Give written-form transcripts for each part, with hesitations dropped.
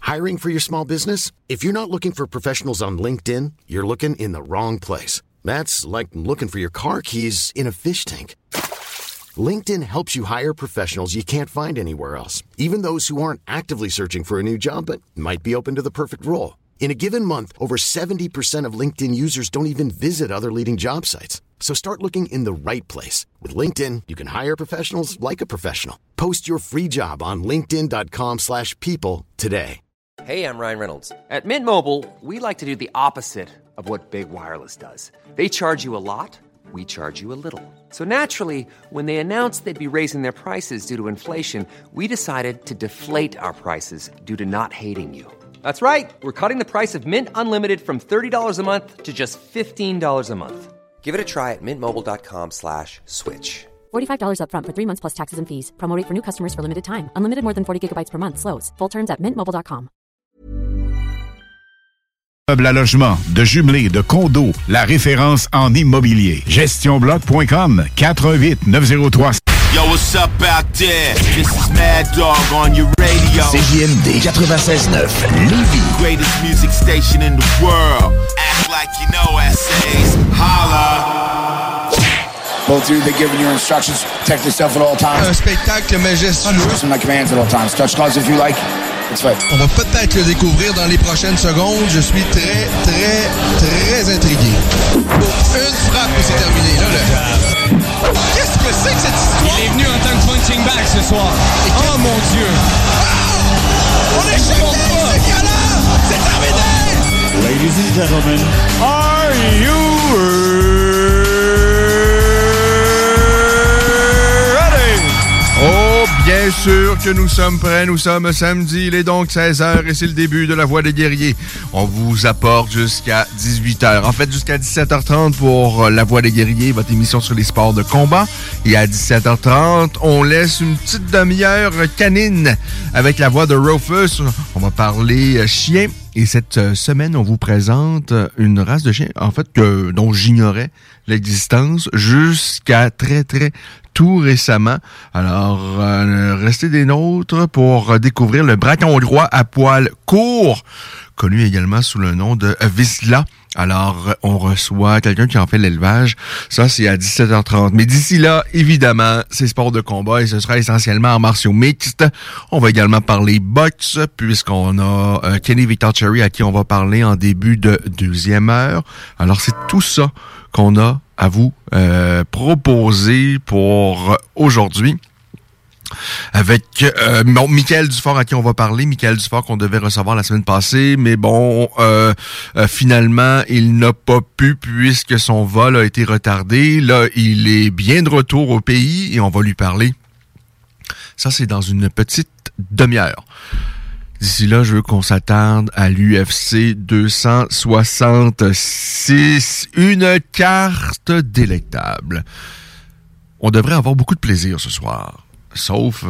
Hiring for your small business? If you're not looking for professionals on LinkedIn, you're looking in the wrong place. That's like looking for your car keys in a fish tank. LinkedIn helps you hire professionals you can't find anywhere else, even those who aren't actively searching for a new job but might be open to the perfect role. In a given month, over 70% of LinkedIn users don't even visit other leading job sites. So start looking in the right place. With LinkedIn, you can hire professionals like a professional. Post your free job on linkedin.com/people today. Hey, I'm Ryan Reynolds. At Mint Mobile, we like to do the opposite of what Big Wireless does. They charge you a lot, we charge you a little. So naturally, when they announced they'd be raising their prices due to inflation, we decided to deflate our prices due to not hating you. That's right. We're cutting the price of Mint Unlimited from $30 a month to just $15 a month. Give it a try at mintmobile.com/switch. $45 up front for 3 months plus taxes and fees. Promo rate for new customers for limited time. Unlimited more than 40 gigabytes per month. Slows full terms at mintmobile.com. Meubles à logement, de jumelés, de condos, la référence en immobilier. GestionBloc.com, 418-903. Yo, what's up out there? This is Mad Dog on your radio. CJMD 96.9, Lévis. Greatest music station in the world. Act like you know essays. Holla. Both of you, they're giving you instructions. Protect yourself at all times. Un spectacle majestueux. Listen to my commands at all times. Touch gloves if you like. It's fine. On va peut-être le découvrir dans les prochaines secondes. Je suis très, très, très intrigué. Une frappe et c'est terminé. Là, qu'est-ce que c'est que cette histoire? Il est venu en tant que punching bag ce soir. Oh mon Dieu! Wow! On est choqués! C'est violent! C'est terminé! Ladies and gentlemen, Are you ready? Oh, bien sûr que nous sommes prêts. Nous sommes samedi, il est donc 16h et c'est le début de La Voix des Guerriers. On vous apporte jusqu'à 18h. En fait, jusqu'à 17h30 pour La Voix des Guerriers, votre émission sur les sports de combat. Et à 17h30, on laisse une petite demi-heure canine avec la voix de Rufus. On va parler chien. Et cette semaine, on vous présente une race de chien, en fait, dont j'ignorais l'existence jusqu'à très, très tout récemment. Alors, restez des nôtres pour découvrir le braquin hongrois à poil court, connu également sous le nom de Vizsla. Alors, on reçoit quelqu'un qui en fait l'élevage. Ça, c'est à 17h30. Mais d'ici là, évidemment, c'est sport de combat et ce sera essentiellement en martiaux mixtes. On va également parler boxe, puisqu'on a Kenny Victor Cherry à qui on va parler en début de deuxième heure. Alors, c'est tout ça qu'on a à vous proposer pour aujourd'hui. Avec Michael Dufort à qui on va parler. Michael Dufort qu'on devait recevoir la semaine passée, mais bon, finalement, il n'a pas pu puisque son vol a été retardé. Là, il est bien de retour au pays et on va lui parler. Ça, c'est dans une petite demi-heure. D'ici là, je veux qu'on s'attarde à l'UFC 266. Une carte délectable. On devrait avoir beaucoup de plaisir ce soir. Sauf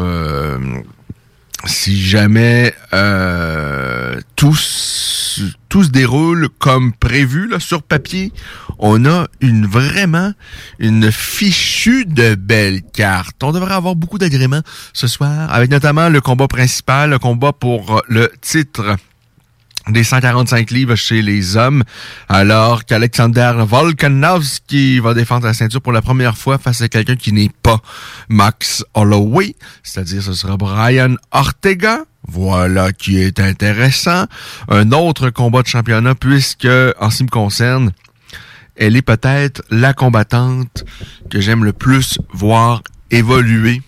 si jamais tout se déroule comme prévu là, sur papier, on a vraiment une fichue de belle carte. On devrait avoir beaucoup d'agréments ce soir, avec notamment le combat principal, le combat pour le titre des 145 livres chez les hommes, alors qu'Alexander Volkanovski va défendre la ceinture pour la première fois face à quelqu'un qui n'est pas Max Holloway, c'est-à-dire ce sera Brian Ortega. Voilà qui est intéressant. Un autre combat de championnat, puisque, en ce qui me concerne, elle est peut-être la combattante que j'aime le plus voir évoluer.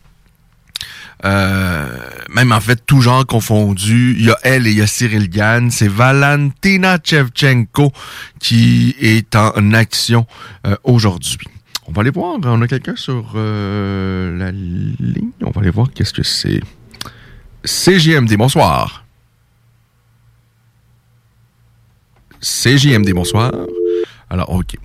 Même en fait, tout genre confondu. Il y a elle et il y a Cyril Gane. C'est Valentina Shevchenko qui est en action aujourd'hui. On va aller voir. On a quelqu'un sur la ligne. On va aller voir qu'est-ce que c'est. CJMD, bonsoir. CJMD, bonsoir. Alors, OK.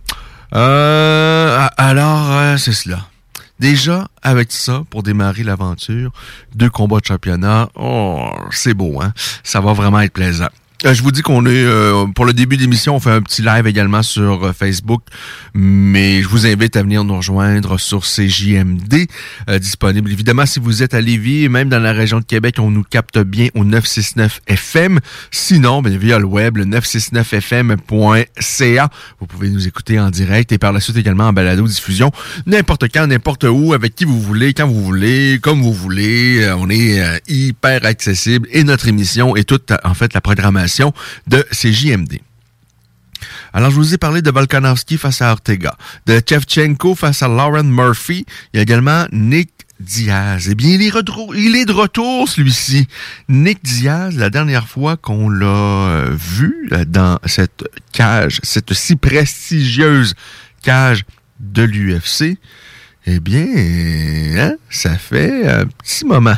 C'est cela. Déjà, avec ça, pour démarrer l'aventure, 2 combats de championnat, oh, c'est beau, hein? Ça va vraiment être plaisant. Je vous dis qu'on est, pour le début d'émission, on fait un petit live également sur Facebook, mais je vous invite à venir nous rejoindre sur CJMD, disponible évidemment si vous êtes à Lévis et même dans la région de Québec, on nous capte bien au 969 FM. Sinon, bien, via le web, le 969fm.ca, vous pouvez nous écouter en direct et par la suite également en balado-diffusion, n'importe quand, n'importe où, avec qui vous voulez, quand vous voulez, comme vous voulez. On est hyper accessible et notre émission est toute, en fait, la programmation de CJMD. Alors, je vous ai parlé de Volkanovski face à Ortega, de Shevchenko face à Lauren Murphy. Il y a également Nick Diaz. Eh bien, il est de retour, celui-ci. Nick Diaz, la dernière fois qu'on l'a vu dans cette cage, cette si prestigieuse cage de l'UFC, eh bien, ça fait un petit moment.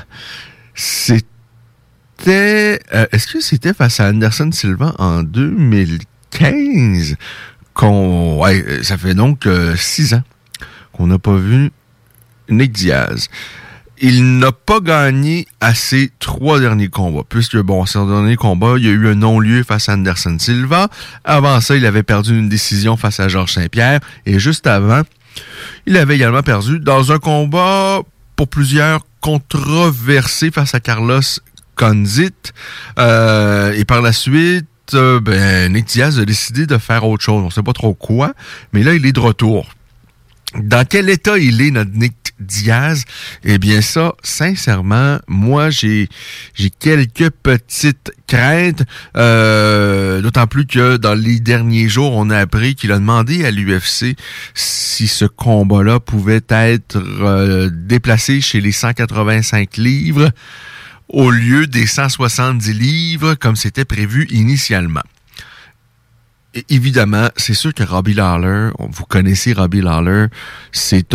Est-ce que c'était face à Anderson Silva en 2015 ça fait donc 6 ans qu'on n'a pas vu Nick Diaz. Il n'a pas gagné à ses 3 derniers combats, puisque, ses derniers combats, il y a eu un non-lieu face à Anderson Silva. Avant ça, il avait perdu une décision face à Georges Saint-Pierre. Et juste avant, il avait également perdu dans un combat pour plusieurs controversé face à Carlos Condit. Et par la suite, Nick Diaz a décidé de faire autre chose. On ne sait pas trop quoi, mais là, il est de retour. Dans quel état il est, notre Nick Diaz? Eh bien ça, sincèrement, moi, j'ai quelques petites craintes, d'autant plus que dans les derniers jours, on a appris qu'il a demandé à l'UFC si ce combat-là pouvait être déplacé chez les 185 livres au lieu des 170 livres comme c'était prévu initialement. Et évidemment, c'est sûr que Robbie Lawler, vous connaissez Robbie Lawler, c'est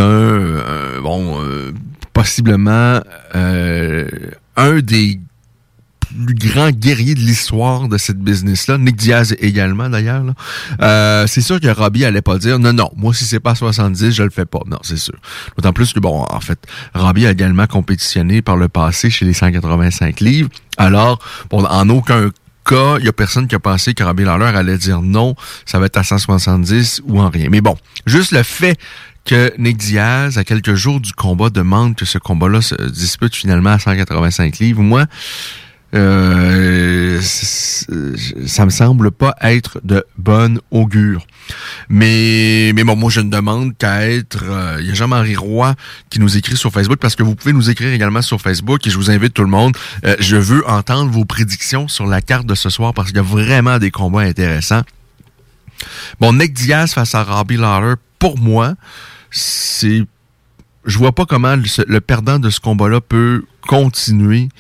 possiblement un des plus grands guerriers de l'histoire de cette business-là. Nick Diaz également, d'ailleurs. Là. C'est sûr que Robbie allait pas dire « Non, moi, si c'est pas 70, je le fais pas. » Non, c'est sûr. D'autant plus que, en fait, Robbie a également compétitionné par le passé chez les 185 livres. Alors, en aucun cas, il y a personne qui a pensé que Robbie Lawler allait dire non, ça va être à 170 ou en rien. Mais bon, juste le fait que Nick Diaz, à quelques jours du combat, demande que ce combat-là se dispute finalement à 185 livres, moi, ça me semble pas être de bonne augure. Mais bon, moi, je ne demande qu'à être... Il y a Jean-Marie Roy qui nous écrit sur Facebook, parce que vous pouvez nous écrire également sur Facebook, et je vous invite tout le monde. Je veux entendre vos prédictions sur la carte de ce soir, parce qu'il y a vraiment des combats intéressants. Bon, Nick Diaz face à Robbie Lawler, pour moi, je vois pas comment le perdant de ce combat-là peut continuer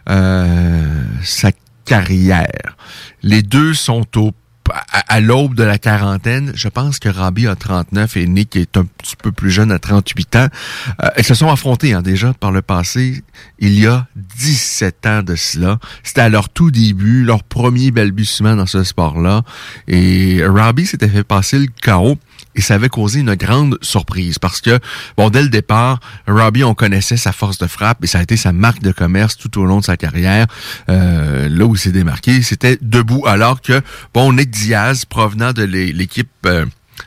sa carrière. Les deux sont à l'aube de la quarantaine. Je pense que Robbie a 39 et Nick est un petit peu plus jeune à 38 ans. Ils se sont affrontés déjà par le passé, il y a 17 ans de cela. C'était à leur tout début, leur premier balbutiement dans ce sport-là. Et Robbie s'était fait passer le KO. Et ça avait causé une grande surprise parce que, dès le départ, Robbie, on connaissait sa force de frappe et ça a été sa marque de commerce tout au long de sa carrière. Là où il s'est démarqué, c'était debout. Alors que, Nick Diaz, provenant de l'équipe de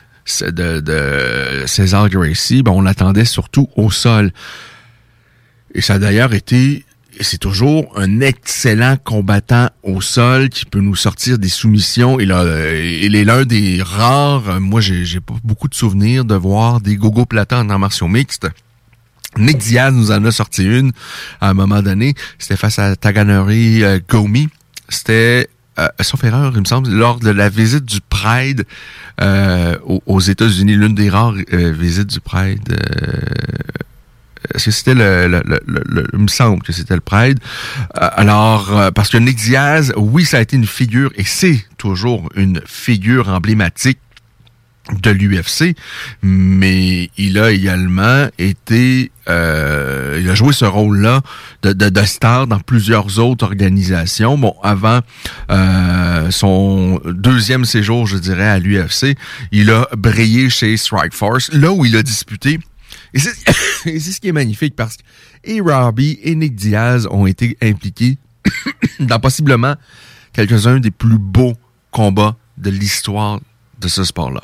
César Gracie, on l'attendait surtout au sol. Et ça a d'ailleurs été... C'est toujours un excellent combattant au sol qui peut nous sortir des soumissions. Il est l'un des rares, moi j'ai pas beaucoup de souvenirs de voir des gogo platans en arts martiaux mixtes. Nick Diaz nous en a sorti une à un moment donné. C'était face à Taganori Gomi. C'était, sauf erreur, il me semble, lors de la visite du Pride aux États-Unis, l'une des rares visites du Pride... Est-ce que c'était il me semble que c'était le Pride. Alors, parce que Nick Diaz, oui, ça a été une figure, et c'est toujours une figure emblématique de l'UFC, mais il a également été... il a joué ce rôle-là de star dans plusieurs autres organisations. Avant son deuxième séjour, je dirais, à l'UFC, il a brillé chez Strikeforce, là où il a disputé. Et c'est ce qui est magnifique, parce que et Robbie et Nick Diaz ont été impliqués dans possiblement quelques-uns des plus beaux combats de l'histoire de ce sport-là.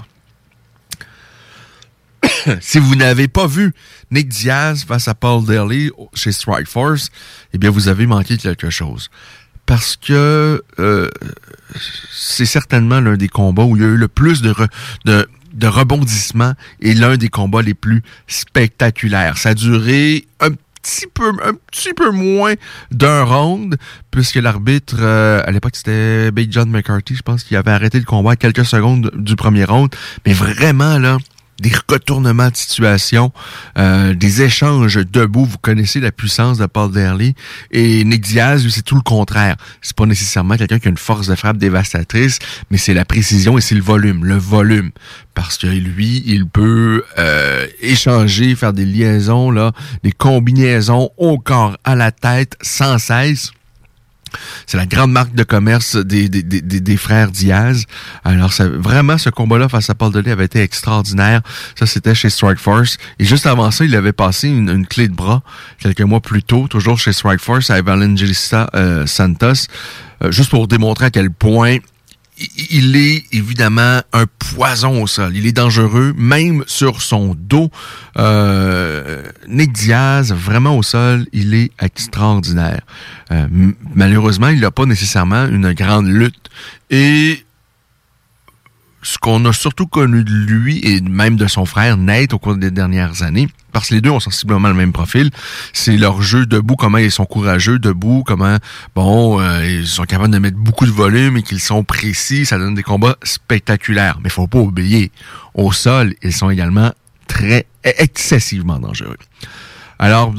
Si vous n'avez pas vu Nick Diaz face à Paul Daly chez Strikeforce, eh bien, vous avez manqué quelque chose. Parce que c'est certainement l'un des combats où il y a eu le plus de rebondissements et l'un des combats les plus spectaculaires. Ça a duré un petit peu moins d'un round, puisque l'arbitre, à l'époque, c'était Big John McCarthy, je pense qu'il avait arrêté le combat à quelques secondes du premier round. Mais vraiment, là, des retournements de situation, des échanges debout. Vous connaissez la puissance de Paul Daly. Et Nick Diaz, lui, c'est tout le contraire. C'est pas nécessairement quelqu'un qui a une force de frappe dévastatrice, mais c'est la précision et c'est le volume. Le volume. Parce que lui, il peut échanger, faire des liaisons, là, des combinaisons au corps, à la tête, sans cesse. C'est la grande marque de commerce des frères Diaz. Alors, vraiment, ce combat-là face à Paul Daly avait été extraordinaire. Ça, c'était chez Strikeforce. Et juste avant ça, il avait passé une clé de bras quelques mois plus tôt, toujours chez Strikeforce, à Evangelista Santos, juste pour démontrer à quel point il est évidemment un poison au sol. Il est dangereux, même sur son dos. Nick Diaz, vraiment au sol, il est extraordinaire. Malheureusement, il n'a pas nécessairement une grande lutte. Et ce qu'on a surtout connu de lui et même de son frère Nate au cours des dernières années, parce que les deux ont sensiblement le même profil, c'est leur jeu debout, comment ils sont courageux debout, comment, ils sont capables de mettre beaucoup de volume et qu'ils sont précis, ça donne des combats spectaculaires. Mais faut pas oublier, au sol, ils sont également excessivement dangereux. Alors,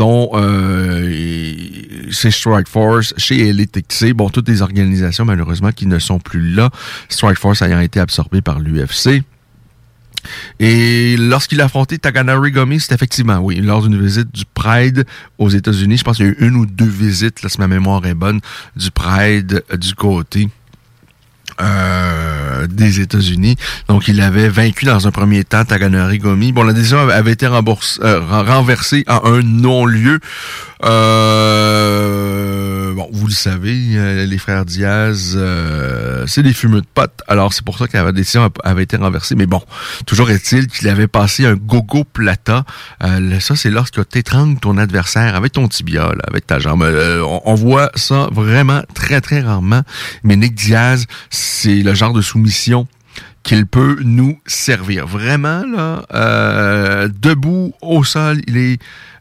c'est Strikeforce, chez Elite XC, toutes les organisations, malheureusement, qui ne sont plus là. Strikeforce ayant été absorbé par l'UFC. Et lorsqu'il a affronté Takanori Gomi, c'est effectivement, oui, lors d'une visite du Pride aux États-Unis. Je pense qu'il y a eu 1 ou 2 visites, là, si ma mémoire est bonne, du Pride du côté des États-Unis. Donc, il avait vaincu dans un premier temps Takanori Gomi. Bon, la décision avait été renversée à un non-lieu. Vous le savez, les frères Diaz, c'est des fumeux de potes. Alors, c'est pour ça que la décision avait été renversée. Mais bon, toujours est-il qu'il avait passé un gogo plata. Ça, c'est lorsque tu étrangles ton adversaire avec ton tibia, là, avec ta jambe. On voit ça vraiment très, très rarement. Mais Nick Diaz, c'est le genre de soumission qu'il peut nous servir. Vraiment, là, debout, au sol, il est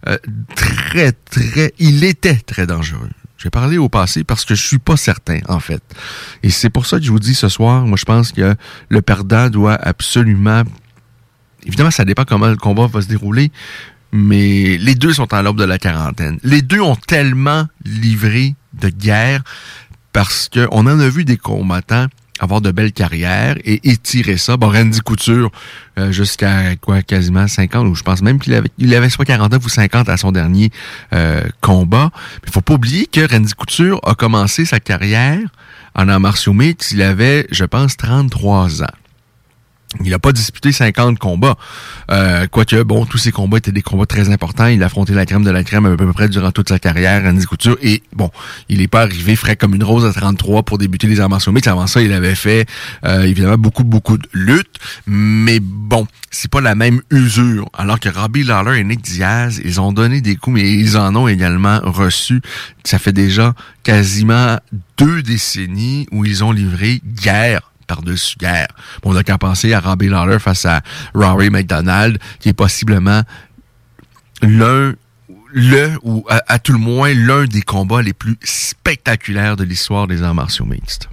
il était très dangereux. J'ai parlé au passé parce que je suis pas certain, en fait. Et c'est pour ça que je vous dis ce soir, moi, je pense que le perdant doit absolument... Évidemment, ça dépend comment le combat va se dérouler, mais les deux sont en l'aube de la quarantaine. Les deux ont tellement livré de guerre parce qu'on en a vu des combattants avoir de belles carrières et étirer ça. Randy Couture, jusqu'à quasiment 50, ou je pense même qu'il avait soit 49 ou 50 à son dernier combat. Mais il faut pas oublier que Randy Couture a commencé sa carrière en arts martiaux mixtes, il avait, je pense, 33 ans. Il n'a pas disputé 50 combats. Quoique, tous ces combats étaient des combats très importants. Il a affronté la crème de la crème à peu près durant toute sa carrière, Randy Couture. Et il n'est pas arrivé frais comme une rose à 33 pour débuter les arts martiaux mixtes. Avant ça, il avait fait, évidemment, beaucoup de luttes. Mais c'est pas la même usure. Alors que Robbie Lawler et Nick Diaz, ils ont donné des coups, mais ils en ont également reçu. Ça fait déjà quasiment 2 décennies où ils ont livré guerre par-dessus guerre. On n'a qu'à penser à Robbie Lawler face à Rory McDonald, qui est possiblement ou à tout le moins l'un des combats les plus spectaculaires de l'histoire des arts martiaux mixtes.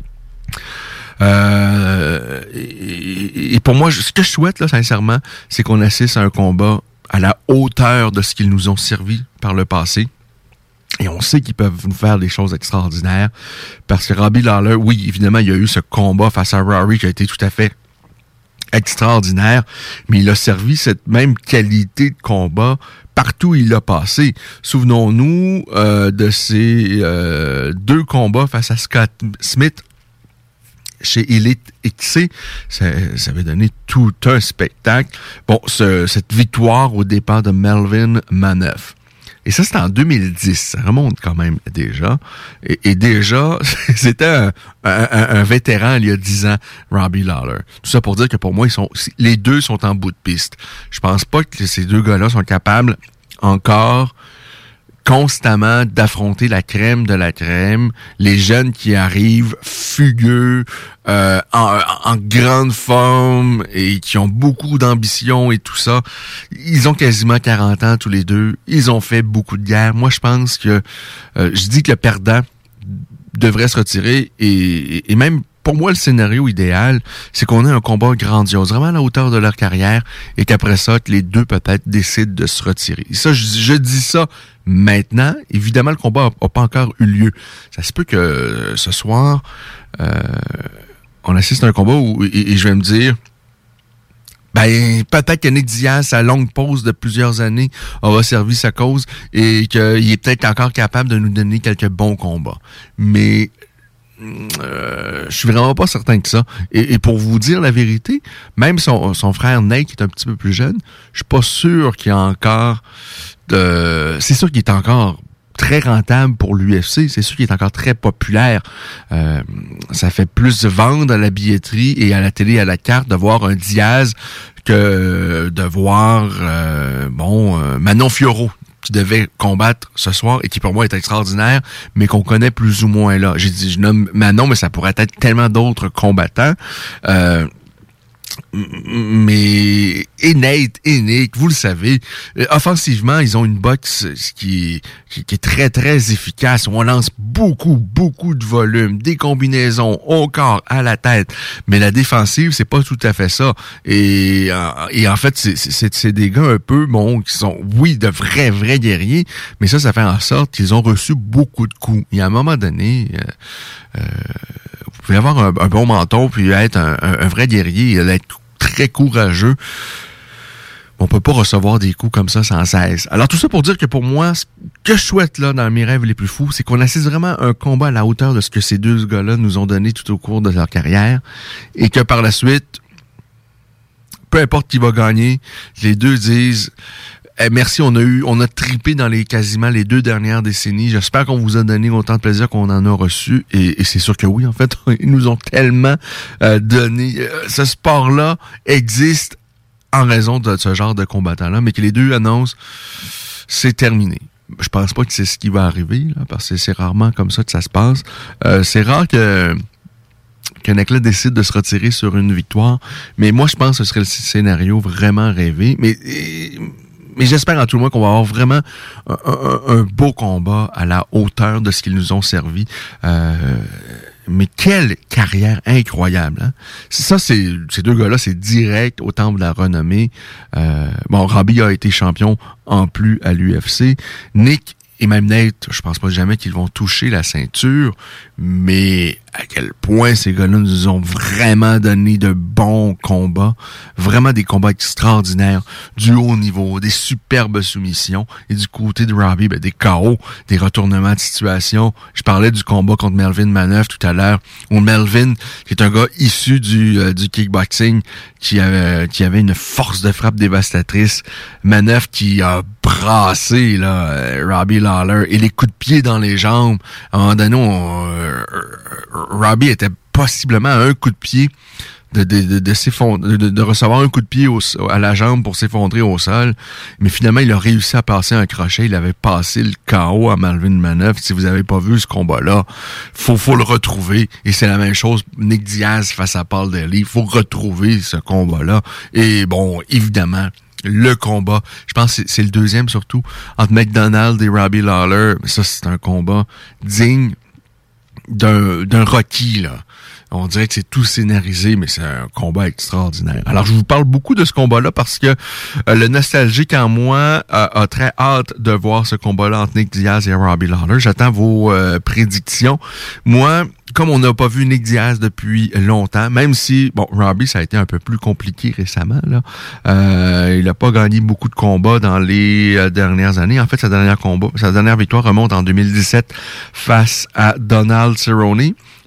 Et pour moi, ce que je souhaite, là, sincèrement, c'est qu'on assiste à un combat à la hauteur de ce qu'ils nous ont servi par le passé. Et on sait qu'ils peuvent nous faire des choses extraordinaires. Parce que Robbie Lawler, oui, évidemment, il y a eu ce combat face à Rory qui a été tout à fait extraordinaire. Mais il a servi cette même qualité de combat partout où il a passé. Souvenons-nous de ces 2 combats face à Scott Smith chez Elite XC. Ça avait donné tout un spectacle. Cette victoire au départ de Melvin Manoff. Et ça, c'était en 2010. Ça remonte quand même déjà. Et déjà, c'était un vétéran il y a 10 ans, Robbie Lawler. Tout ça pour dire que pour moi, les deux sont en bout de piste. Je pense pas que ces deux gars-là sont capables encore constamment d'affronter la crème de la crème, les jeunes qui arrivent fugueux, en grande forme et qui ont beaucoup d'ambition et tout ça. Ils ont quasiment 40 ans tous les deux. Ils ont fait beaucoup de guerres. Moi, je pense que je dis que le perdant devrait se retirer et même pour moi, le scénario idéal, c'est qu'on ait un combat grandiose, vraiment à la hauteur de leur carrière, et qu'après ça, que les deux peut-être décident de se retirer. Et ça, je dis ça maintenant. Évidemment, le combat n'a pas encore eu lieu. Ça se peut que ce soir, on assiste à un combat où, et je vais me dire, peut-être que Nick Diaz, sa longue pause de plusieurs années, aura servi sa cause et qu'il est peut-être encore capable de nous donner quelques bons combats. Mais je suis vraiment pas certain que ça. Et pour vous dire la vérité, même son frère Nate, qui est un petit peu plus jeune, je suis pas sûr qu'il y a encore c'est sûr qu'il est encore très rentable pour l'UFC, c'est sûr qu'il est encore très populaire. Ça fait plus vendre à la billetterie et à la télé à la carte de voir un Diaz que de voir Manon Fiorot, qui devait combattre ce soir et qui pour moi est extraordinaire, mais qu'on connaît plus ou moins là. Je nomme Manon, mais ça pourrait être tellement d'autres combattants. Mais et Nate et Nick, vous le savez, offensivement, ils ont une boxe qui est très, très efficace. On lance beaucoup de volume, des combinaisons au corps, à la tête. Mais la défensive, c'est pas tout à fait ça. Et en fait, c'est des gars un peu, qui sont, oui, de vrais guerriers, mais ça fait en sorte qu'ils ont reçu beaucoup de coups. Et à un moment donné, vous pouvez avoir un bon menton puis être un vrai guerrier, être très courageux. On peut pas recevoir des coups comme ça sans cesse. Alors tout ça pour dire que pour moi, ce que je souhaite là dans mes rêves les plus fous, c'est qu'on assiste vraiment à un combat à la hauteur de ce que ces deux gars-là nous ont donné tout au cours de leur carrière et que par la suite, peu importe qui va gagner, les deux disent merci, on a trippé dans quasiment les 2 dernières décennies. J'espère qu'on vous a donné autant de plaisir qu'on en a reçu. Et c'est sûr que oui, en fait, ils nous ont tellement donné. Ce sport-là existe en raison de ce genre de combattants-là, mais que les deux annoncent, c'est terminé. Je pense pas que c'est ce qui va arriver, là, parce que c'est rarement comme ça que ça se passe. C'est rare qu'un athlète décide de se retirer sur une victoire, mais moi, je pense que ce serait le scénario vraiment rêvé. Mais j'espère en tout le moins qu'on va avoir vraiment un beau combat à la hauteur de ce qu'ils nous ont servi. Mais quelle carrière incroyable, hein? Ça, ces deux gars-là, c'est direct au temple de la renommée. Robbie a été champion en plus à l'UFC. Nick et même Nate, je pense pas jamais qu'ils vont toucher la ceinture, mais à quel point ces gars-là nous ont vraiment donné de bons combats, vraiment des combats extraordinaires, du haut niveau, des superbes soumissions, et du côté de Robbie, des KO, des retournements de situation. Je parlais du combat contre Melvin Manœuvre tout à l'heure, où Melvin, qui est un gars issu du kickboxing, qui avait une force de frappe dévastatrice, Manœuvre qui a brassé Robbie Lawler, et les coups de pied dans les jambes. À un moment donné, Robbie était possiblement à un coup de pied de recevoir un coup de pied à la jambe pour s'effondrer au sol, mais finalement il a réussi à passer un crochet. Il avait passé le KO à Melvin Manœuvre. Si vous avez pas vu ce combat-là, faut le retrouver. Et c'est la même chose, Nick Diaz face à Paul Daly. Faut retrouver ce combat-là. Et bon, évidemment, le combat, je pense que c'est le deuxième surtout, entre McDonald et Robbie Lawler. Ça, c'est un combat digne d'un Rocky, là. On dirait que c'est tout scénarisé, mais c'est un combat extraordinaire. Alors, je vous parle beaucoup de ce combat-là parce que le nostalgique en moi a très hâte de voir ce combat-là entre Nick Diaz et Robbie Lawler. J'attends vos prédictions. Moi, comme on n'a pas vu Nick Diaz depuis longtemps, même si, Robbie, ça a été un peu plus compliqué récemment, là. Il n'a pas gagné beaucoup de combats dans les dernières années. En fait, sa dernière victoire remonte en 2017 face à Donald Cerrone.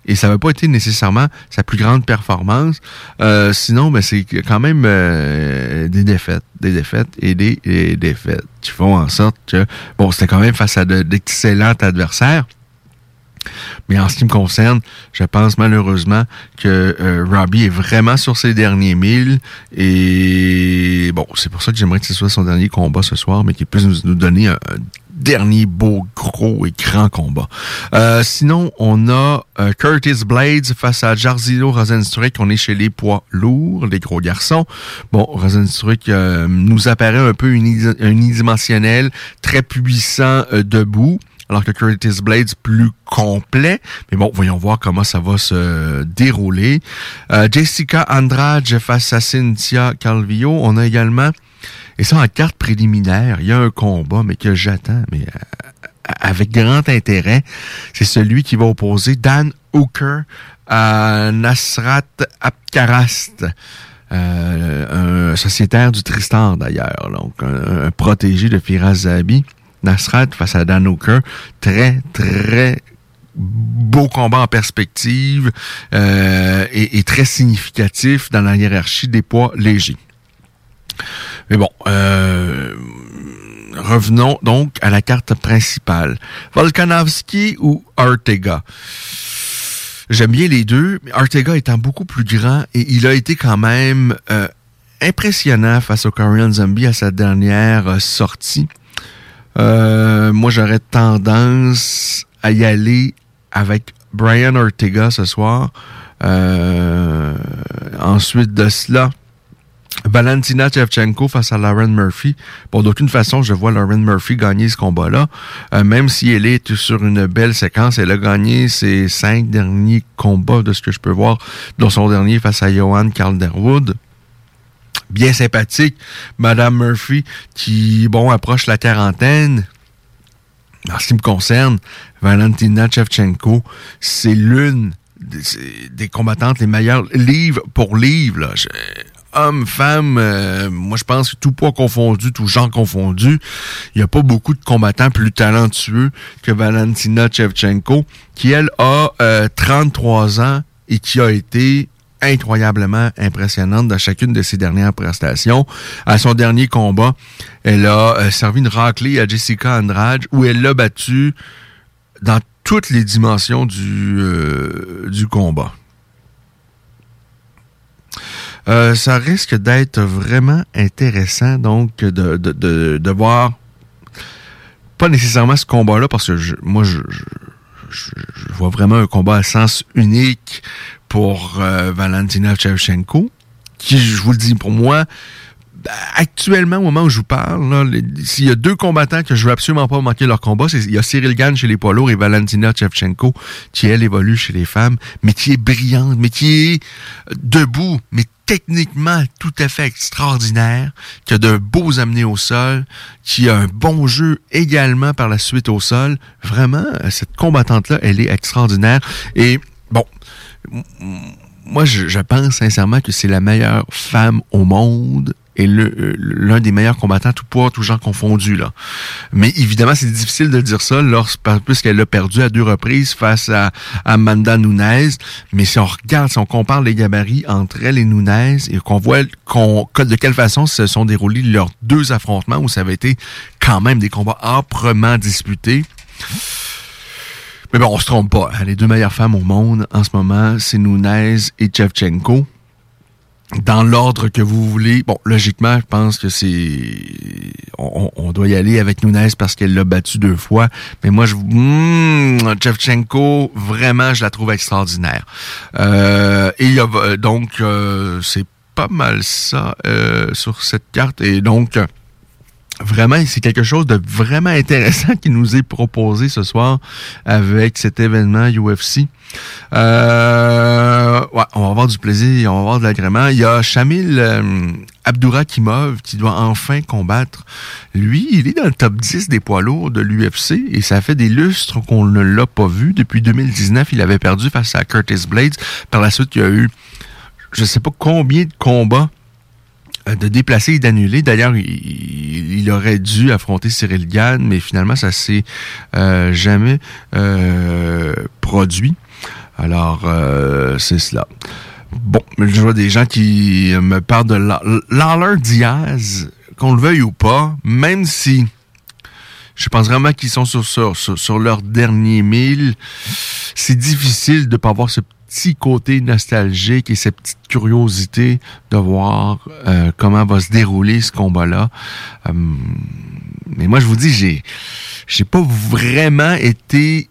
Et ça n'a pas été nécessairement sa plus grande performance. Sinon, ben, c'est quand même des défaites et des défaites qui font en sorte que, bon, c'était quand même face à d'excellents adversaires. Mais en ce qui me concerne, je pense malheureusement que Robbie est vraiment sur ses derniers milles. Et bon, c'est pour ça que j'aimerais que ce soit son dernier combat ce soir, mais qu'il puisse nous donner un dernier beau, gros et grand combat. Sinon, on a Curtis Blades face à Jairzinho Rozenstruik. On est chez les poids lourds, les gros garçons. Bon, Rozenstruik nous apparaît un peu unidimensionnel, très puissant debout, alors que Curtis Blades plus complet. Mais bon, voyons voir comment ça va se dérouler. Jessica Andrade face à Cynthia Calvillo. On a également, et ça en carte préliminaire, il y a un combat, mais que j'attends, mais avec grand intérêt. C'est celui qui va opposer Dan Hooker à Nasrat Apkarast. Un sociétaire du Tristan d'ailleurs, donc un protégé de Firas Zahabi. Nasrat face à Dan Hooker, très, très beau combat en perspective et très significatif dans la hiérarchie des poids légers. Mais bon, revenons donc à la carte principale. Volkanovski ou Ortega? J'aime bien les deux, mais Ortega étant beaucoup plus grand et il a été quand même impressionnant face au Korean Zombie à sa dernière sortie. Moi, j'aurais tendance à y aller avec Brian Ortega ce soir. Ensuite de cela, Valentina Shevchenko face à Lauren Murphy. Bon, d'aucune façon, je vois Lauren Murphy gagner ce combat-là. Même si elle est sur une belle séquence, elle a gagné ses 5 derniers combats de ce que je peux voir, dont son dernier face à Johan Calderwood. Bien sympathique, Madame Murphy, qui, bon, approche la quarantaine. En ce qui me concerne, Valentina Shevchenko, c'est l'une des combattantes les meilleures, livre pour livre, là. Homme, femme, moi je pense que tout poids confondu, tout genre confondu, il n'y a pas beaucoup de combattants plus talentueux que Valentina Shevchenko, qui elle a 33 ans et qui a été incroyablement impressionnante dans chacune de ses dernières prestations. À son dernier combat, elle a servi une raclée à Jessica Andrade où elle l'a battue dans toutes les dimensions du combat. Ça risque d'être vraiment intéressant donc de voir pas nécessairement ce combat-là parce que je vois vraiment un combat à sens unique pour Valentina Shevchenko, qui, je vous le dis, pour moi, actuellement, au moment où je vous parle, là, s'il y a 2 combattants que je veux absolument pas manquer leur combat, il y a Cyril Gane chez les poids lourds et Valentina Shevchenko, qui, elle, évolue chez les femmes, mais qui est brillante, mais qui est debout, mais techniquement tout à fait extraordinaire, qui a de beaux amenés au sol, qui a un bon jeu également par la suite au sol. Vraiment, cette combattante-là, elle est extraordinaire. Et bon, moi, je pense sincèrement que c'est la meilleure femme au monde et l'un des meilleurs combattants, tout poids, tout genre confondu, là. Mais évidemment, c'est difficile de dire ça puisqu'elle a perdu à 2 reprises face à Amanda Nunes. Mais si on regarde, si on compare les gabarits entre elle et Nunes et qu'on voit de quelle façon se sont déroulés leurs 2 affrontements où ça avait été quand même des combats âprement disputés. Mais bon, on se trompe pas. Les 2 meilleures femmes au monde en ce moment, c'est Nunes et Shevchenko. Dans l'ordre que vous voulez, bon, logiquement, je pense que on doit y aller avec Nunes parce qu'elle l'a battu 2 fois. Mais moi, Shevchenko, vraiment, je la trouve extraordinaire. Et il y a donc, c'est pas mal ça sur cette carte. Et donc, vraiment, c'est quelque chose de vraiment intéressant qui nous est proposé ce soir avec cet événement UFC. Ouais, on va avoir du plaisir, on va avoir de l'agrément. Il y a Shamil Abdurakhimov qui doit enfin combattre. Lui, il est dans le top 10 des poids lourds de l'UFC et ça fait des lustres qu'on ne l'a pas vu. Depuis 2019, il avait perdu face à Curtis Blades. Par la suite, il y a eu, je sais pas combien de combats de déplacer et d'annuler. D'ailleurs, il aurait dû affronter Cyril Gane, mais finalement, ça s'est jamais produit. Alors, c'est cela. Bon, je vois des gens qui me parlent de Lawler Diaz, qu'on le veuille ou pas, même si je pense vraiment qu'ils sont sur leur dernier mille, c'est difficile de pas avoir ce petit côté nostalgique et cette petite curiosité de voir comment va se dérouler ce combat-là. Mais moi, je vous dis, j'ai pas vraiment été...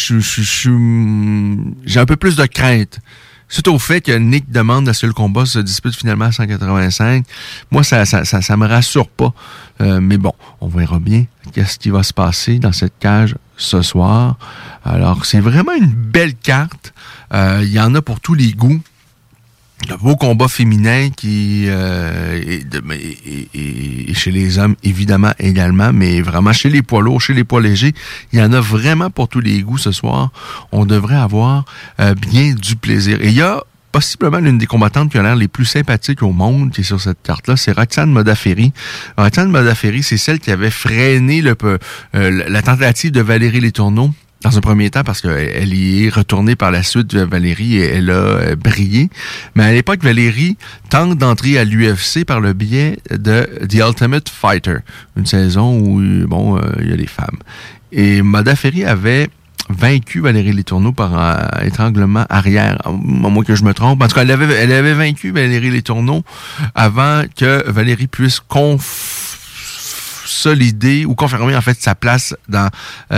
J'ai un peu plus de crainte. Suite au fait que Nick demande à ce que le combat se dispute finalement à 185, moi, ça me rassure pas. Mais bon, on verra bien qu'est-ce qui va se passer dans cette cage ce soir. Alors, c'est vraiment une belle carte. Il y en a pour tous les goûts. Le beau combat féminin qui et chez les hommes évidemment également, mais vraiment chez les poids lourds, chez les poids légers, il y en a vraiment pour tous les goûts ce soir. On devrait avoir bien du plaisir. Et il y a possiblement l'une des combattantes qui a l'air les plus sympathiques au monde qui est sur cette carte-là, c'est Roxane Modafferi. Roxane Modafferi, c'est celle qui avait freiné la tentative de Valérie Letourneau dans un premier temps, parce qu'elle y est retournée par la suite, Valérie, et elle a brillé. Mais à l'époque, Valérie tente d'entrer à l'UFC par le biais de The Ultimate Fighter, une saison où, bon, il y a des femmes. Et Modafferi avait vaincu Valérie Letourneau par étranglement arrière, à moins que je me trompe. En tout cas, elle avait vaincu Valérie Letourneau avant que Valérie puisse consolider ou confirmer en fait sa place dans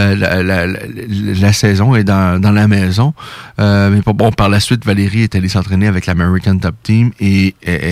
la saison et dans la maison. Mais bon, par la suite, Valérie est allée s'entraîner avec l'American Top Team et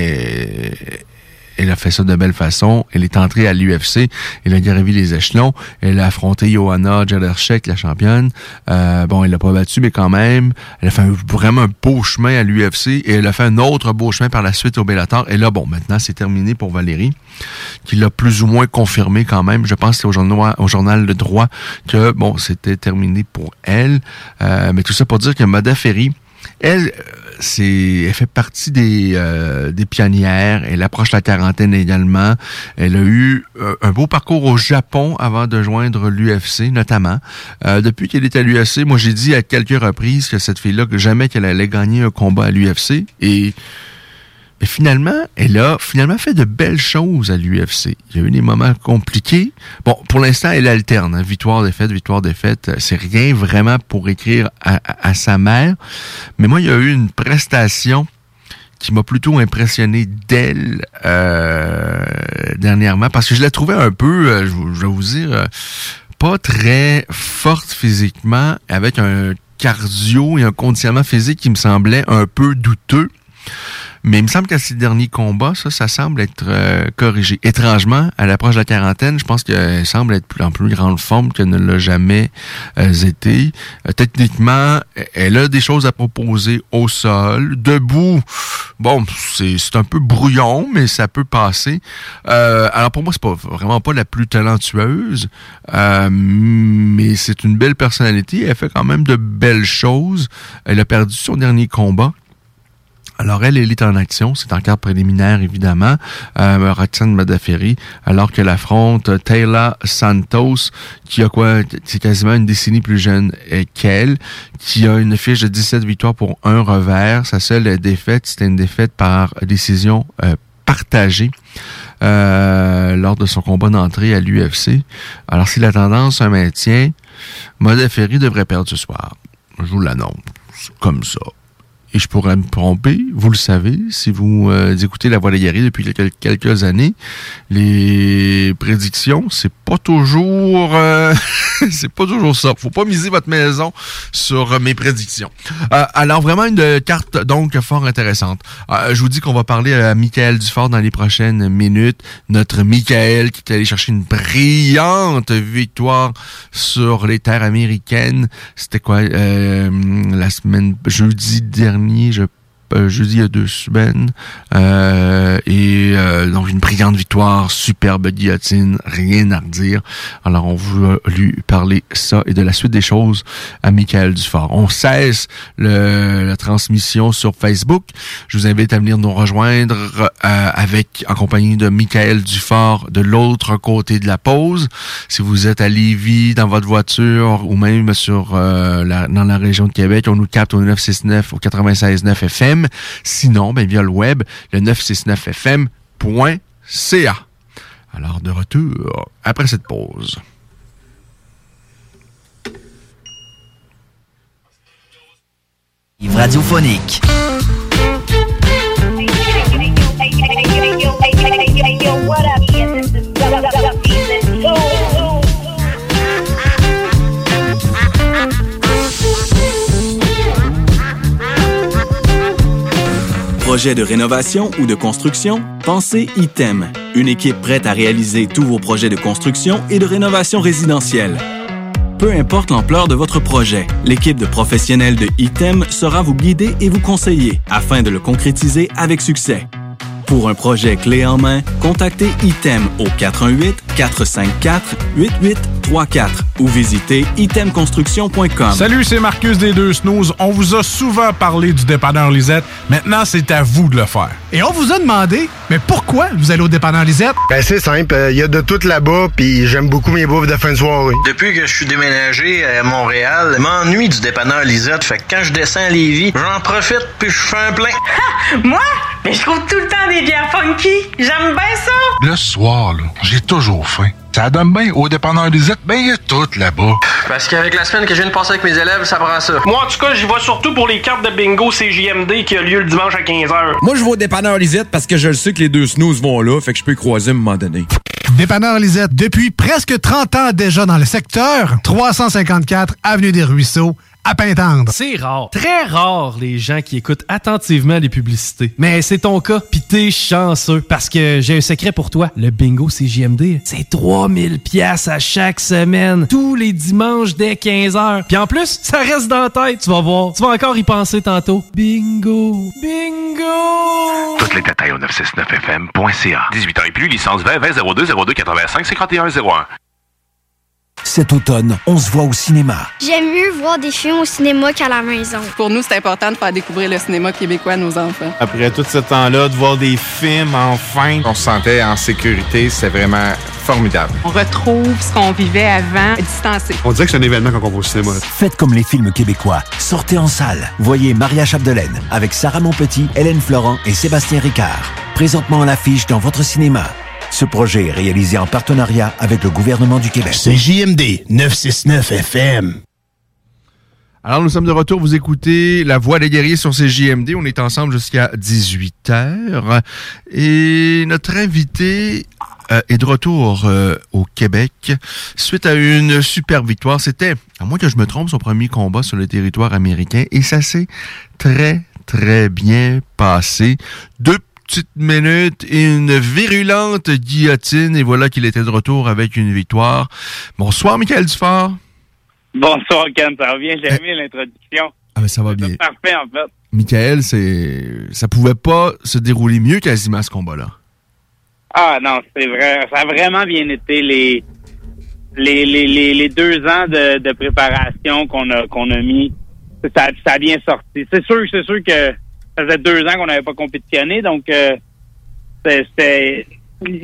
elle a fait ça de belle façon. Elle est entrée à l'UFC. Elle a gravi les échelons. Elle a affronté Joanna Jędrzejczyk, la championne. Bon, elle l'a pas battue, mais quand même, elle a fait vraiment un beau chemin à l'UFC et elle a fait un autre beau chemin par la suite au Bellator. Et là, bon, maintenant, c'est terminé pour Valérie, qui l'a plus ou moins confirmé quand même. Je pense que c'est au journal Le Droit que, bon, c'était terminé pour elle. Mais tout ça pour dire que Modafferi, elle fait partie des pionnières. Elle approche la quarantaine également. Elle a eu un beau parcours au Japon avant de joindre l'UFC, notamment. Depuis qu'elle est à l'UFC, moi j'ai dit à quelques reprises que cette fille-là, que jamais qu'elle allait gagner un combat à l'UFC. Mais finalement, elle a fait de belles choses à l'UFC. Il y a eu des moments compliqués. Bon, pour l'instant, elle alterne. Hein, victoire-défaite. C'est rien vraiment pour écrire à sa mère. Mais moi, il y a eu une prestation qui m'a plutôt impressionné d'elle dernièrement. Parce que je la trouvais un peu, je vais vous dire, pas très forte physiquement, avec un cardio et un conditionnement physique qui me semblait un peu douteux. Mais il me semble qu'à ces derniers combats, ça semble être corrigé. Étrangement, à l'approche de la quarantaine, je pense qu'elle semble être en plus grande forme qu'elle ne l'a jamais été. Techniquement, elle a des choses à proposer au sol. Debout, bon, c'est un peu brouillon, mais ça peut passer. Alors pour moi, c'est vraiment pas la plus talentueuse, mais c'est une belle personnalité. Elle fait quand même de belles choses. Elle a perdu son dernier combat. Alors, elle est en action. C'est en carte préliminaire, évidemment. Roxane Modafferi, alors qu'elle affronte Taylor Santos, qui a c'est quasiment une décennie plus jeune qu'elle, qui a une fiche de 17 victoires pour 1 revers. Sa seule défaite, c'était une défaite par décision partagée lors de son combat d'entrée à l'UFC. Alors, si la tendance se maintient, Modafferi devrait perdre ce soir. Je vous l'annonce. Comme ça. Et je pourrais me tromper, vous le savez, si vous écoutez La Voix des guerriers depuis quelques années, les prédictions, c'est pas toujours ça. Faut pas miser votre maison sur mes prédictions. Alors vraiment une carte donc fort intéressante. Je vous dis qu'on va parler à Michael Dufort dans les prochaines minutes. Notre Michael qui est allé chercher une brillante victoire sur les terres américaines. C'était quoi la semaine jeudi dernier, je jeudi il y a 2 semaines. Donc une brillante victoire, superbe guillotine, rien à redire. Alors on voulu parler ça et de la suite des choses à Michael Dufort. On cesse la transmission sur Facebook. Je vous invite à venir nous rejoindre en compagnie de Michael Dufort de l'autre côté de la pause. Si vous êtes à Lévis, dans votre voiture ou même dans la région de Québec, on nous capte au 969 au 96.9 FM. Sinon, via le web, le 969fm.ca. Alors, de retour après cette pause. Livre radiophonique. Projet de rénovation ou de construction? Pensez ITEM, une équipe prête à réaliser tous vos projets de construction et de rénovation résidentielle. Peu importe l'ampleur de votre projet, l'équipe de professionnels de ITEM saura vous guider et vous conseiller afin de le concrétiser avec succès. Pour un projet clé en main, contactez ITEM au 418-454-8834 ou visitez itemconstruction.com. Salut, c'est Marcus des Deux Snooze. On vous a souvent parlé du dépanneur Lisette. Maintenant, c'est à vous de le faire. Et on vous a demandé, mais pourquoi vous allez au dépanneur Lisette? Ben c'est simple, il y a de tout là-bas, puis j'aime beaucoup mes bouffes de fin de soirée. Depuis que je suis déménagé à Montréal, je m'ennuie du dépanneur Lisette. Fait que quand je descends à Lévis, j'en profite puis je fais un plein. Ha! Moi? Mais je trouve tout le temps des bières funky. J'aime bien ça. Le soir, là, j'ai toujours faim. Ça donne bien. Au dépanneur Lisette, il y a tout là-bas. Parce qu'avec la semaine que je viens de passer avec mes élèves, ça prend ça. Moi, en tout cas, j'y vais surtout pour les cartes de bingo CJMD qui a lieu le dimanche à 15h. Moi, je vais au dépanneur Lisette parce que je le sais que les deux snooze vont là, fait que je peux y croiser à un moment donné. Dépanneur Lisette, depuis presque 30 ans déjà dans le secteur, 354 Avenue des Ruisseaux, à Pintendre. C'est rare, très rare, les gens qui écoutent attentivement les publicités. Mais c'est ton cas, pis t'es chanceux, parce que j'ai un secret pour toi. Le bingo CJMD, c'est 3000 piastres à chaque semaine, tous les dimanches dès 15h. Puis en plus, ça reste dans la tête, tu vas voir. Tu vas encore y penser tantôt. Bingo, bingo! Toutes les détails au 969fm.ca. 18 ans et plus, licence 20 02 02 85 51 01. Cet automne, on se voit au cinéma. J'aime mieux voir des films au cinéma qu'à la maison. Pour nous, c'est important de faire découvrir le cinéma québécois à nos enfants. Après tout ce temps-là, de voir des films, enfin, on se sentait en sécurité, c'est vraiment formidable. On retrouve ce qu'on vivait avant, distancé. On dirait que c'est un événement quand on va au cinéma. Faites comme les films québécois. Sortez en salle. Voyez Maria Chapdelaine avec Sarah Monpetit, Hélène Florent et Sébastien Ricard. Présentement à l'affiche dans votre cinéma. Ce projet est réalisé en partenariat avec le gouvernement du Québec. CJMD 969 FM. Alors, nous sommes de retour. Vous écoutez La Voix des guerriers sur CJMD. On est ensemble jusqu'à 18h. Et notre invité est de retour au Québec suite à une superbe victoire. C'était, à moins que je me trompe, son premier combat sur le territoire américain. Et ça s'est très, très bien passé. 2 petites minutes et une virulente guillotine. Et voilà qu'il était de retour avec une victoire. Bonsoir, Michael Dufort. Bonsoir, Ken. Ça va bien? J'ai aimé l'introduction. Ah, mais ça va bien. C'est parfait, en fait. Michael, ça pouvait pas se dérouler mieux quasiment, ce combat-là. Ah, non, c'est vrai. Ça a vraiment bien été les 2 ans de préparation qu'on a mis. Ça a bien sorti. C'est sûr que ça faisait 2 ans qu'on n'avait pas compétitionné, donc j'étais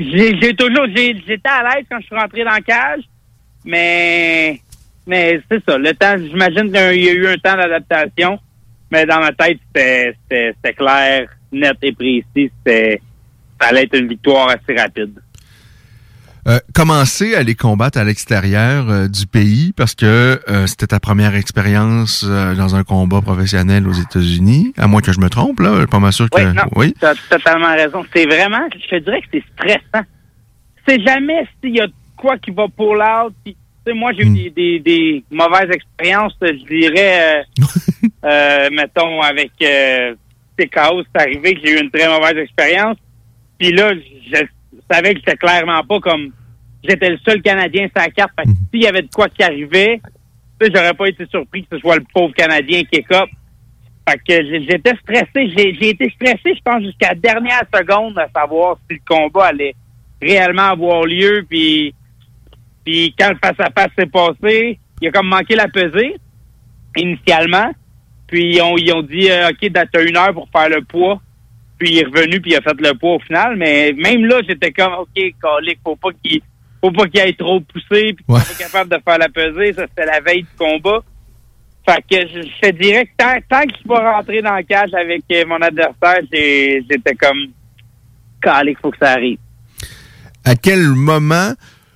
à l'aise quand je suis rentré dans la cage, mais c'est ça. Le temps, j'imagine qu'il y a eu un temps d'adaptation, mais dans ma tête, c'était clair, net et précis. Ça allait être une victoire assez rapide. Commencer à les combattre à l'extérieur du pays parce que c'était ta première expérience dans un combat professionnel aux États-Unis, à moins que je me trompe, là. Je suis pas mal sûr que... Oui, tu as totalement raison. C'est vraiment, je te dirais que c'est stressant. C'est jamais s'il y a quoi qui va pull out. Tu sais, moi, j'ai eu des mauvaises expériences, je dirais, mettons, avec TKO, c'est arrivé que j'ai eu une très mauvaise expérience. Puis là, je savais que c'était clairement pas comme j'étais le seul Canadien sur la carte. Fait que s'il y avait de quoi qui arrivait, j'aurais pas été surpris que ce soit le pauvre Canadien qui écope. Fait que j'étais stressé. J'ai été stressé, je pense, jusqu'à la dernière seconde à savoir si le combat allait réellement avoir lieu. Puis quand le face-à-face s'est passé, il a comme manqué la pesée, initialement. Puis ils ont dit, OK, t'as 1 heure pour faire le poids. Puis il est revenu, puis il a fait le poids au final. Mais même là, j'étais comme, OK, calique, faut pas qu'il aille trop poussé, puis qu'il soit pas capable de faire la pesée. Ça, c'était la veille du combat. Fait que je te dirais que tant que je suis pas rentré dans le cage avec mon adversaire, j'étais comme, calique, faut que ça arrive. À quel moment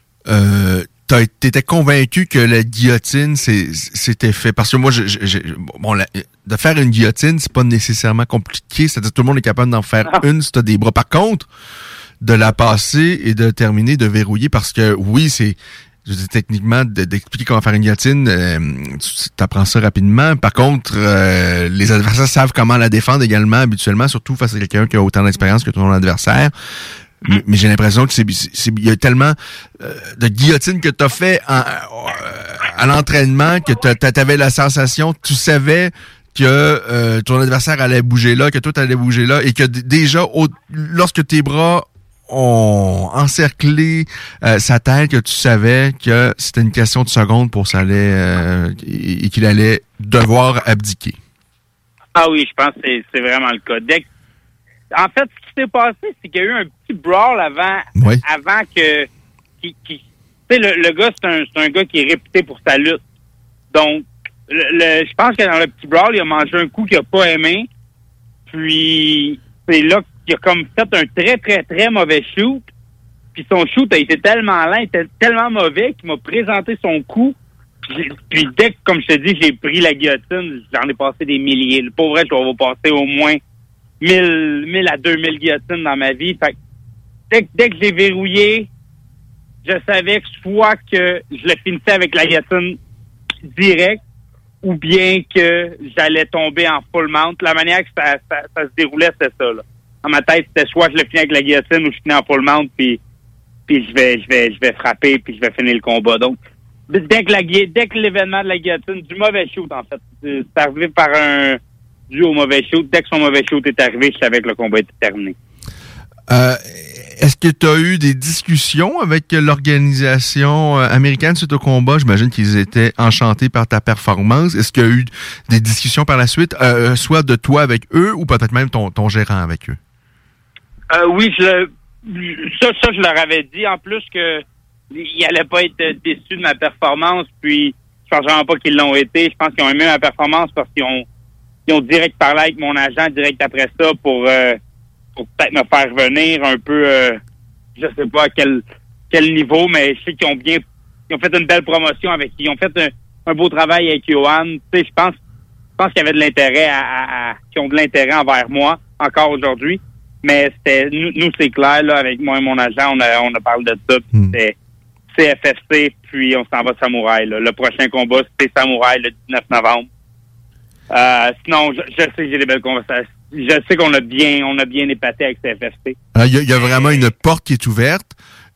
t'étais convaincu que la guillotine c'était fait? Parce que moi, de faire une guillotine, c'est pas nécessairement compliqué. C'est-à-dire que tout le monde est capable d'en faire une si t'as des bras. Par contre, de la passer et de terminer, de verrouiller, parce que oui, c'est... Je dis techniquement, d'expliquer comment faire une guillotine, tu apprends ça rapidement. Par contre, les adversaires savent comment la défendre également, habituellement, surtout face à quelqu'un qui a autant d'expérience que ton adversaire. Mais j'ai l'impression que il y a tellement de guillotines que t'as fait à l'entraînement que t'avais la sensation, tu savais que ton adversaire allait bouger là, que toi t'allais bouger là, et que déjà, lorsque tes bras ont encerclé sa tête, que tu savais que c'était une question de secondes pour ça allait et qu'il allait devoir abdiquer. Ah oui, je pense que c'est vraiment le cas. En fait, ce qui s'est passé, c'est qu'il y a eu un petit brawl avant que... Tu sais, le gars, c'est un gars qui est réputé pour sa lutte. Donc, je pense que dans le petit brawl, il a mangé un coup qu'il a pas aimé. Puis, c'est là qu'il a comme fait un très, très, très mauvais shoot. Puis son shoot a été tellement lent, il était tellement mauvais qu'il m'a présenté son coup. Puis dès que, comme je te dis, j'ai pris la guillotine, j'en ai passé des milliers. Pour vrai, je dois avoir passé au moins 1000 à 2000 guillotines dans ma vie. Fait que dès que j'ai verrouillé, je savais que soit que je le finissais avec la guillotine direct, ou bien que j'allais tomber en full mount. La manière que ça se déroulait, c'était ça, là. Dans ma tête, c'était soit je le finis avec la guillotine ou je finis en full mount, puis je vais frapper, puis je vais finir le combat. Donc, dès que l'événement de la guillotine, du mauvais shoot, en fait, c'est arrivé par dû au mauvais shoot. Dès que son mauvais shoot est arrivé, je savais que le combat était terminé. Est-ce que tu as eu des discussions avec l'organisation américaine suite au combat? J'imagine qu'ils étaient enchantés par ta performance. Est-ce qu'il y a eu des discussions par la suite, soit de toi avec eux ou peut-être même ton gérant avec eux? Oui, ça, je leur avais dit. En plus que ils n'allaient pas être déçus de ma performance. Puis, je pense vraiment pas qu'ils l'ont été. Je pense qu'ils ont aimé ma performance parce qu'ils ont direct parlé avec mon agent direct après ça pour peut-être me faire revenir un peu, je sais pas à quel niveau, mais je sais qu'ils ont fait une belle promotion ils ont fait un beau travail avec Johan. Tu sais, je pense qu'il y avait de l'intérêt qu'ils ont de l'intérêt envers moi encore aujourd'hui. Mais c'était, nous c'est clair, là, avec moi et mon agent, on a parlé de ça. C'était CFFC, puis on s'en va Samouraï, là. Le prochain combat, c'est Samouraï le 19 novembre. Sinon, je sais que j'ai des belles conversations. Je sais qu'on a bien épaté avec CFFC. Il y a vraiment une porte qui est ouverte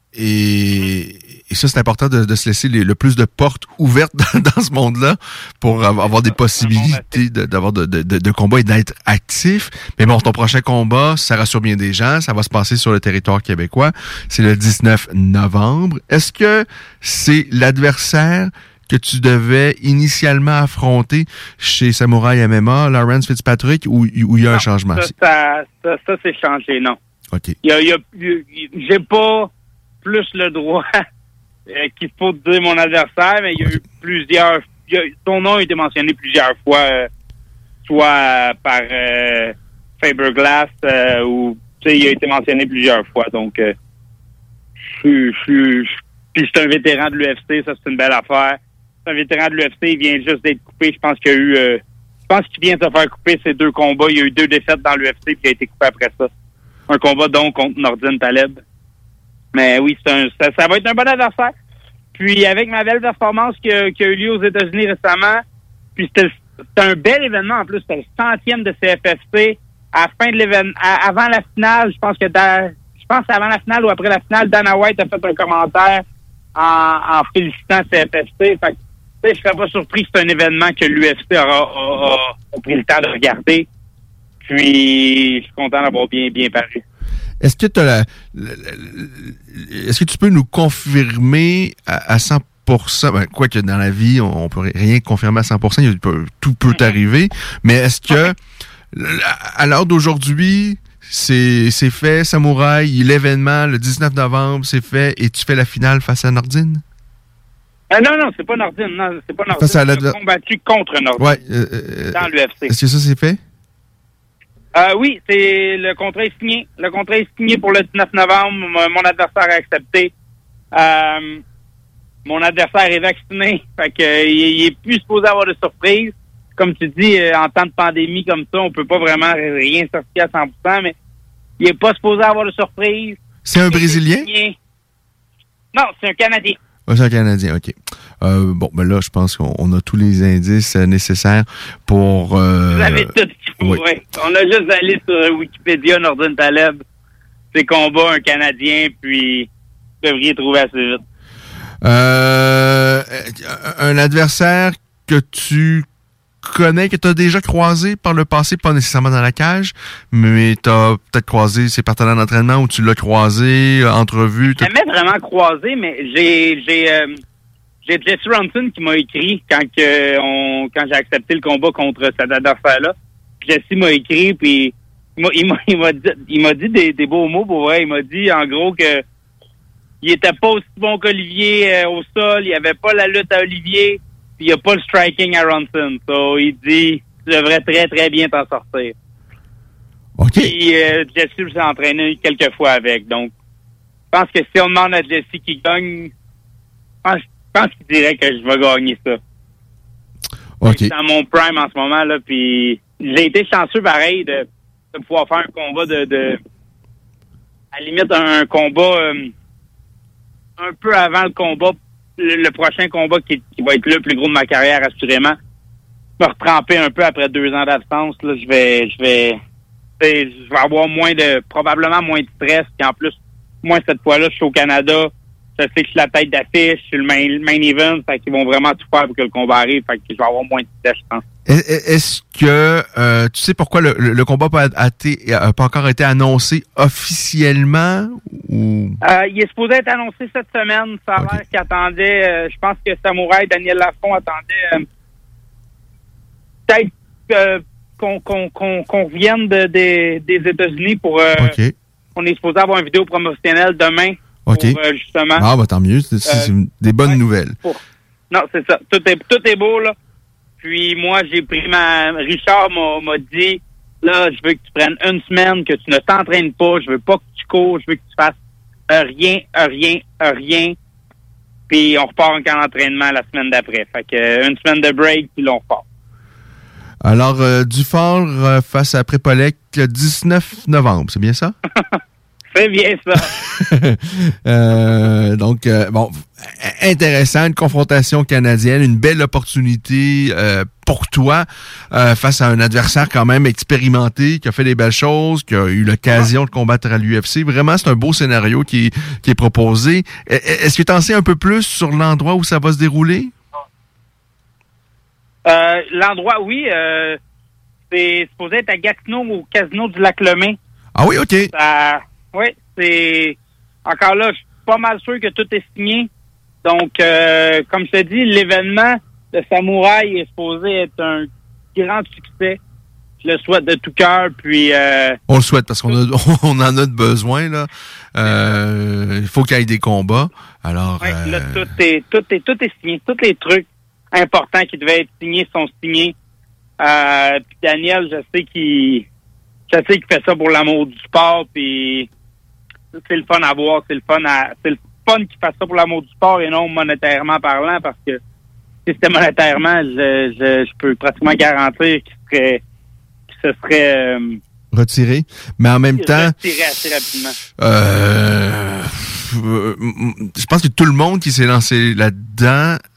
et ça, c'est important de se laisser le plus de portes ouvertes dans ce monde-là pour avoir des possibilités d'avoir de combats et d'être actif. Mais bon, ton prochain combat, ça rassure bien des gens. Ça va se passer sur le territoire québécois. C'est le 19 novembre. Est-ce que c'est l'adversaire que tu devais initialement affronter chez Samouraï MMA, Lawrence Fitzpatrick, ou il y a un changement? Ça c'est changé, non. OK. J'ai pas plus le droit qu'il faut dire mon adversaire, mais il y a eu plusieurs... son nom a été mentionné plusieurs fois, soit par Faberglass, ou... Tu sais, il a été mentionné plusieurs fois, donc... Puis c'est un vétéran de l'UFC, ça c'est une belle affaire. C'est un vétéran de l'UFC, il vient juste d'être coupé. Je pense qu'il y a eu... je pense qu'il vient de se faire couper ces 2 combats. Il y a eu 2 défaites dans l'UFC, puis il a été coupé après ça. Un combat donc contre Nordine Taleb. Mais oui, ça va être un bon adversaire. Puis avec ma belle performance qui a eu lieu aux États-Unis récemment, puis c'était un bel événement en plus, c'était le 100e de CFFC. À la fin de l'événement, avant la finale, je pense avant la finale ou après la finale, Dana White a fait un commentaire en félicitant CFFC. Fait je serais pas surpris que c'est un événement que l'UFC a pris le temps de regarder. Puis, je suis content d'avoir bien paru. Est-ce que est-ce que tu peux nous confirmer à 100%, quoique dans la vie, on peut rien confirmer à 100%, tout peut arriver, mais est-ce que, à l'heure d'aujourd'hui, c'est fait, Samouraï, l'événement, le 19 novembre, c'est fait, et tu fais la finale face à Nordine? Non, c'est pas Nordine. Non, c'est pas Nordine. J'ai combattu contre Nordine dans l'UFC. Est-ce que ça, c'est fait? Oui, le contrat est signé. Le contrat est signé pour le 19 novembre. Mon adversaire a accepté. Mon adversaire est vacciné. Fait que, il est plus supposé avoir de surprises. Comme tu dis, en temps de pandémie comme ça, on peut pas vraiment rien sortir à 100%, mais il est pas supposé avoir de surprises. C'est un Brésilien? Non, c'est un Canadien. C'est un Canadien, OK. Là, je pense qu'on a tous les indices nécessaires pour... Vous avez tout ce qu'il faut, oui. On a juste allé sur Wikipédia, Nordine Taleb, ses combats, un Canadien, puis vous devriez trouver assez vite. Un adversaire que tu connais, que tu as déjà croisé par le passé, pas nécessairement dans la cage, mais tu as peut-être croisé ses partenaires d'entraînement ou tu l'as croisé, entrevu. Jamais vraiment croisé, mais j'ai Jesse Ronson qui m'a écrit quand j'ai accepté le combat contre cet adversaire-là. Jesse m'a écrit, puis il m'a dit des beaux mots pour vrai. Il m'a dit en gros que il était pas aussi bon qu'Olivier au sol, il avait pas la lutte à Olivier, puis il a pas le striking à Ronson. So, il dit tu devrais très très bien t'en sortir. OK. Puis Jesse s'est entraîné quelques fois avec. Donc, je pense que si on demande à Jesse qui gagne, je pense qu'il dirait que je vais gagner ça. OK. C'est dans mon prime en ce moment, là, puis j'ai été chanceux, pareil, de pouvoir faire un combat à la limite, un combat un peu avant le combat, le prochain combat qui va être le plus gros de ma carrière, assurément. Me retremper un peu après 2 ans d'absence, là, je vais avoir probablement moins de stress, puis en plus, moi, cette fois-là, je suis au Canada. Je sais que je suis la tête d'affiche, je suis le main event, fait qu'ils vont vraiment tout faire pour que le combat arrive, fait que je vais avoir moins de stress, je pense. Est-ce que tu sais pourquoi le combat n'a pas encore été annoncé officiellement? Ou... il est supposé être annoncé cette semaine. Ça a l'air qu'il attendait, je pense que Samouraï, Daniel Lafont attendait peut-être qu'on revienne des États-Unis pour... On est supposé avoir une vidéo promotionnelle demain. OK. Pour, justement. Ah, tant mieux. C'est des bonnes nouvelles. Non, c'est ça. Tout est beau, là. Puis moi, j'ai pris Richard m'a dit, là, je veux que tu prennes 1 semaine, que tu ne t'entraînes pas, je veux pas que tu cours, je veux que tu fasses rien. Puis on repart en camp d'entraînement la semaine d'après. Fait que 1 semaine de break, puis là, on repart. Alors, Dufort face à Prépolec, le 19 novembre, c'est bien ça? C'est bien ça. Donc, intéressant, une confrontation canadienne, une belle opportunité pour toi face à un adversaire quand même expérimenté, qui a fait des belles choses, qui a eu l'occasion de combattre à l'UFC. Vraiment, c'est un beau scénario qui est proposé. Est-ce que tu en sais un peu plus sur l'endroit où ça va se dérouler? L'endroit, oui. C'est supposé être à Gatineau, au Casino du Lac-Lemay. Ah oui, OK. Oui, c'est... Encore là, je suis pas mal sûr que tout est signé. Donc, comme je te dis, l'événement de Samouraï est supposé être un grand succès. Je le souhaite de tout cœur, puis... On le souhaite, parce qu'on en a besoin, là. Il faut qu'il y ait des combats. Alors... Oui, là, tout est signé. Tous les trucs importants qui devaient être signés sont signés. Puis Daniel, je sais qu'il fait ça pour l'amour du sport, puis c'est le fun à voir, c'est le fun qu'il fasse ça pour l'amour du sport et non monétairement parlant, parce que si c'était monétairement, je peux pratiquement garantir qu'il se serait retiré. Mais en même temps, retiré assez rapidement. Je pense que tout le monde qui s'est lancé là-dedans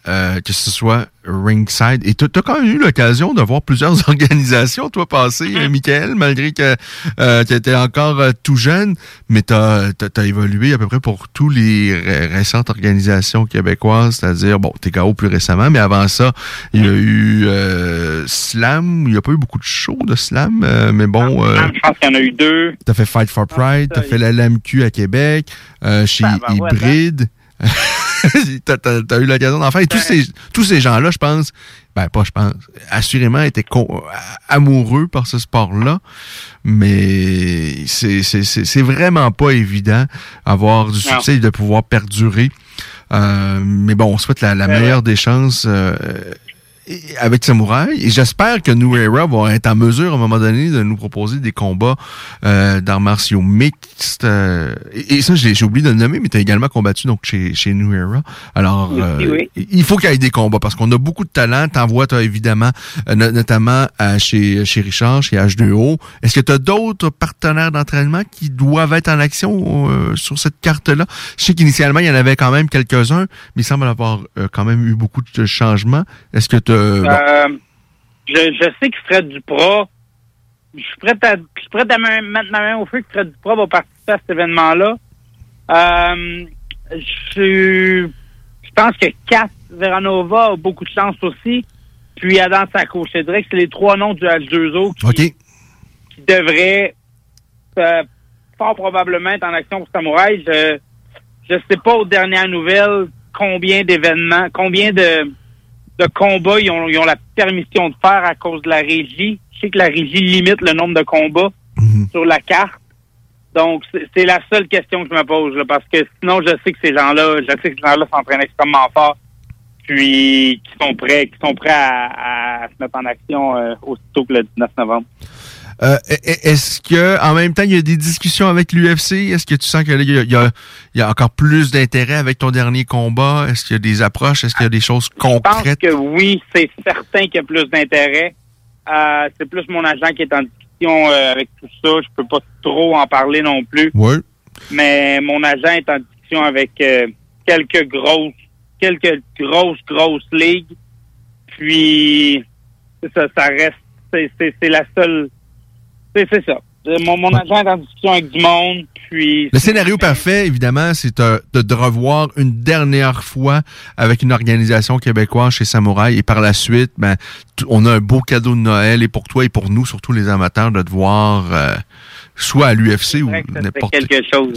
que ce soit ringside. Et tu as quand même eu l'occasion de voir plusieurs organisations, toi, passer, Michael, malgré que tu étais encore tout jeune, mais tu as évolué à peu près pour tous les récentes organisations québécoises, c'est-à-dire, bon, TKO plus récemment, mais avant ça, il y a eu Slam. Il n'y a pas eu beaucoup de shows de Slam, mais bon... je pense qu'il y en a eu 2. Tu as fait Fight for Pride, tu as fait la LAMQ à Québec, chez Hybrid. T'as eu l'occasion d'en faire. Et tous ces gens-là, je pense, assurément étaient amoureux par ce sport-là, mais c'est vraiment pas évident avoir du succès et de pouvoir perdurer. Mais bon, on souhaite la meilleure des chances avec Samouraï, et j'espère que New Era va être en mesure à un moment donné de nous proposer des combats d'arts martiaux mixtes. Et ça, j'ai oublié de le nommer, mais tu as également combattu donc chez New Era. Alors, oui. Il faut qu'il y ait des combats parce qu'on a beaucoup de talent. T'en vois, t'as évidemment, notamment chez Richard, chez H2O. Est-ce que tu as d'autres partenaires d'entraînement qui doivent être en action sur cette carte-là? Je sais qu'initialement, il y en avait quand même quelques-uns, mais il semble avoir quand même eu beaucoup de changements. Est-ce que je sais que Fred Duprat, je suis prêt à mettre ma main au feu que Fred Duprat va participer à cet événement-là. Je pense que Kat Veranova a beaucoup de chance aussi. Puis Adam Sako. Je dirais que c'est les 3 noms du H2O qui devraient fort probablement être en action pour Samouraï. Je sais pas aux dernières nouvelles combien d'événements, combien de combats ils ont la permission de faire à cause de la régie. Je sais que la régie limite le nombre de combats sur la carte. Donc, c'est la seule question que je me pose, là, parce que sinon, je sais que ces gens-là s'entraînent extrêmement fort, puis qui sont prêts à se mettre en action aussitôt que le 19 novembre. Est-ce que, en même temps, il y a des discussions avec l'UFC? Est-ce que tu sens qu'il y a encore plus d'intérêt avec ton dernier combat? Est-ce qu'il y a des approches? Est-ce qu'il y a des choses concrètes? Je pense que oui, c'est certain qu'il y a plus d'intérêt. C'est plus mon agent qui est en discussion avec tout ça. Je peux pas trop en parler non plus. Oui. Mais mon agent est en discussion avec quelques grosses ligues. Puis, ça reste, c'est la seule... C'est ça. Mon agent est en discussion avec du monde, puis... Le scénario parfait, évidemment, c'est de revoir une dernière fois avec une organisation québécoise chez Samouraï, et par la suite, on a un beau cadeau de Noël, et pour toi et pour nous, surtout les amateurs, de te voir soit à l'UFC ou n'importe... C'est quelque chose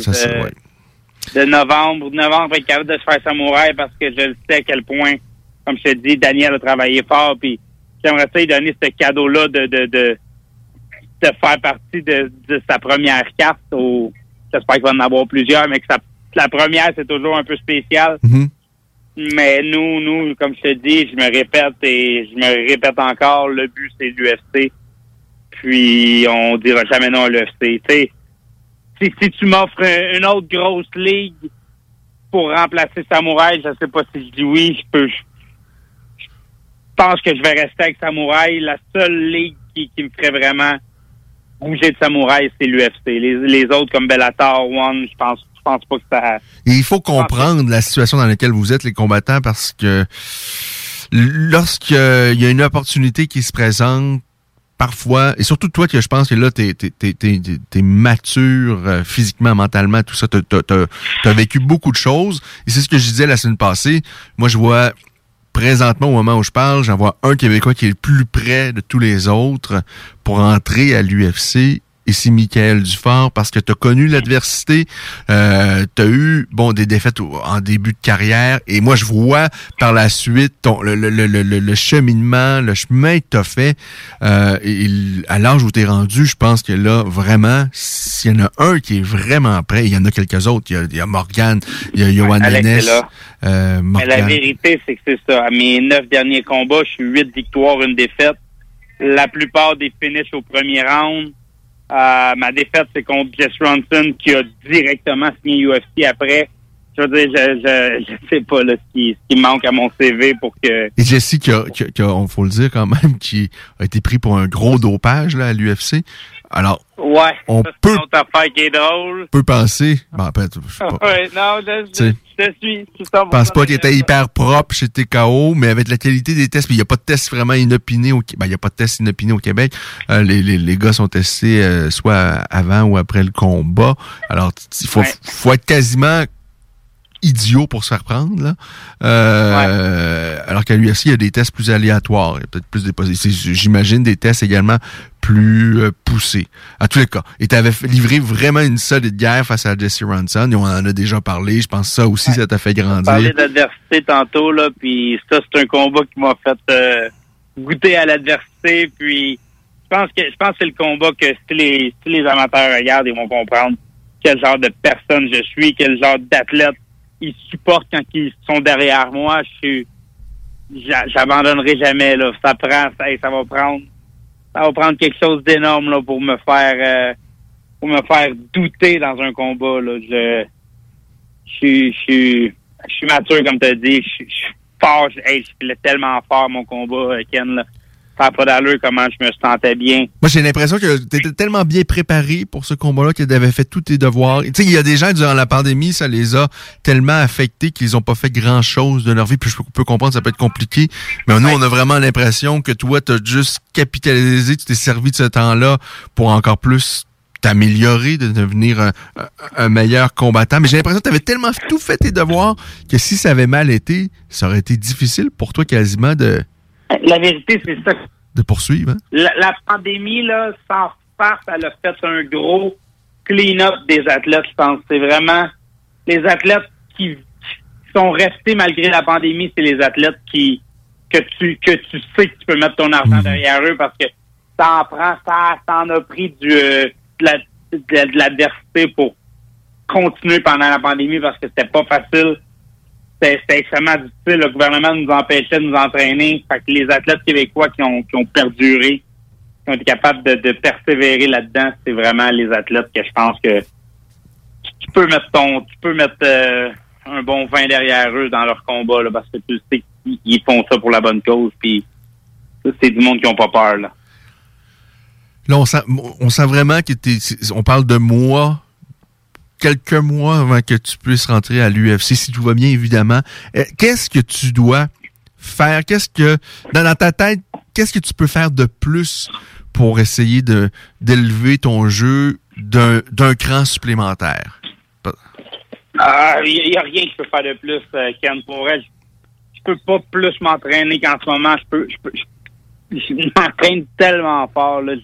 de novembre être capable de se faire Samouraï, parce que je le sais à quel point, comme je te dis, Daniel a travaillé fort, puis j'aimerais ça lui donner ce cadeau-là de faire partie de sa première carte. J'espère qu'il va en avoir plusieurs, mais que la première, c'est toujours un peu spécial. Mm-hmm. Mais nous, comme je te dis, je me répète encore, le but, c'est l'UFC. Puis, on dira jamais non à l'UFC. Tu sais, si tu m'offres une autre grosse ligue pour remplacer Samouraï, je sais pas si je dis oui, je pense que je vais rester avec Samouraï. La seule ligue qui me ferait vraiment bouger de Samouraï, c'est l'UFC. Les autres, comme Bellator, One, je pense pas que ça... Et il faut comprendre la situation dans laquelle vous êtes, les combattants, parce que lorsqu'il y a une opportunité qui se présente, parfois, et surtout toi, que je pense que là, t'es mature physiquement, mentalement, tout ça, t'as vécu beaucoup de choses, et c'est ce que je disais la semaine passée. Moi, je vois... Présentement, au moment où je parle, j'en vois un Québécois qui est le plus près de tous les autres pour entrer à l'UFC, et c'est Michael Dufort, parce que tu as connu l'adversité, tu as eu des défaites en début de carrière, et moi je vois par la suite le cheminement, le chemin que tu as fait, et à l'âge où tu es rendu, je pense que là, vraiment, s'il y en a un qui est vraiment prêt, il y en a quelques autres, il y a Morgan, il y a Yohan Lennes, mais la vérité, c'est que c'est ça. À mes 9 derniers combats, je suis 8 victoires, 1 défaite. La plupart des finishes au premier round. Ma défaite, c'est contre Jess Ronson, qui a directement signé UFC après. Je veux dire, je sais pas là, ce qui manque à mon CV pour que... Et Jesse, on faut le dire quand même, qui a été pris pour un gros dopage là, à l'UFC. Alors, Ouais, on ça, c'est une autre affaire qui est drôle. peut penser... Bon, après, je sais pas. Ouais, non, je suis. Je pense pas qu'il était hyper propre chez TKO, mais avec la qualité des tests, puis il n'y a pas de test vraiment inopiné au Québec. Ben, il n'y a pas de test inopiné au Québec. Les gars sont testés soit avant ou après le combat. Alors, il faut être quasiment idiot pour se faire prendre, là. Alors qu'à l'UFC, il y a des tests plus aléatoires. Il y a peut-être plus j'imagine des tests également plus poussés. À tous les cas. Et tu avais livré vraiment une solide guerre face à Jesse Ronson. Et on en a déjà parlé. Je pense que ça aussi, ça t'a fait grandir. On parlait d'adversité tantôt, là, puis ça, c'est un combat qui m'a fait goûter à l'adversité. Puis je pense que c'est le combat que si les amateurs regardent, ils vont comprendre quel genre de personne je suis, quel genre d'athlète ils supportent quand ils sont derrière moi. J'abandonnerai jamais, là. Ça va prendre quelque chose d'énorme, là, pour me faire douter dans un combat, là. Je suis mature, comme tu as dit. Je suis fort. Je suis tellement fort, mon combat, Ken, là. Ça n'a pas d'allure comment je me sentais bien. Moi, j'ai l'impression que tu étais tellement bien préparé pour ce combat-là que tu avais fait tous tes devoirs. Tu sais, il y a des gens, durant la pandémie, ça les a tellement affectés qu'ils n'ont pas fait grand-chose de leur vie. Puis je peux comprendre, ça peut être compliqué. Mais nous, on a vraiment l'impression que toi, tu as juste capitalisé, tu t'es servi de ce temps-là pour encore plus t'améliorer, de devenir un meilleur combattant. Mais j'ai l'impression que tu avais tellement tout fait tes devoirs que si ça avait mal été, ça aurait été difficile pour toi quasiment de... La vérité, c'est ça. De poursuivre, hein? La pandémie, là, sans farce, elle a fait un gros clean-up des athlètes, je pense. C'est vraiment les athlètes qui sont restés malgré la pandémie, c'est les athlètes que tu sais que tu peux mettre ton argent derrière eux parce que ça en a pris de l'adversité pour continuer pendant la pandémie parce que c'était pas facile. C'était extrêmement difficile. Le gouvernement nous empêchait de nous entraîner. Fait que les athlètes québécois qui ont perduré, qui ont été capables de persévérer là-dedans, c'est vraiment les athlètes que je pense que tu peux mettre un bon vin derrière eux dans leur combat, là, parce que tu sais qu'ils font ça pour la bonne cause. Puis c'est du monde qui n'ont pas peur, là. Là, on sent vraiment on parle de mois, quelques mois avant que tu puisses rentrer à l'UFC, si tout va bien, évidemment. Qu'est-ce que tu dois faire? Dans ta tête, qu'est-ce que tu peux faire de plus pour essayer d'élever ton jeu d'un cran supplémentaire? Il n'y a rien que je peux faire de plus, Ken. Pour elle, je peux pas plus m'entraîner qu'en ce moment. Je m'entraîne tellement fort, là.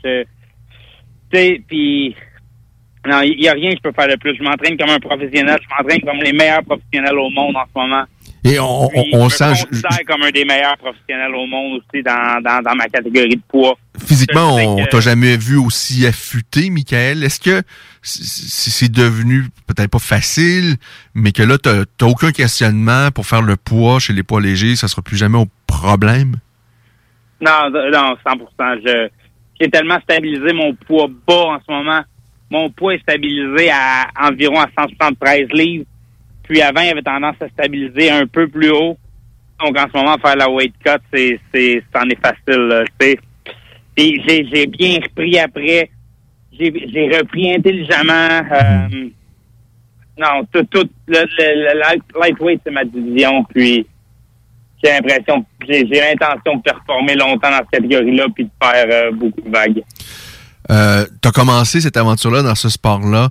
Puis non, il n'y a rien que je peux faire de plus. Je m'entraîne comme un professionnel. Je m'entraîne comme les meilleurs professionnels au monde en ce moment. Et on sent... Je me considère comme un des meilleurs professionnels au monde aussi dans ma catégorie de poids. Physiquement, on t'a jamais vu aussi affûté, Michael. Est-ce que c'est devenu peut-être pas facile, mais que là, t'as aucun questionnement pour faire le poids chez les poids légers, ça sera plus jamais un problème? Non, 100%. J'ai tellement stabilisé mon poids bas en ce moment. Mon poids est stabilisé à environ à 173 livres. Puis avant, il avait tendance à stabiliser un peu plus haut. Donc en ce moment, faire la weight cut, c'en est facile, là, tu sais. Puis j'ai bien repris après. J'ai repris intelligemment. Non, tout le lightweight, c'est ma division. Puis j'ai l'intention de performer longtemps dans cette catégorie-là puis de faire beaucoup de vagues. T'as commencé cette aventure-là dans ce sport-là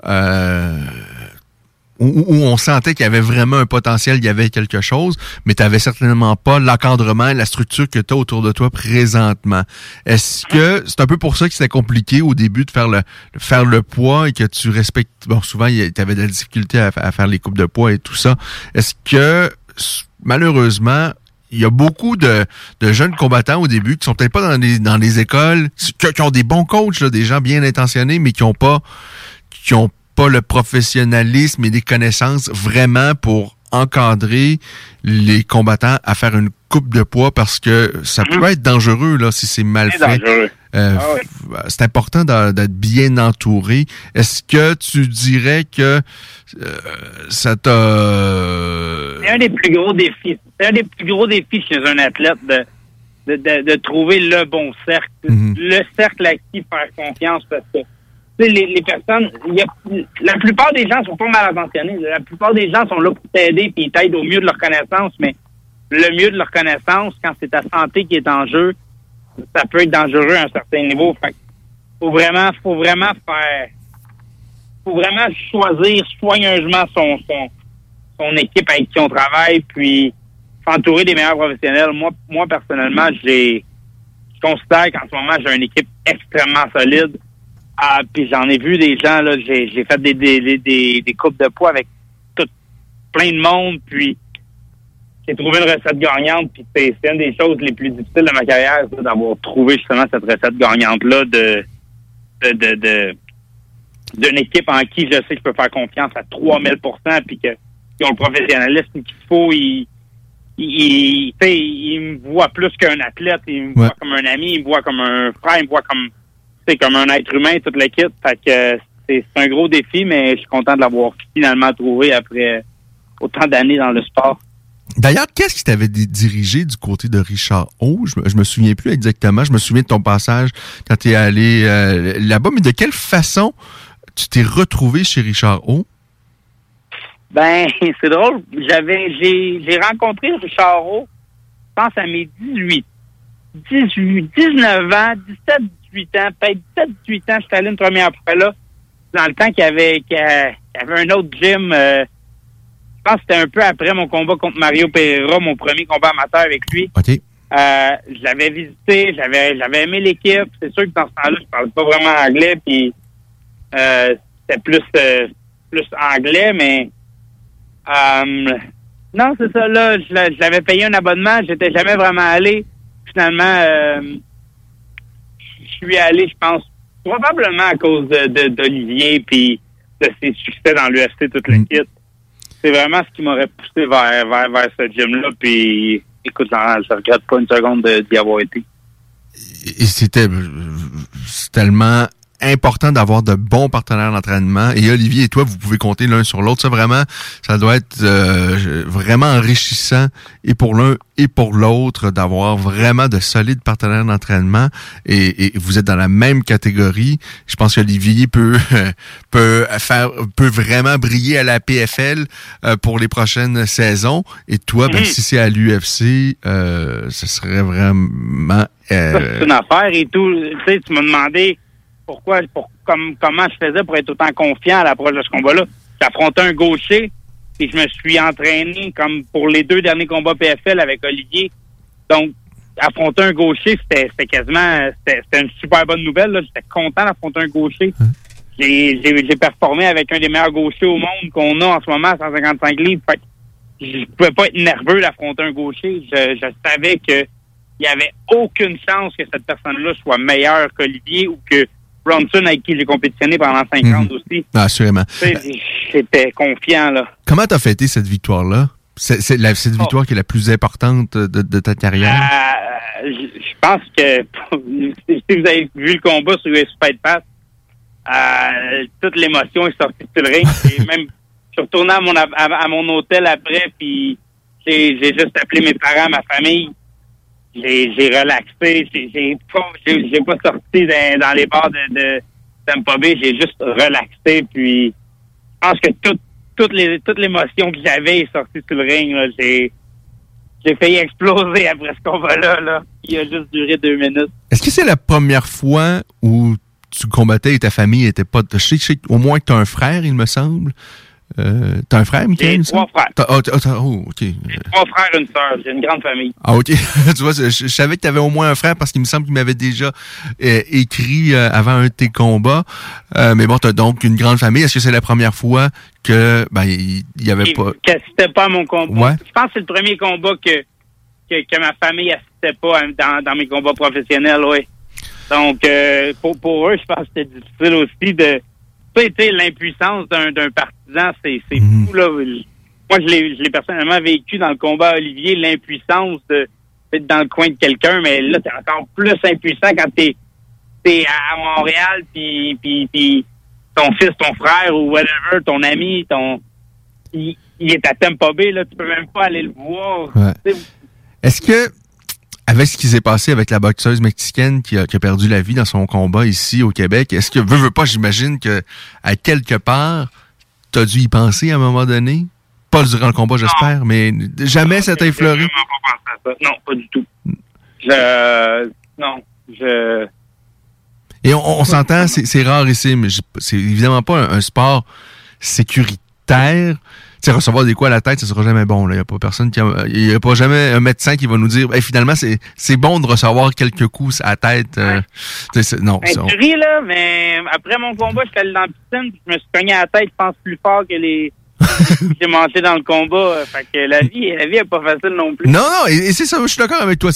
où on sentait qu'il y avait vraiment un potentiel, il y avait quelque chose, mais t'avais certainement pas l'encadrement et la structure que t'as autour de toi présentement. Est-ce que c'est un peu pour ça que c'était compliqué au début de faire le poids et que tu respectes... Bon, souvent, t'avais de la difficulté à faire les coupes de poids et tout ça. Est-ce que, malheureusement... Il y a beaucoup de jeunes combattants au début qui sont peut-être pas dans les écoles, qui ont des bons coachs, là, des gens bien intentionnés, mais qui ont pas le professionnalisme et des connaissances vraiment pour encadrer les combattants à faire une coupe de poids parce que ça peut être dangereux là si c'est mal fait. C'est important d'être bien entouré. Est-ce que tu dirais que ça t'a... C'est un des plus gros défis. C'est un des plus gros défis chez un athlète de trouver le bon cercle. Le cercle à qui faire confiance, parce que les personnes, la plupart des gens sont pas mal intentionnés. La plupart des gens sont là pour t'aider et ils t'aident au mieux de leur connaissance, mais le mieux de leur connaissance, quand c'est ta santé qui est en jeu, ça peut être dangereux à un certain niveau. Fait faut vraiment choisir soigneusement son équipe avec qui on travaille, puis s'entourer des meilleurs professionnels. Moi personnellement, je considère qu'en ce moment, j'ai une équipe extrêmement solide. Puis j'en ai vu des gens, là, j'ai fait des coupes de poids avec plein de monde, puis j'ai trouvé une recette gagnante, puis c'est une des choses les plus difficiles de ma carrière, ça, d'avoir trouvé justement cette recette gagnante-là d'une équipe en qui je sais que je peux faire confiance à 3000%, puis qu'ils ont le professionnalisme qu'il faut. Ils me voient plus qu'un athlète, ils me voient comme un ami, ils me voient comme un frère, ils me voient comme un être humain, toute l'équipe. Fait que c'est un gros défi, mais je suis content de l'avoir finalement trouvé après autant d'années dans le sport. D'ailleurs, qu'est-ce qui t'avait dirigé du côté de Richard O? Je me souviens plus exactement. Je me souviens de ton passage quand tu es allé là-bas, mais de quelle façon tu t'es retrouvé chez Richard O? Ben, c'est drôle. J'ai rencontré Richard O, je pense à mes 19 ans, 17, 18 ans, peut-être 17, 18 ans, je suis allé une première fois là, dans le temps qu'il y avait un autre gym. Je pense que c'était un peu après mon combat contre Mario Pereira, mon premier combat amateur avec lui. OK. Je l'avais visité, j'avais aimé l'équipe. C'est sûr que dans ce temps-là, je parlais pas vraiment anglais, puis c'était plus anglais, mais non, c'est ça, là, je l'avais payé un abonnement, j'étais jamais vraiment allé. Finalement, je suis allé, je pense, probablement à cause d'Olivier, puis de ses succès dans l'UFC, toute l'équipe. C'est vraiment ce qui m'aurait poussé vers ce gym-là, puis écoute, je regrette pas une seconde d'y avoir été. Et c'est tellement important d'avoir de bons partenaires d'entraînement. Et Olivier et toi, vous pouvez compter l'un sur l'autre. Ça, vraiment, ça doit être vraiment enrichissant et pour l'un et pour l'autre d'avoir vraiment de solides partenaires d'entraînement. Et vous êtes dans la même catégorie. Je pense qu'Olivier peut vraiment briller à la PFL pour les prochaines saisons. Et toi, ben, si c'est à l'UFC, ce serait vraiment... C'est une affaire et tout. Tu sais, tu m'as demandé comment je faisais pour être autant confiant à l'approche de ce combat-là. J'affrontais un gaucher et je me suis entraîné comme pour les 2 derniers combats PFL avec Olivier. Donc, affronter un gaucher, c'était une super bonne nouvelle, là. J'étais content d'affronter un gaucher. J'ai performé avec un des meilleurs gauchers au monde qu'on a en ce moment à 155 livres. Fait que je pouvais pas être nerveux d'affronter un gaucher. Je savais que il y avait aucune chance que cette personne-là soit meilleure qu'Olivier ou que Bronson, avec qui j'ai compétitionné pendant 5 ans aussi. Assurément. J'étais confiant, là. Comment t'as fêté cette victoire-là? Cette victoire qui est la plus importante de ta carrière? Je pense que si vous avez vu le combat sur UFC Fight Pass, toute l'émotion est sortie sur le ring. Et même, je suis retourné à mon hôtel après, puis j'ai juste appelé mes parents, ma famille. J'ai relaxé. J'ai pas sorti dans les bars de Tampa Bay. J'ai juste relaxé. Puis, je pense que toute l'émotion que j'avais est sortie sur le ring. Là. J'ai failli exploser après ce combat-là. Là. Il a juste duré 2 minutes. Est-ce que c'est la première fois où tu combattais et ta famille était pas... Je sais au moins que tu as un frère, il me semble. T'as un frère, Michael? J'ai 3 frères. OK. J'ai 3 frères et une sœur. J'ai une grande famille. Ah, OK. Tu vois, je savais que tu avais au moins un frère parce qu'il me semble qu'il m'avait déjà écrit avant un de tes combats. Mais bon, t'as donc une grande famille. Est-ce que c'est la première fois que il y avait pas... Que c'était pas mon combat. Ouais. Je pense que c'est le premier combat que ma famille assistait pas dans mes combats professionnels, oui. Donc, pour eux, je pense que c'était difficile aussi de... Tu sais, l'impuissance d'un partisan, c'est fou, là. Moi, je l'ai personnellement vécu dans le combat à Olivier, l'impuissance d'être dans le coin de quelqu'un, mais là, t'es encore plus impuissant quand t'es à Montréal, puis ton fils, ton frère ou whatever, ton ami, il est à Tampa Bay, là, tu peux même pas aller le voir. Ouais. Est-ce que avec ce qui s'est passé avec la boxeuse mexicaine qui a perdu la vie dans son combat ici au Québec, est-ce que, veux pas, j'imagine que à quelque part, t'as dû y penser à un moment donné? Pas durant le combat, j'espère, mais jamais ça t'a effleuré? J'ai vraiment pas pensé à ça. Non, pas du tout. Et on s'entend, c'est rarissime. C'est évidemment pas un sport sécuritaire. Tu sais, recevoir des coups à la tête, ça sera jamais bon. Il n'y a pas personne il y a pas jamais un médecin qui va nous dire, finalement, c'est bon de recevoir quelques coups à la tête. Non. Tu ris, là, mais après mon combat, j'étais allé dans la piscine, puis je me suis cogné à la tête, je pense plus fort que les j'ai mangé dans le combat. Fait que la vie est pas facile non plus. Non, et c'est ça, je suis d'accord avec toi.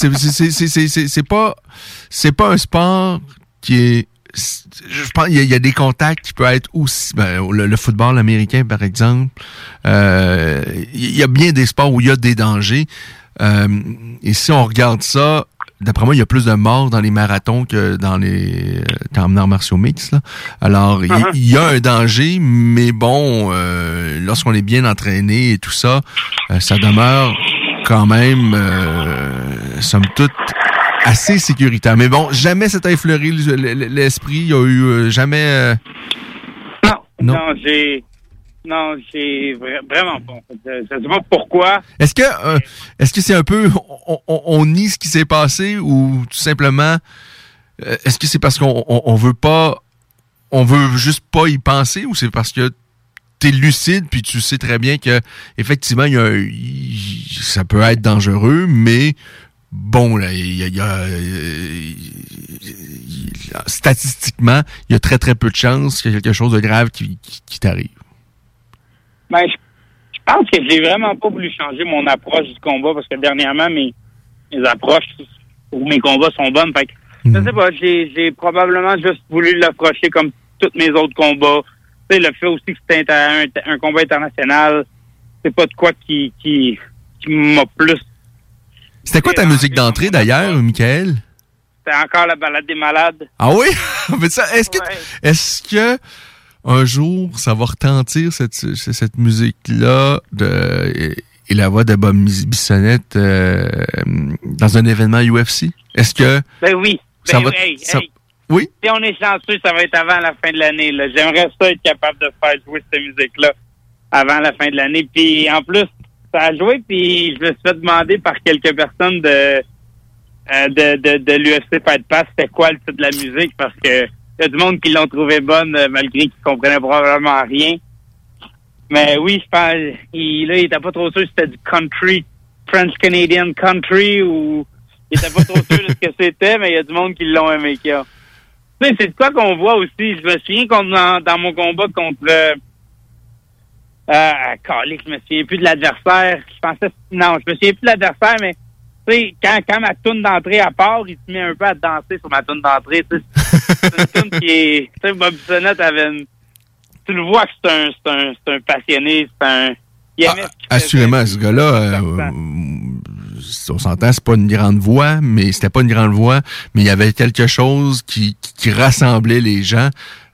C'est pas un sport qui est. Je pense qu'il y a des contacts qui peuvent être aussi. Le football américain, par exemple. Il y a bien des sports où il y a des dangers. Et si on regarde ça, d'après moi, il y a plus de morts dans les marathons que dans les arts martiaux mixtes. Là. Alors, il y a un danger, mais bon, lorsqu'on est bien entraîné et tout ça, ça demeure quand même, somme toute, assez sécuritaire. Mais bon, jamais ça t'a effleuré l'esprit. Il y a eu jamais... Non, j'ai vraiment pas. Je sais pas pourquoi. Est-ce que c'est un peu... On nie ce qui s'est passé ou tout simplement... Est-ce que c'est parce qu'on veut pas... On veut juste pas y penser ou c'est parce que t'es lucide puis tu sais très bien que effectivement ça peut être dangereux, mais... Bon, là, statistiquement, il y a très, très peu de chances qu'il y ait quelque chose de grave qui t'arrive. Ben, je pense que j'ai vraiment pas voulu changer mon approche du combat parce que dernièrement, mes approches pour mes combats sont bonnes. Fait que, je sais pas, j'ai probablement juste voulu l'approcher comme tous mes autres combats. Tu sais, le fait aussi que c'était un combat international, c'est pas de quoi qui m'a plus... C'était quoi ta musique d'entrée, d'ailleurs, Michael? C'était encore la balade des malades. Ah oui? Est-ce que un jour, ça va retentir cette musique-là et la voix de Bob Bissonnette dans un événement UFC? Est-ce que... Ben oui. Oui? Si on est chanceux, ça va être avant la fin de l'année. Là. J'aimerais ça être capable de faire jouer cette musique-là avant la fin de l'année. Puis en plus... Ça a joué, puis je me suis fait demander par quelques personnes de l'UFC Fight Pass c'était quoi le titre de la musique, parce que il y a du monde qui l'ont trouvé bonne, malgré qu'ils comprenaient probablement rien. Mais oui, je pense, il était pas trop sûr si c'était du country, French-Canadian country, ou il était pas trop sûr de ce que c'était, mais il y a du monde qui l'ont aimé. Tu sais, c'est de quoi qu'on voit aussi. Je me souviens dans mon combat contre... je me souviens plus de l'adversaire. Je me souviens plus de l'adversaire, mais tu sais, quand ma toune d'entrée à part, il se met un peu à danser sur ma toune d'entrée. C'est une toune qui est... Tu sais, Bob Bissonnette tu le vois que c'est un passionné, assurément, ce gars-là, on s'entend, c'est pas une grande voix, mais c'était pas une grande voix, mais il y avait quelque chose qui rassemblait les gens.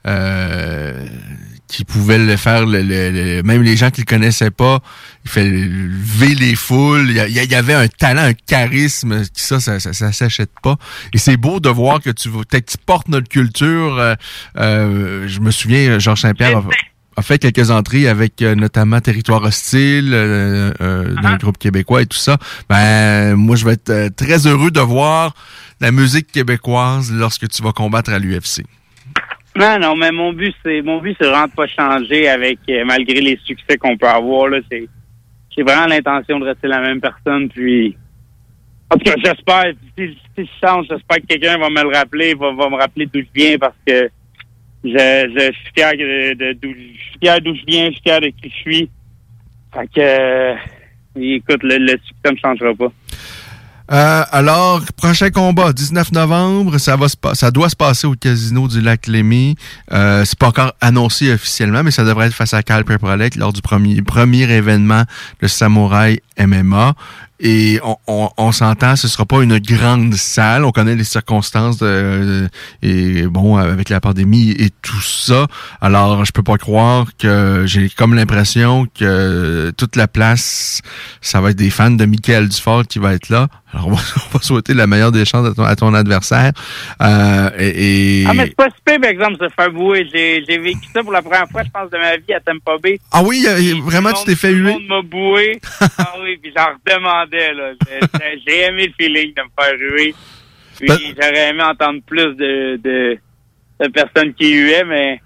Qui pouvaient le faire, même les gens qui le connaissaient pas, il fait lever les foules, il y avait un talent, un charisme, ça s'achète pas. Et c'est beau de voir que tu portes notre culture. Je me souviens, Georges Saint-Pierre a fait quelques entrées avec notamment Territoire Hostile, d'un groupe québécois et tout ça. Ben, moi, je vais être très heureux de voir la musique québécoise lorsque tu vas combattre à l'UFC. Non, mais mon but, c'est vraiment de pas changer avec, malgré les succès qu'on peut avoir, là. J'ai vraiment l'intention de rester la même personne, puis, en tout cas, j'espère, si je change, j'espère que quelqu'un va me le rappeler, va me rappeler d'où je viens, parce que je suis fier d'où je viens, je suis fier de qui je suis. Fait que, écoute, le succès ne changera pas. Alors, prochain combat, 19 novembre, ça doit se passer au Casino du Lac-Lémy. C'est pas encore annoncé officiellement, mais ça devrait être face à Kyle Prepolek lors du premier événement de Samouraï MMA. Et on s'entend, ce sera pas une grande salle. On connaît les circonstances et bon, avec la pandémie et tout ça. Alors, je peux pas croire que j'ai comme l'impression que toute la place, ça va être des fans de Michael Dufort qui va être là. Alors, on va souhaiter la meilleure des chances à ton adversaire. Ah, mais c'est pas si pire, par exemple, se faire bouer. J'ai vécu ça pour la première fois, je pense, de ma vie à Tampa Bay. Ah oui, vraiment, tu t'es fait huer? Tout le monde m'a boué. Ah oui, puis j'en redemandais, là. J'ai aimé le feeling de me faire huer. Puis j'aurais aimé entendre plus de personnes qui huaient, mais...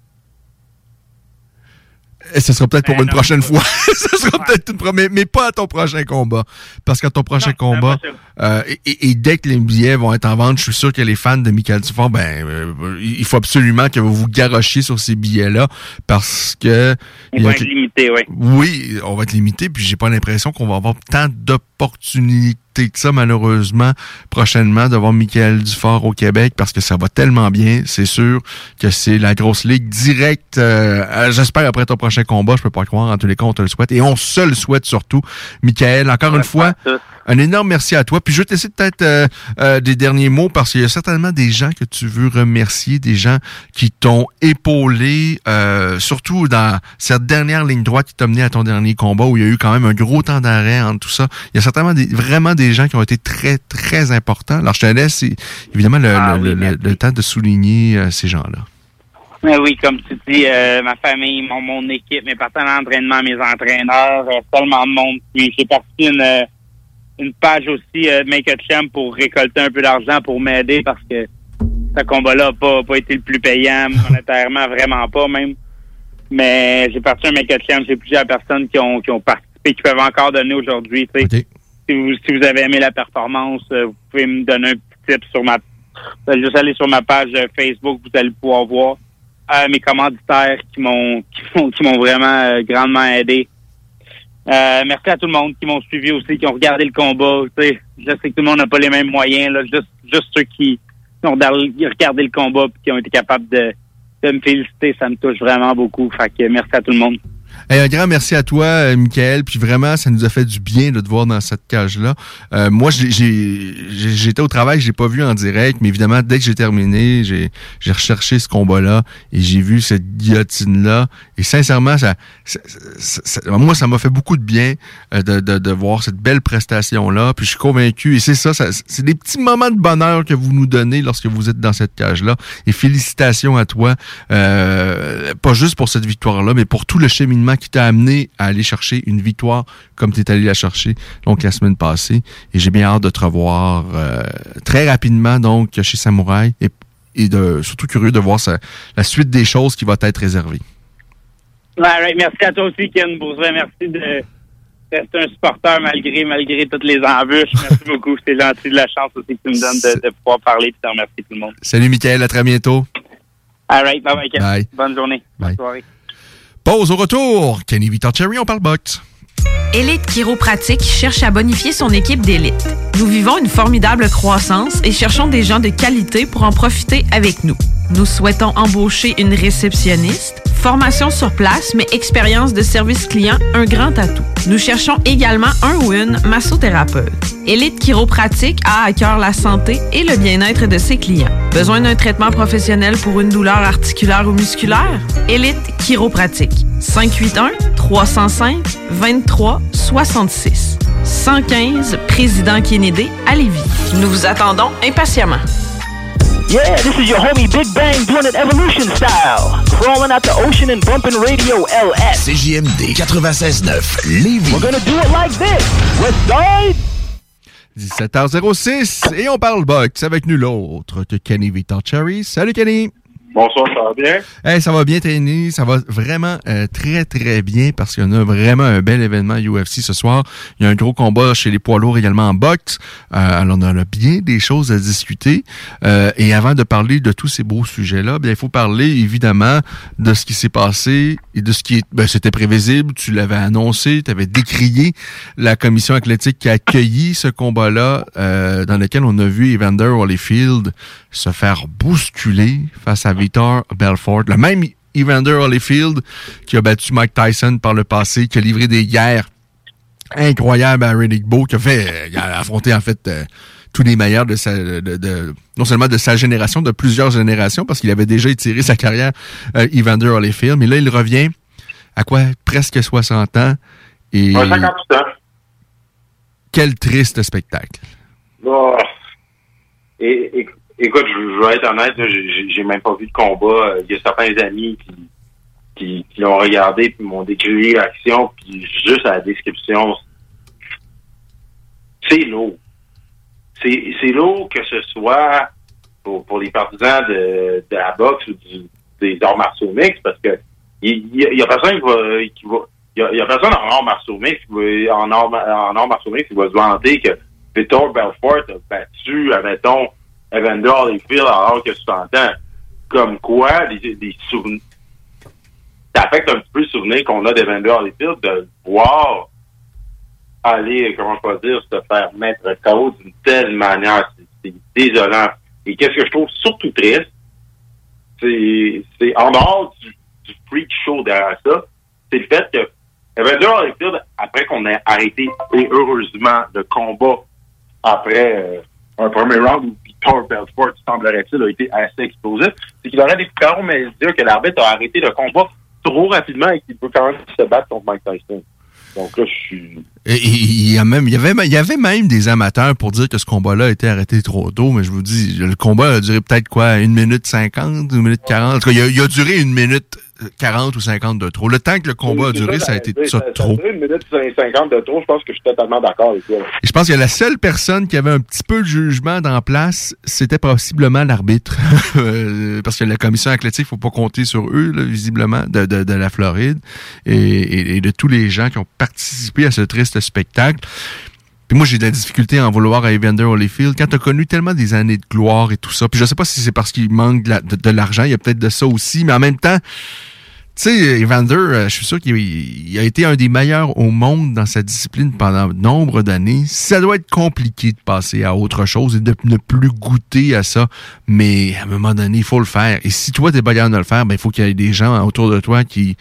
Ce sera peut-être pour une prochaine fois. Ce sera peut-être une première, mais pas à ton prochain combat. Parce qu'à ton prochain combat, et dès que les billets vont être en vente, je suis sûr que les fans de Michael Dufort, il faut absolument que vous vous garochiez sur ces billets-là, parce que... Ils vont être limités, oui. Oui, on va être limité, puis j'ai pas l'impression qu'on va avoir tant d'opportunités que ça, malheureusement, prochainement, de voir Michael Dufort au Québec, parce que ça va tellement bien. C'est sûr que c'est la grosse ligue directe. J'espère après ton prochain combat, je peux pas croire. En tous les cas, on te le souhaite. Et on se le souhaite surtout. Michael, encore une fois, un énorme merci à toi. Puis je vais te laisser peut-être des derniers mots, parce qu'il y a certainement des gens que tu veux remercier, des gens qui t'ont épaulé, surtout dans cette dernière ligne droite qui t'a mené à ton dernier combat, où il y a eu quand même un gros temps d'arrêt entre tout ça. Il y a certainement vraiment des gens qui ont été très, très importants. Alors, je te laisse, évidemment, le temps de souligner ces gens-là. Mais oui, comme tu dis, ma famille, mon équipe, mes partenaires d'entraînement, mes entraîneurs, tellement de monde. Puis j'ai parti une page aussi, Make a Champ, pour récolter un peu d'argent pour m'aider, parce que ce combat-là n'a pas été le plus payant, monétairement, vraiment pas même. Mais j'ai parti un Make a Champ, j'ai plusieurs personnes qui ont participé, qui peuvent encore donner aujourd'hui. Okay. Si vous avez aimé la performance, vous pouvez me donner un petit tip sur juste aller sur ma page Facebook, vous allez pouvoir voir mes commanditaires qui m'ont vraiment grandement aidé. Merci à tout le monde qui m'ont suivi aussi, qui ont regardé le combat. Je sais que tout le monde n'a pas les mêmes moyens, là, juste ceux qui ont regardé le combat et qui ont été capables de me féliciter, ça me touche vraiment beaucoup. Fait que merci à tout le monde. Hey, un grand merci à toi, Michael. Puis vraiment, ça nous a fait du bien de te voir dans cette cage-là. Moi, j'étais au travail, je l'ai pas vu en direct, mais évidemment, dès que j'ai terminé, j'ai recherché ce combat-là et j'ai vu cette guillotine-là. Et sincèrement, moi, ça m'a fait beaucoup de bien de voir cette belle prestation-là. Puis je suis convaincu, et c'est ça, c'est des petits moments de bonheur que vous nous donnez lorsque vous êtes dans cette cage-là. Et félicitations à toi, pas juste pour cette victoire-là, mais pour tout le cheminement qui t'a amené à aller chercher une victoire comme tu es allé la chercher donc la semaine passée. Et j'ai bien hâte de te revoir très rapidement donc chez Samouraï et surtout curieux de voir la suite des choses qui va t'être réservée. Ouais, merci à toi aussi, Ken Bourget. Merci de rester un supporter malgré toutes les embûches. Merci beaucoup. C'est gentil de la chance aussi que tu me donnes de pouvoir parler et de remercier tout le monde. Salut, Michael. À très bientôt. All right. Bye-bye, Ken. Bye. Bonne journée. Bye. Bonne soirée. Pause au retour. Kenny Vitorcherry, on parle boxe. Élite Chiropratique cherche à bonifier son équipe d'élite. Nous vivons une formidable croissance et cherchons des gens de qualité pour en profiter avec nous. Nous souhaitons embaucher une réceptionniste, formation sur place, mais expérience de service client, un grand atout. Nous cherchons également un ou une massothérapeute. Élite Chiropratique a à cœur la santé et le bien-être de ses clients. Besoin d'un traitement professionnel pour une douleur articulaire ou musculaire? Élite Chiropratique. 581-305-2366. 115 Président Kennedy à Lévis. Nous vous attendons impatiemment. Yeah, this is your homie Big Bang doing it evolution style. Crawling out the ocean and bumping radio LS. CJMD 96.9 Lévis. We're gonna do it like this. West Side. 17h06 et on parle boxe avec nul autre que Kenny Vitorcherry. Salut Kenny! Bonsoir, ça va bien? Hey, ça va bien, Kenny. Ça va vraiment très, très bien parce qu'on a vraiment un bel événement UFC ce soir. Il y a un gros combat chez les poids lourds également en boxe. Alors, on a bien des choses à discuter. Et avant de parler de tous ces beaux sujets-là, bien, il faut parler évidemment de ce qui s'est passé et de ce qui est... Ben, c'était prévisible. Tu l'avais annoncé, tu avais décrié la commission athlétique qui a accueilli ce combat-là dans lequel on a vu Evander Holyfield se faire bousculer face à Vitor Belfort, le même Evander Holyfield qui a battu Mike Tyson par le passé, qui a livré des guerres incroyable à Riddick Bowe qui a affronté en fait tous les meilleurs de non seulement de sa génération, de plusieurs générations, parce qu'il avait déjà étiré sa carrière Evander Holyfield, mais là il revient à quoi? Presque 60 ans. Et 58 ans. Quel triste spectacle. Oh. Écoute, je vais être honnête, là, j'ai même pas vu de combat. Il y a certains amis qui l'ont regardé puis m'ont décrit l'action, puis juste à la description, c'est lourd. C'est lourd que ce soit pour les partisans de la boxe ou des arts martiaux mixtes, parce que il y a personne qui va il y a personne en arts martiaux mixtes en arts martiaux mixtes qui va se vanter que Vitor Belfort a battu, admettons, Evander Holyfield alors que 60 ans. Comme quoi, des souvenirs. Ça affecte un petit peu le souvenir qu'on a d'Evander Holyfield de voir aller, comment je peux dire, se faire mettre KO d'une telle manière. C'est désolant. Et qu'est-ce que je trouve surtout triste, c'est en dehors du freak show derrière ça, c'est le fait que Evander Holyfield, après qu'on ait arrêté, et heureusement, le combat après un premier round où Vitor Belfort, semblerait-il, a été assez explosif, c'est qu'il aurait des coups mais dire que l'arbitre a arrêté le combat trop rapidement et qu'il peut quand même se battre contre Mike Tyson. Donc là, je suis... Il y avait même des amateurs pour dire que ce combat-là a été arrêté trop tôt, mais je vous dis, le combat a duré peut-être quoi, 1 minute 50, 1 minute 40. En tout cas, il a duré 1 minute 40 ou 50 de trop. Le temps que le combat a duré, ça a été ça de trop. 1 minute 50 de trop, je pense que je suis totalement d'accord avec toi. Et je pense que la seule personne qui avait un petit peu de jugement en place, c'était possiblement l'arbitre. Parce que la commission athlétique, il faut pas compter sur eux, là, visiblement, de la Floride et de tous les gens qui ont participé à ce triste spectacle. Puis moi, j'ai de la difficulté à en vouloir à Evander Holyfield. Quand t'as connu tellement des années de gloire et tout ça, puis je sais pas si c'est parce qu'il manque de l'argent, il y a peut-être de ça aussi, mais en même temps, tu sais, Evander, je suis sûr qu'il a été un des meilleurs au monde dans sa discipline pendant de nombre d'années. Ça doit être compliqué de passer à autre chose et de ne plus goûter à ça, mais à un moment donné, il faut le faire. Et si toi, t'es pas capable de le faire, ben il faut qu'il y ait des gens autour de toi qui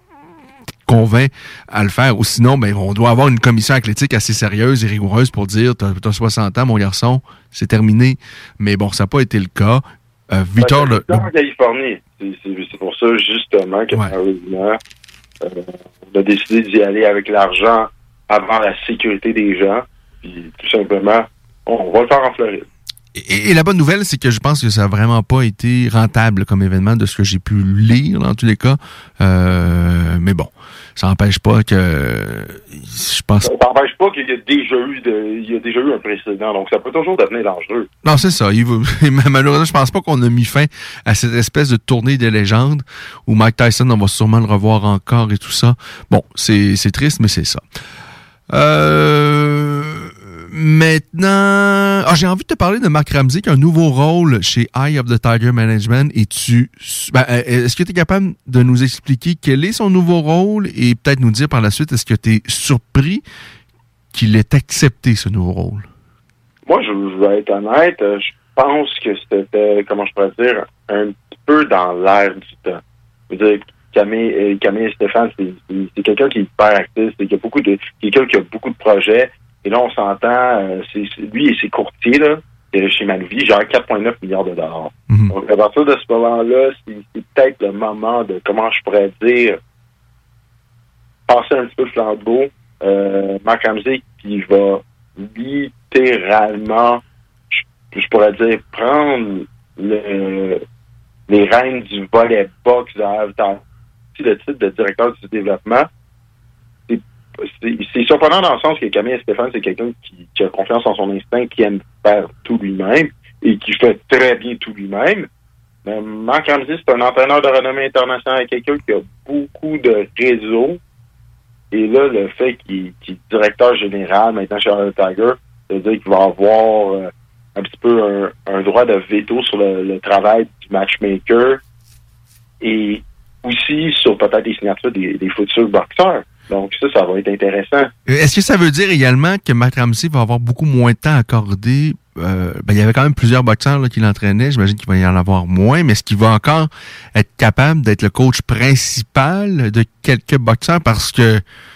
convainc à le faire, ou sinon, ben, on doit avoir une commission athlétique assez sérieuse et rigoureuse pour dire, t'as 60 ans, mon garçon, c'est terminé. Mais bon, ça n'a pas été le cas. Vitor... en Californie. C'est pour ça, justement, que malheureusement, on a décidé d'y aller avec l'argent avant la sécurité des gens. Puis, tout simplement, on va le faire en Floride. Et la bonne nouvelle, c'est que je pense que ça n'a vraiment pas été rentable comme événement de ce que j'ai pu lire, dans tous les cas. Mais bon, ça n'empêche pas que... je pense. Ça n'empêche pas qu'il y a déjà eu un précédent, donc ça peut toujours devenir dangereux. Non, c'est ça. Malheureusement, je pense pas qu'on a mis fin à cette espèce de tournée des légendes où Mike Tyson, on va sûrement le revoir encore et tout ça. Bon, c'est triste, mais c'est ça. Maintenant, j'ai envie de te parler de Mark Ramsey qui a un nouveau rôle chez Eye of the Tiger Management. Et est-ce que tu es capable de nous expliquer quel est son nouveau rôle et peut-être nous dire par la suite, est-ce que tu es surpris qu'il ait accepté ce nouveau rôle? Moi, je vais être honnête, je pense que c'était, comment je pourrais dire, un petit peu dans l'air du temps. Je veux dire, Camille Stéphane, c'est quelqu'un qui est hyper actif, c'est quelqu'un qui a beaucoup de projets. Et là, on s'entend, lui et ses courtiers, là, chez Malvie, gèrent 4,9 milliards de dollars. Mm-hmm. Donc, à partir de ce moment-là, c'est peut-être le moment de, comment je pourrais dire, passer un petit peu le flambeau. Mark Ramsey qui va littéralement, je pourrais dire, prendre les rênes du volet box dans le titre de directeur du développement. C'est surprenant dans le sens que Camille Stéphane, c'est quelqu'un qui a confiance en son instinct, qui aime faire tout lui-même et qui fait très bien tout lui-même. Mais Mark Ramsey, c'est un entraîneur de renommée internationale, quelqu'un qui a beaucoup de réseaux. Et là, le fait qu'il est directeur général maintenant chez Eye of the Tiger, ça veut dire qu'il va avoir un petit peu un droit de veto sur le travail du matchmaker et aussi sur peut-être les signatures des futurs boxeurs. Donc ça va être intéressant. Est-ce que ça veut dire également que Mark Ramsey va avoir beaucoup moins de temps accordé? Il y avait quand même plusieurs boxeurs là, qui l'entraînaient. J'imagine qu'il va y en avoir moins, mais est-ce qu'il va encore être capable d'être le coach principal de quelques boxeurs? Parce que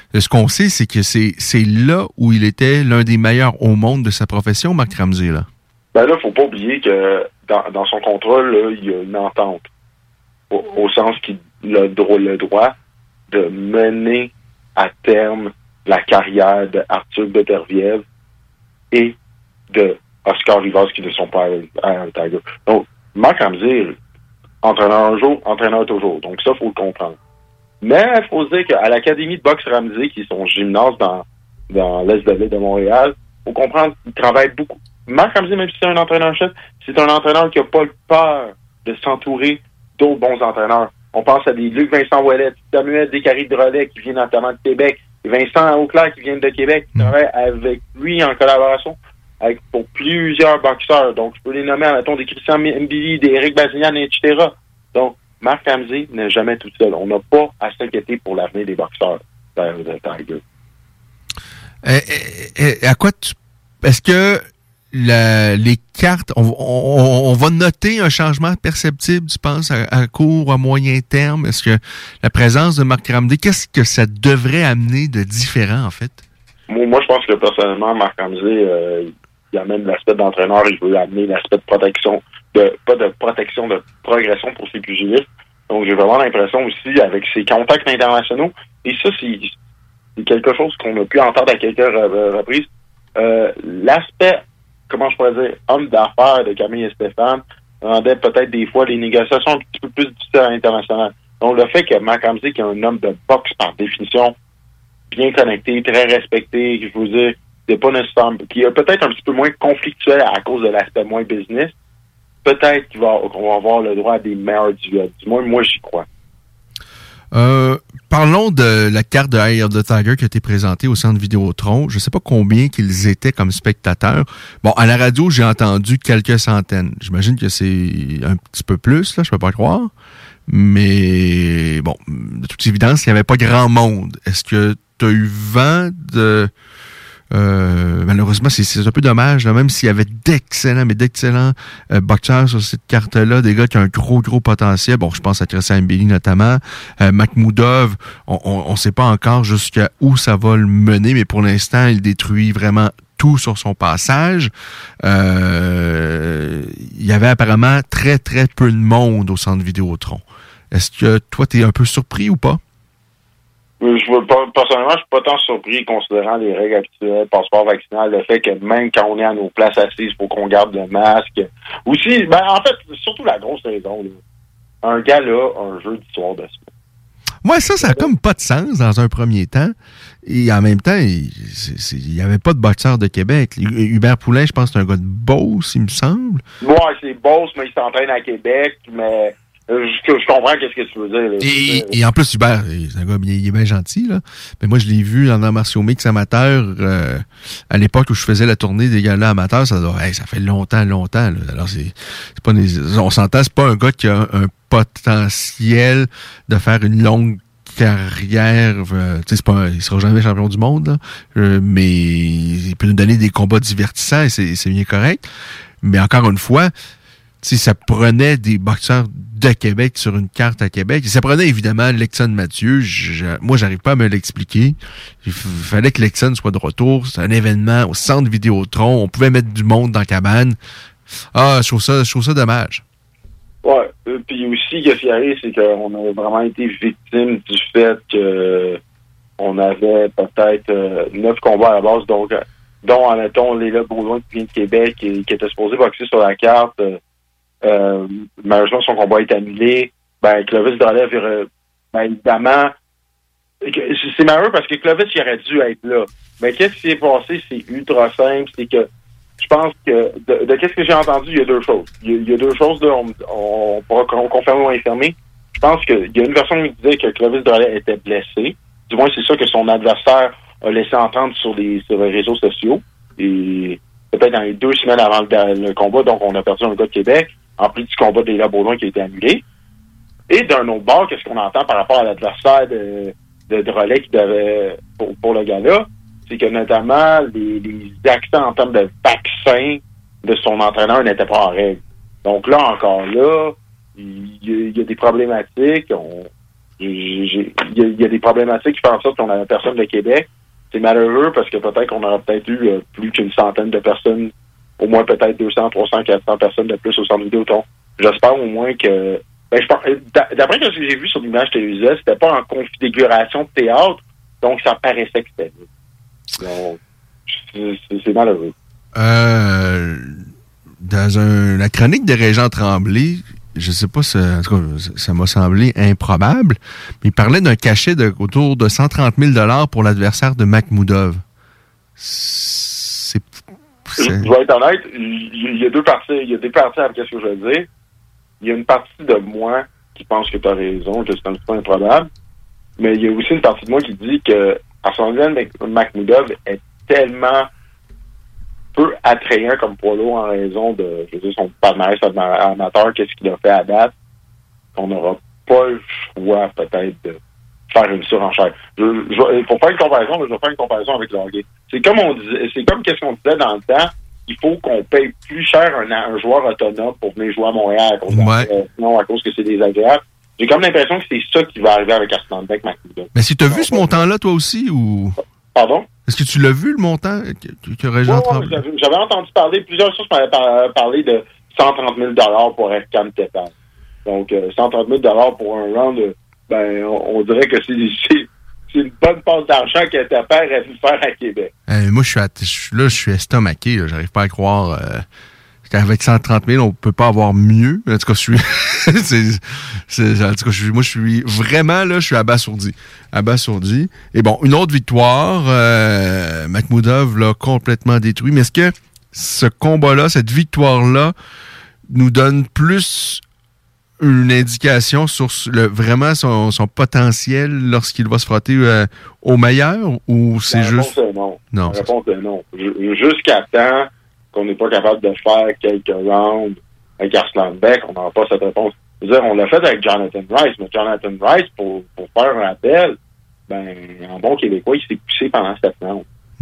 ce qu'on sait, c'est que c'est là où il était l'un des meilleurs au monde de sa profession, Mark Ramsey, là. Ben là, faut pas oublier que dans son contrat, là, il y a une entente. Au sens qu'il a le droit de mener à terme la carrière de Arthur Beterbiev et de Oscar Rivas qui ne sont pas à Tiger. Donc, Mark Ramsey, entraîneur un jour, entraîneur toujours. Donc ça, faut le comprendre. Mais il faut se dire qu'à l'Académie de boxe Ramsey, qui est son gymnase dans l'Est de l'île de Montréal, faut comprendre qu'il travaille beaucoup. Mark Ramsey, même si c'est un entraîneur-chef, c'est un entraîneur qui n'a pas peur de s'entourer d'autres bons entraîneurs. On pense à des Luc Vincent Ouellet, Samuel Descaries-Drolet qui vient notamment de Québec, Vincent Auclair qui vient de Québec, qui travaille avec lui en collaboration pour plusieurs boxeurs. Donc, je peux les nommer, mettons, des Christian Mbili, des Eric Bazignan, etc. Donc, Mark Ramsey n'est jamais tout seul. On n'a pas à s'inquiéter pour l'avenir des boxeurs de Tiger. À quoi est-ce que les cartes, on va noter un changement perceptible, tu penses, à court ou à moyen terme? Est-ce que la présence de Mark Ramsey, qu'est-ce que ça devrait amener de différent, en fait? Moi, je pense que personnellement, Mark Ramsey, il amène l'aspect d'entraîneur, il veut amener l'aspect de protection, pas de protection, de progression pour ses pugilistes. Donc, j'ai vraiment l'impression aussi, avec ses contacts internationaux, et ça, c'est quelque chose qu'on a pu entendre à quelques reprises, l'aspect, comment je pourrais dire, homme d'affaires de Camille et Stéphane rendait peut-être des fois les négociations un petit peu plus difficiles à l'international. Donc, le fait que Mark Ramsey, qui est un homme de boxe par définition, bien connecté, très respecté, je veux dire, c'est pas nécessairement, qui est peut-être un petit peu moins conflictuel à cause de l'aspect moins business, peut-être qu'on va avoir le droit à des meilleurs duels. Du moins, moi, j'y crois. Parlons de la carte de Eye of the Tiger qui a été présentée au Centre Vidéotron. Je ne sais pas combien qu'ils étaient comme spectateurs. Bon, à la radio, j'ai entendu quelques centaines. J'imagine que c'est un petit peu plus, là, je peux pas croire. Mais bon, de toute évidence, il n'y avait pas grand monde. Est-ce que tu as eu vent de... malheureusement, c'est un peu dommage, là, même s'il y avait d'excellents boxeurs sur cette carte-là, des gars qui ont un gros potentiel. Bon, je pense à Christian Mbili notamment. Makhmoudov, on sait pas encore jusqu'à où ça va le mener, mais pour l'instant, il détruit vraiment tout sur son passage. Il y avait apparemment très peu de monde au Centre Vidéotron. Est-ce que toi, t'es un peu surpris ou pas? Personnellement, je suis pas tant surpris considérant les règles actuelles, passeport vaccinal, le fait que même quand on est à nos places assises, il faut qu'on garde le masque. Aussi, en fait, surtout la grosse raison, là. Un gars là, un jeu d'histoire de semaine. Moi, ça a comme pas de sens dans un premier temps. Et en même temps, il y avait pas de boxeur de Québec. Hubert Poulain, je pense que c'est un gars de Beauce, il me semble. Ouais, c'est Beauce, mais il s'entraîne à Québec, mais... Je comprends qu'est-ce que tu veux dire. Là. Et en plus, Hubert, c'est un gars, il est bien gentil, là. Mais moi, je l'ai vu dans Martiaux Mix amateur à l'époque où je faisais la tournée des galas amateurs. Ça fait longtemps, là. Alors, c'est pas on s'entend, c'est pas un gars qui a un potentiel de faire une longue carrière. Tu sais, il sera jamais champion du monde, là. Mais il peut nous donner des combats divertissants et c'est bien correct. Mais encore une fois, si ça prenait des boxeurs de Québec sur une carte à Québec, et ça prenait évidemment Lexon Mathieu. Moi, j'arrive pas à me l'expliquer. Il fallait que Lexon soit de retour. C'est un événement au Centre Vidéotron. On pouvait mettre du monde dans la cabane. Ah, je trouve ça dommage. Ouais. Puis aussi, ce qui arrive, c'est qu'on a vraiment été victime du fait que on avait peut-être 9 combats à la base, dont admettons, Léla Baudouin qui vient de Québec et qui était supposé boxer sur la carte. Malheureusement, son combat est annulé. Clovis Drolet, évidemment, c'est malheureux parce que Clovis, il aurait dû être là. Mais qu'est-ce qui s'est passé? C'est ultra simple. C'est que je pense que de qu'est-ce que j'ai entendu, il y a deux choses. Il y a deux choses, là, on pourra confirmer ou infirmer. Je pense qu'il y a une version qui disait que Clovis Drolet était blessé. Du moins, c'est ça que son adversaire a laissé entendre sur les réseaux sociaux. Et peut-être dans les 2 semaines avant le combat, donc on a perdu un gars de Québec, en plus du combat de Léla Baudouin qui a été annulé. Et d'un autre bord, qu'est-ce qu'on entend par rapport à l'adversaire de Drolet qui devait pour le gars-là, c'est que notamment les accents en termes de vaccin de son entraîneur n'étaient pas en règle. Donc là, encore là, il y a des problématiques. il y a des problématiques qui font en sorte qu'on a personne de Québec. C'est malheureux parce que peut-être qu'on aurait peut-être eu plus qu'une centaine de personnes, au moins peut-être 200, 300, 400 personnes de plus au centre Vidéotron. J'espère au moins que... d'après ce que j'ai vu sur l'image télévisée, c'était pas en configuration de théâtre, donc ça paraissait que c'était mieux. Donc, c'est malheureux. Dans la chronique de Régent Tremblay, je sais pas, en tout cas, ça m'a semblé improbable, mais il parlait d'un cachet autour de 130 000 $ pour l'adversaire de Makhmoudov. Je vais être honnête, il y a deux parties. Il y a des parties avec ce que je veux dire. Il y a une partie de moi qui pense que tu as raison, que c'est un petit peu improbable, mais il y a aussi une partie de moi qui dit que Arslan Makhmoudov est tellement peu attrayant comme poids lourd en raison de, je veux dire, son palmarès amateur, qu'est-ce qu'il a fait à date, qu'on n'aura pas le choix peut-être de faire une surenchère. Pour faire une comparaison, je vais faire une comparaison avec le hockey. C'est comme qu'est-ce qu'on disait dans le temps, il faut qu'on paye plus cher un joueur autonome pour venir jouer à Montréal à cause sinon à cause que c'est désagréable. J'ai comme l'impression que c'est ça qui va arriver avec Arslanbek Makhmoudov. Mais si tu as vu ce montant-là, toi aussi, ou... Pardon? Est-ce que tu l'as vu, le montant que Régent Tremblay? J'avais entendu plusieurs sources m'avaient parlé de 130 000 $ pour Erkan Tepan. Donc, 130 000 $ pour un round, on dirait que c'est une bonne passe d'argent que Tepan a vu faire à Québec. Moi, je suis estomaqué. Là. J'arrive pas à croire qu'avec 130 000, on peut pas avoir mieux. En tout cas, je suis vraiment, là, je suis abasourdi. Et bon, une autre victoire, Makhmoudov l'a complètement détruit. Mais est-ce que ce combat-là, cette victoire-là, nous donne plus une indication sur vraiment son potentiel lorsqu'il va se frotter au meilleur, ou c'est juste... La réponse est non. Jusqu'à temps qu'on n'est pas capable de faire quelques rounds avec Arslanbek, on n'aura pas cette réponse. Je veux dire, on l'a fait avec Jonathan Rice, mais Jonathan Rice, pour faire un appel, en bon québécois, il s'est poussé pendant 7 rounds.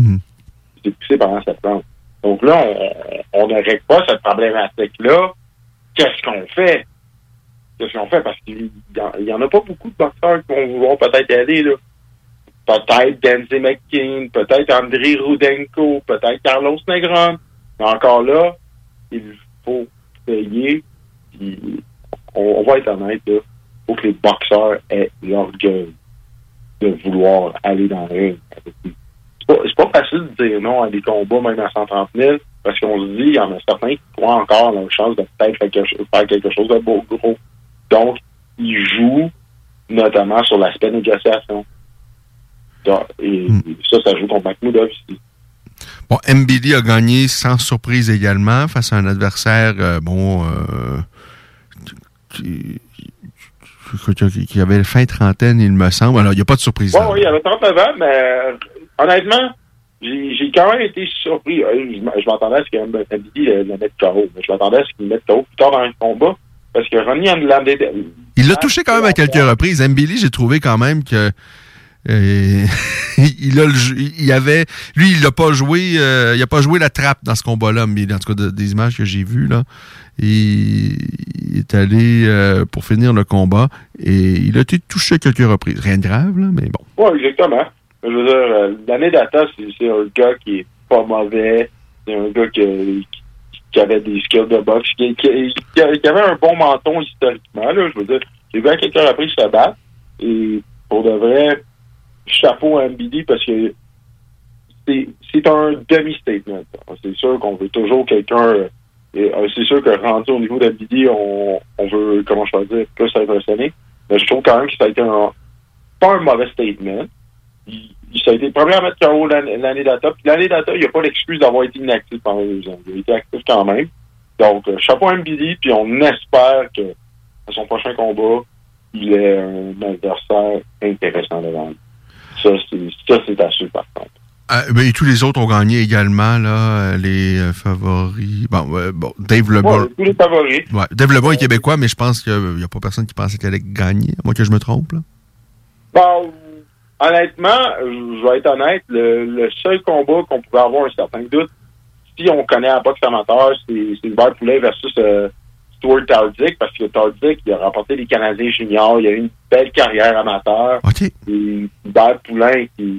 Donc là, on ne règle pas cette problématique-là. Qu'est-ce qu'on fait? Parce qu'il y en a pas beaucoup de boxeurs qui vont vouloir peut-être y aller, là. Peut-être Denzel McKean, peut-être Andriy Rudenko, peut-être Carlos Negron. Mais encore là, il faut payer. Puis on va être honnête, là. Il faut que les boxeurs aient l'orgueil de vouloir aller dans le ring. C'est pas facile de dire non à des combats, même à 130 000, parce qu'on se dit, il y en a certains qui croient encore dans la chance de peut-être faire quelque chose de beau gros. Donc, ils jouent notamment sur l'aspect négociation. Et ça joue contre Makhmoudov aussi. Bon, MBD a gagné sans surprise également face à un adversaire, qui avait fin trentaine, il me semble. Alors, il n'y a pas de surprise. Oui, il avait 39 ans, mais honnêtement, j'ai quand même été surpris. Je m'attendais à ce qu'MBD le mette KO. Je m'attendais à ce qu'il le mette KO plus tard dans le combat. Parce que Ronnie Andeland... Il l'a touché quand même à quelques reprises. Mbili, j'ai trouvé quand même que... il n'a pas joué la trappe dans ce combat-là, mais en tout cas des images que j'ai vues là, il est allé pour finir le combat et il a été touché à quelques reprises. Rien de grave, là, mais bon. Oui, exactement. Je veux dire, l'année d'Ata, c'est un gars qui est pas mauvais, c'est un gars qui avait des skills de boxe, qui avait un bon menton historiquement, là, je veux dire. J'ai vu à quelques reprises se battre et pour de vrai, chapeau à MBD parce que c'est un demi-statement. C'est sûr qu'on veut toujours quelqu'un. C'est sûr que rendu au niveau d'MBD, on veut, comment je peux dire, plus impressionné. Mais je trouve quand même que ça a été pas un mauvais statement. Ça a été le premier à mettre KO l'année d'Ata. Puis l'année d'Ata, il n'y a pas l'excuse d'avoir été inactif pendant 2 ans. Il a été actif quand même. Donc, chapeau à MBD, puis on espère que à son prochain combat, il est un adversaire intéressant devant lui. Ça, c'est à suivre, par contre. Et tous les autres ont gagné également, là, les favoris. Dave Lebon. Ouais, tous les favoris. Ouais, Dave Lebon est québécois, mais je pense qu'il n'y a pas personne qui pensait qu'il allait gagner, à moins que je me trompe, là. Bon, honnêtement, je vais être honnête, le seul combat qu'on pouvait avoir un certain doute, si on connaît la boxe amateur, c'est Hubert Poulet versus Stuart Tardyck, parce que Tardyck, il a remporté les Canadiens juniors, il a eu une belle carrière amateur. OK. Et Hubert Poulain qui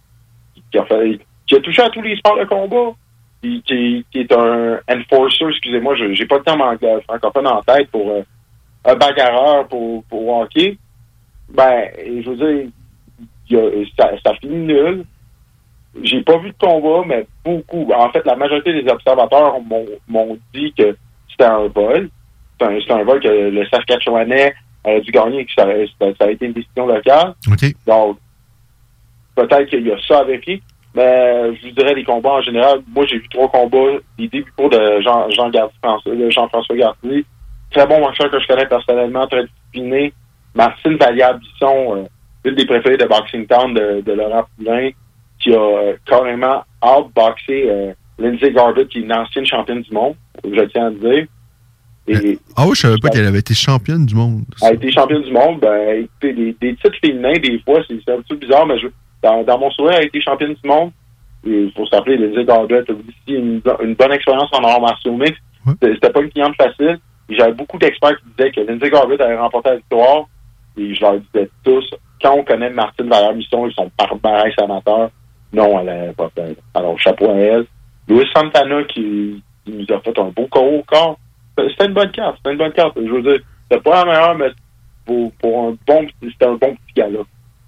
a touché à tous les sports de combat, qui est un enforcer, excusez-moi, j'ai pas le terme francophone en tête pour un bagarreur pour hockey. Ben, je veux dire, ça finit nul. J'ai pas vu de combat, mais beaucoup. En fait, la majorité des observateurs m'ont dit que c'était un vol. C'est un vol que le Saskatchewanais a dû gagner et que ça a été une décision locale. OK. Donc, peut-être qu'il y a ça à vérifier. Mais je vous dirais les combats en général. Moi, j'ai vu 3 combats. Les débuts de Jean-François Gardy. Très bon marcheur que je connais personnellement, très discipliné. Martine Vallière-Bisson, l'une des préférées de Boxing Town de Laurent Poulain, qui a carrément outboxé Lindsay Garbett, qui est une ancienne championne du monde, je tiens à le dire. Et, oui, je savais pas qu'elle avait été championne du monde. Elle a été championne du monde. Ben, écoutez, des titres féminins, des fois, c'est un petit peu bizarre, mais dans mon souhait, elle a été championne du monde. Il faut se rappeler, Lindsay Garbett a aussi une bonne expérience en arts martiaux mixtes. Ouais. C'était pas une cliente facile. J'avais beaucoup d'experts qui disaient que Lindsay Garbett avait remporté la victoire. Et je leur disais tous, quand on connaît Martine Vallière-Bisson, ils sont palmarès amateurs. Non, elle n'avait pas fait. Alors, chapeau à elle. Louis Santana qui nous a fait un beau corps au corps. C'était une bonne carte. Je veux dire, c'était pas la meilleure, mais c'était un bon petit gars-là.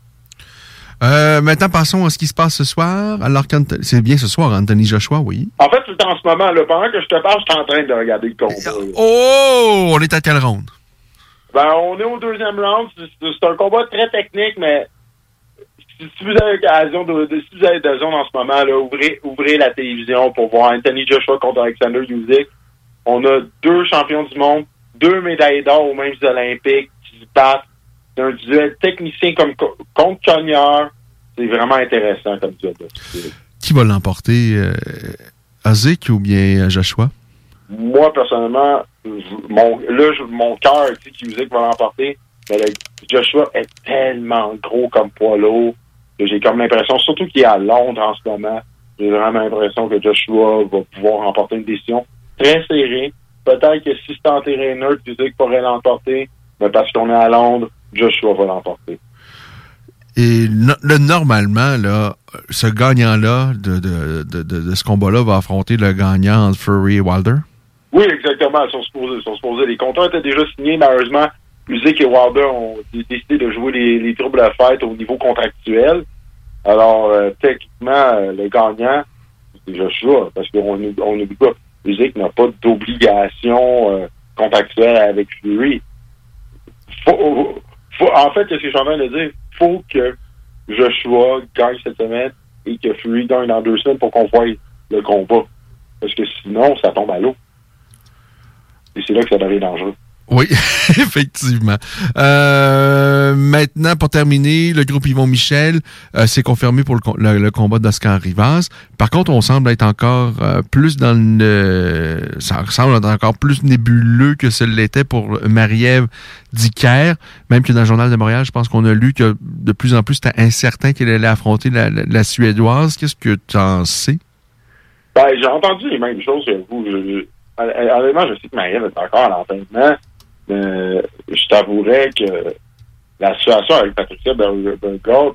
Maintenant, passons à ce qui se passe ce soir. Alors, c'est bien ce soir, Anthony Joshua, oui. En fait, c'est en ce moment, là, pendant que je te parle, je suis en train de regarder le combat. Oh! On est à quel round? Ben, on est au 2e round. C'est un combat très technique, mais si vous avez l'occasion si vous avez besoin en ce moment, là, ouvrez la télévision pour voir Anthony Joshua contre Alexander Usyk. On a 2 champions du monde, 2 médailles d'or aux mêmes Olympiques qui se battent. C'est un duel technicien contre cogneur. C'est vraiment intéressant comme duel. Qui va l'emporter? Usyk ou bien Joshua? Moi, personnellement, mon cœur dit qu'Usyk va l'emporter. Mais Joshua est tellement gros comme poids lourd que j'ai comme l'impression, surtout qu'il est à Londres en ce moment, j'ai vraiment l'impression que Joshua va pouvoir remporter une décision très serrée. Peut-être que si c'est en terrain neutre, Usyk pourrait l'emporter, mais parce qu'on est à Londres, Joshua va l'emporter. Et normalement, là, ce gagnant-là de ce combat-là va affronter le gagnant entre Fury et Wilder? Oui, exactement. Ils sont supposés. Les contrats étaient déjà signés. Malheureusement, Usyk et Wilder ont décidé de jouer les troubles à fête au niveau contractuel. Alors, techniquement, le gagnant, c'est Joshua, parce qu'on n'oublie pas, Usyk n'a pas d'obligation contractuelle avec Fury. En fait, qu'est-ce que je suis en train de dire? Faut que Joshua gagne cette semaine et que Fury gagne dans 2 semaines pour qu'on voie le combat. Parce que sinon, ça tombe à l'eau. Et c'est là que ça devient dangereux. Oui, effectivement. Maintenant, pour terminer, le groupe Yvon Michel s'est confirmé pour le combat d'Oscar Rivas. Par contre, on semble être encore plus dans ça semble être encore plus nébuleux que ce l'était pour Marie-Ève Dicker. Même que dans le Journal de Montréal, je pense qu'on a lu que de plus en plus, c'était incertain qu'elle allait affronter la Suédoise. Qu'est-ce que tu en sais? Ben, j'ai entendu les mêmes choses que vous. Honnêtement, je sais que Marie-Ève est encore à l'entraînement. Je t'avouerais que la situation avec Patricia Berghoff,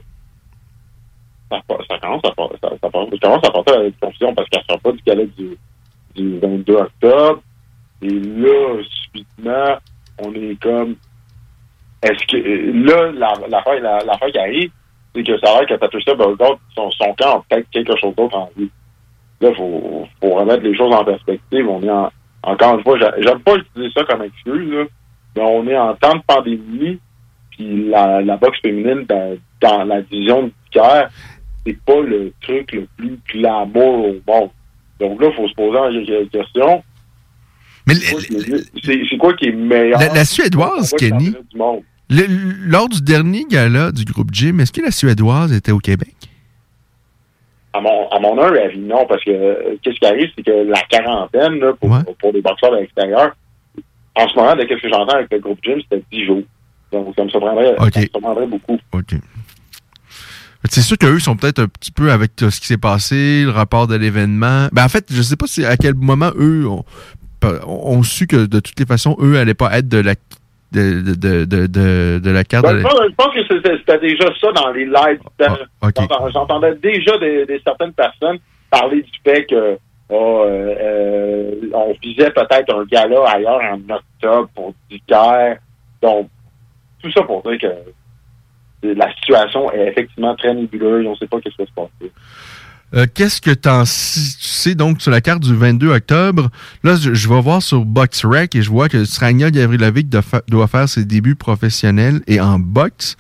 ça commence à porter la confusion parce qu'elle ne sera pas du gala du 22 octobre. Et là, subitement, on est comme... Est-ce que... Là, l'affaire qui arrive, c'est que ça a l'air que Patricia Berghoff, son camp a peut-être quelque chose d'autre en vue. Là, il faut remettre les choses en perspective. On est encore une fois, j'aime pas utiliser ça comme excuse, là, mais on est en temps de pandémie, puis la boxe féminine dans la division du Caire, c'est pas le truc le plus glamour au monde. Donc là, il faut se poser la question. Mais c'est quoi qui est meilleur? La Suédoise, Kenny, lors du dernier gala du groupe Gym, est-ce que la Suédoise était au Québec? À mon humble avis, non, parce que qu'est-ce qui arrive, c'est que la quarantaine, là, pour les boxeurs de l'extérieur, en ce moment, de ce que j'entends avec le groupe Gym, c'était 10 jours. Donc, ça me surprendrait, beaucoup. OK. C'est sûr qu'eux sont peut-être un petit peu avec ce qui s'est passé, le rapport de l'événement. Ben, en fait, je sais pas à quel moment eux on su que de toutes les façons, eux allaient pas être de la carte. Je pense que c'était déjà ça dans les lives. Okay. J'entendais déjà des certaines personnes parler du fait que on visait peut-être un gala ailleurs en octobre pour Dicker. Donc, tout ça pour dire que la situation est effectivement très nébuleuse. On ne sait pas ce qui va se passer. Qu'est-ce que tu sais donc sur la carte du 22 octobre? Là, je vais voir sur BoxRec et je vois que Srania Gavrilovic doit faire ses débuts professionnels et en boxe.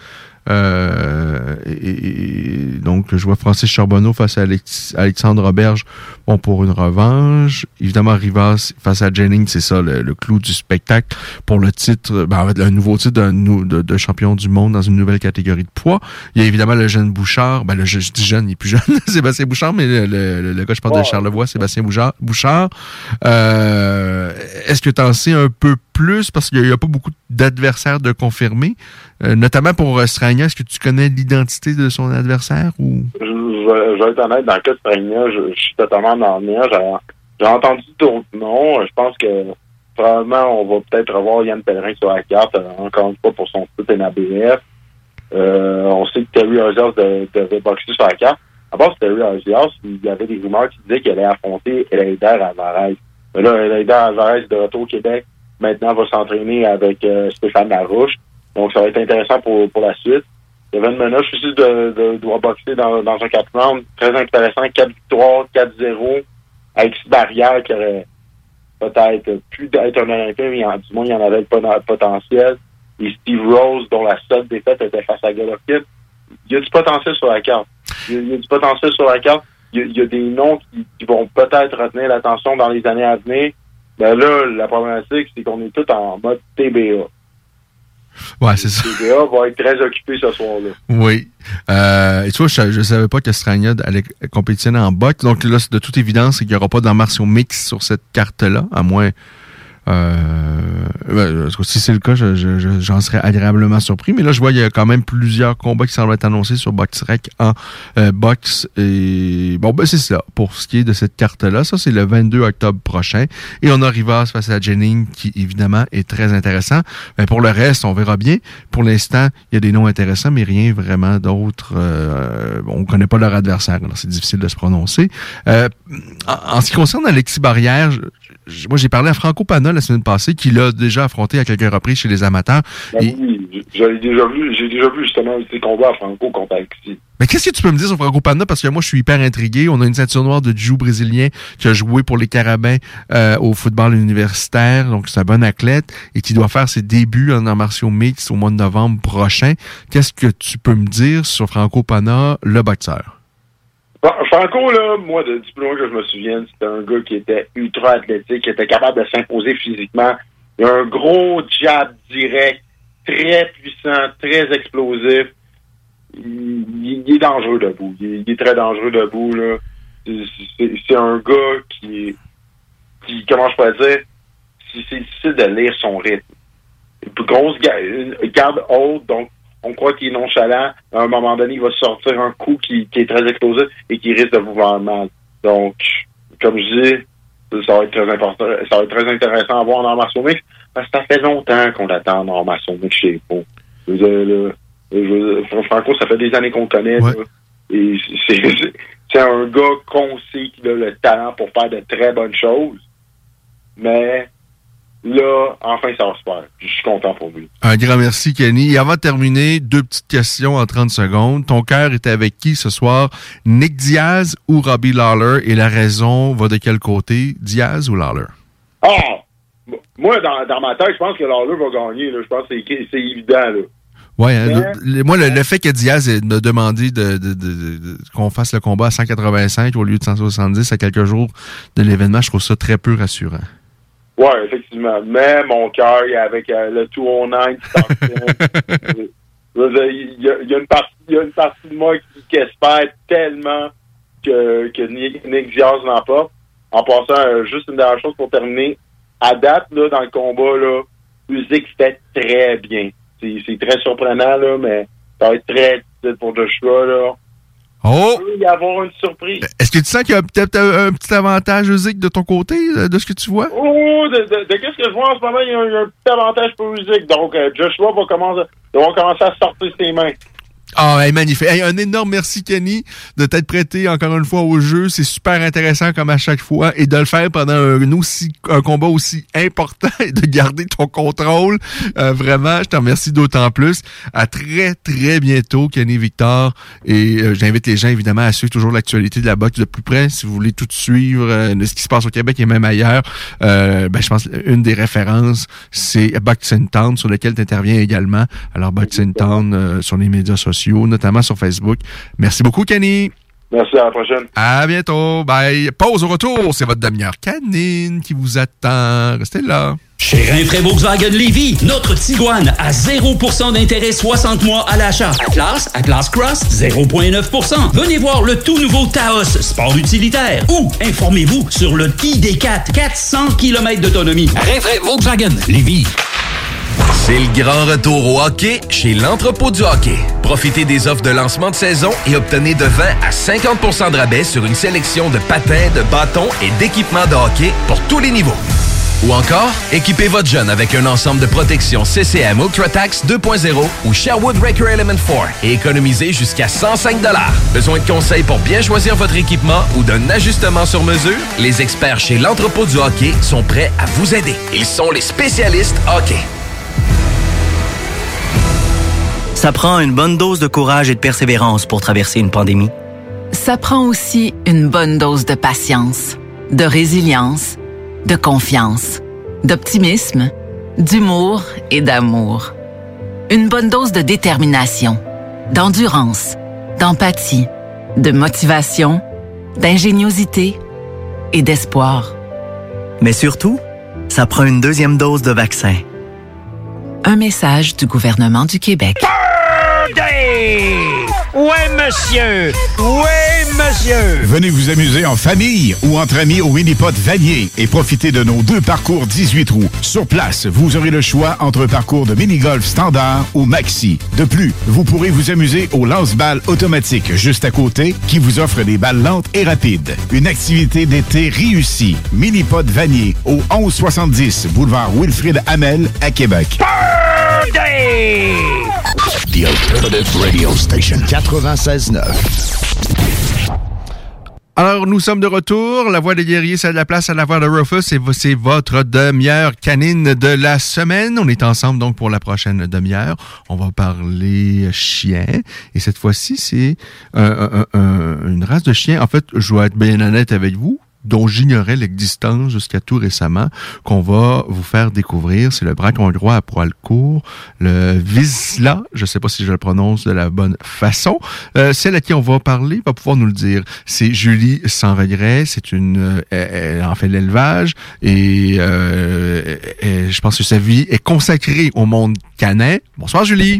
Et donc, je vois Francis Charbonneau face à Alexandre Auberge, bon, pour une revanche. Évidemment, Rivas face à Jennings, c'est ça le clou du spectacle pour le titre, un nouveau titre de champion du monde dans une nouvelle catégorie de poids. Il y a évidemment le jeune Bouchard, je dis jeune, il est plus jeune, Sébastien Bouchard, mais le gars, je pense, de Charlevoix, Sébastien Bouchard. Est-ce que tu en sais un peu plus, parce qu'il n'y a pas beaucoup d'adversaires de confirmer, notamment pour Strania? Est-ce que tu connais l'identité de son adversaire? Ou je vais être honnête, dans le cas de Strania, je suis totalement dans le mien. J'ai entendu d'autres noms. Je pense que probablement on va peut-être revoir Yann Pellerin sur la carte, encore une fois pour son titre NABF. On sait que Terry Ozias devait boxer sur la carte. À part Terry Ozias, il y avait des rumeurs qui disaient qu'elle allait affronter Eleider Alvarez. Mais là, Eleider Alvarez de retour au Québec maintenant va s'entraîner avec Stéphane Larouche. Donc, ça va être intéressant pour la suite. Kevin Menoche aussi doit boxer dans un 4 rounds. Très intéressant. 4 victoires, 4-0. Avec cette barrière qui aurait peut-être pu être un Olympien, mais du moins, il y en avait pas dans le potentiel. Et Steve Rose, dont la seule défaite était face à Golovkin. Il y a du potentiel sur la carte. Il y a du potentiel sur la carte. Il y a des noms qui vont peut-être retenir l'attention dans les années à venir. Ben là, la problématique, c'est qu'on est tous en mode TBA. Ouais, c'est ça. TBA va être très occupé ce soir-là. Oui. Et tu vois, je savais pas que Strania allait compétitionner en boxe. Donc là, de toute évidence, c'est qu'il n'y aura pas d'arts martiaux mix sur cette carte-là, à moins... si c'est le cas, j'en serais agréablement surpris. Mais là, je vois qu'il y a quand même plusieurs combats qui semblent être annoncés sur BoxRec en boxe. Et bon, c'est ça. Pour ce qui est de cette carte-là, ça, c'est le 22 octobre prochain. Et on a Rivas face à Jennings, qui, évidemment, est très intéressant. Mais pour le reste, on verra bien. Pour l'instant, il y a des noms intéressants, mais rien vraiment d'autre. On connaît pas leur adversaire. Alors, c'est difficile de se prononcer. En ce qui concerne Alexis Barrière, moi, j'ai parlé à Franco Pana la semaine passée, qui l'a déjà affronté à quelques reprises chez les amateurs. Oui, j'ai déjà vu justement ces combats à Franco contre Alexis. Mais qu'est-ce que tu peux me dire sur Franco Pana? Parce que moi, je suis hyper intrigué. On a une ceinture noire de jiu brésilien qui a joué pour les Carabins au football universitaire. Donc, c'est un bon athlète et qui doit faire ses débuts en arts martiaux mixtes au mois de novembre prochain. Qu'est-ce que tu peux me dire sur Franco Pana, le boxeur? Franco, là, moi, du plus loin que je me souvienne, c'était un gars qui était ultra athlétique, qui était capable de s'imposer physiquement. Il a un gros jab direct, très puissant, très explosif. Il est dangereux debout. Il est très dangereux debout, là. C'est un gars qui, comment je pourrais dire, c'est difficile de lire son rythme. Grosse garde haute, donc on croit qu'il est nonchalant. À un moment donné, il va sortir un coup qui est très explosif et qui risque de vous faire mal. Donc, comme je dis, ça va être très important. Ça va être très intéressant à voir en arts martiaux mixtes parce que ça fait longtemps qu'on attend en arts martiaux mixtes chez Pau. Franco, ça fait des années qu'on le connaît. Ouais. Là, et c'est un gars qu'on sait qui a le talent pour faire de très bonnes choses. Mais là, enfin, ça va se faire. Je suis content pour lui. Un grand merci, Kenny. Et avant de terminer, 2 petites questions en 30 secondes. Ton cœur était avec qui ce soir? Nick Diaz ou Robbie Lawler? Et la raison va de quel côté? Diaz ou Lawler? Moi, dans ma tête, je pense que Lawler va gagner. Là. Je pense que c'est évident. Là. Oui, moi, le fait que Diaz ait demandé qu'on fasse le combat à 185 au lieu de 170 à quelques jours de l'événement, je trouve ça très peu rassurant. Oui, effectivement. Mais mon cœur, avec le 209, il y a une partie de moi qui espère tellement que Nick Diaz l'emporte. En passant, juste une dernière chose pour terminer. À date, là, dans le combat, là, Usyk fait très bien. C'est très surprenant, là, mais ça va être très difficile pour Joshua, là. Oh! Il peut y avoir une surprise. Est-ce que tu sens qu'il y a peut-être un petit avantage, Usyk, de ton côté, de ce que tu vois? Oh, de qu'est-ce que je vois en ce moment, il y a un petit avantage pour Usyk. Donc, Joshua va commencer à sortir ses mains. Ah, hey, magnifique. Hey, un énorme merci, Kenny, de t'être prêté encore une fois au jeu. C'est super intéressant comme à chaque fois et de le faire pendant un combat aussi important et de garder ton contrôle. Vraiment, je te remercie d'autant plus. À très, très bientôt, Kenny Victor. Et j'invite les gens, évidemment, à suivre toujours l'actualité de la boxe de plus près. Si vous voulez tout suivre de ce qui se passe au Québec et même ailleurs, je pense une des références, c'est Boxing Town, sur lequel tu interviens également. Alors, Boxing Town sur les médias sociaux, notamment sur Facebook. Merci beaucoup, Kenny. Merci, à la prochaine. À bientôt. Bye. Pause au retour. C'est votre demi-heure canine qui vous attend. Restez là. Chez Rinfraie Volkswagen Lévy, notre Tiguan à 0% d'intérêt 60 mois à l'achat. Atlas Cross, 0,9%. Venez voir le tout nouveau Taos, sport utilitaire. Ou informez-vous sur le ID4, 400 km d'autonomie. Rinfraie Volkswagen Lévy. C'est le grand retour au hockey chez l'Entrepôt du hockey. Profitez des offres de lancement de saison et obtenez de 20 à 50% de rabais sur une sélection de patins, de bâtons et d'équipements de hockey pour tous les niveaux. Ou encore, équipez votre jeune avec un ensemble de protection CCM UltraTax 2.0 ou Sherwood Raker Element 4 et économisez jusqu'à 105 $. Besoin de conseils pour bien choisir votre équipement ou d'un ajustement sur mesure? Les experts chez l'Entrepôt du hockey sont prêts à vous aider. Ils sont les spécialistes hockey. Ça prend une bonne dose de courage et de persévérance pour traverser une pandémie. Ça prend aussi une bonne dose de patience, de résilience, de confiance, d'optimisme, d'humour et d'amour. Une bonne dose de détermination, d'endurance, d'empathie, de motivation, d'ingéniosité et d'espoir. Mais surtout, ça prend une deuxième dose de vaccin. Un message du gouvernement du Québec. Birthday! Ouais, monsieur! Ouais, monsieur! Venez vous amuser en famille ou entre amis au Minipod Vanier et profitez de nos 2 parcours 18 trous. Sur place, vous aurez le choix entre un parcours de mini-golf standard ou maxi. De plus, vous pourrez vous amuser au lance-balles automatique juste à côté qui vous offre des balles lentes et rapides. Une activité d'été réussie. Minipod Vanier au 1170 boulevard Wilfrid Hamel à Québec. Birthday! The Alternative Radio Station 96.9. Alors, nous sommes de retour. La Voix des guerriers, c'est de la place à la Voix de Rufus. C'est votre demi-heure canine de la semaine. On est ensemble donc pour la prochaine demi-heure. On va parler chien. Et cette fois-ci, c'est une race de chien. En fait, je dois être bien honnête avec vous, dont j'ignorais l'existence jusqu'à tout récemment, qu'on va vous faire découvrir. C'est le braque hongrois à poil court, le Vizsla, je ne sais pas si je le prononce de la bonne façon. Celle à qui on va parler va pouvoir nous le dire. C'est Julie Sans Regret, c'est elle en fait l'élevage et je pense que sa vie est consacrée au monde canin. Bonsoir Julie.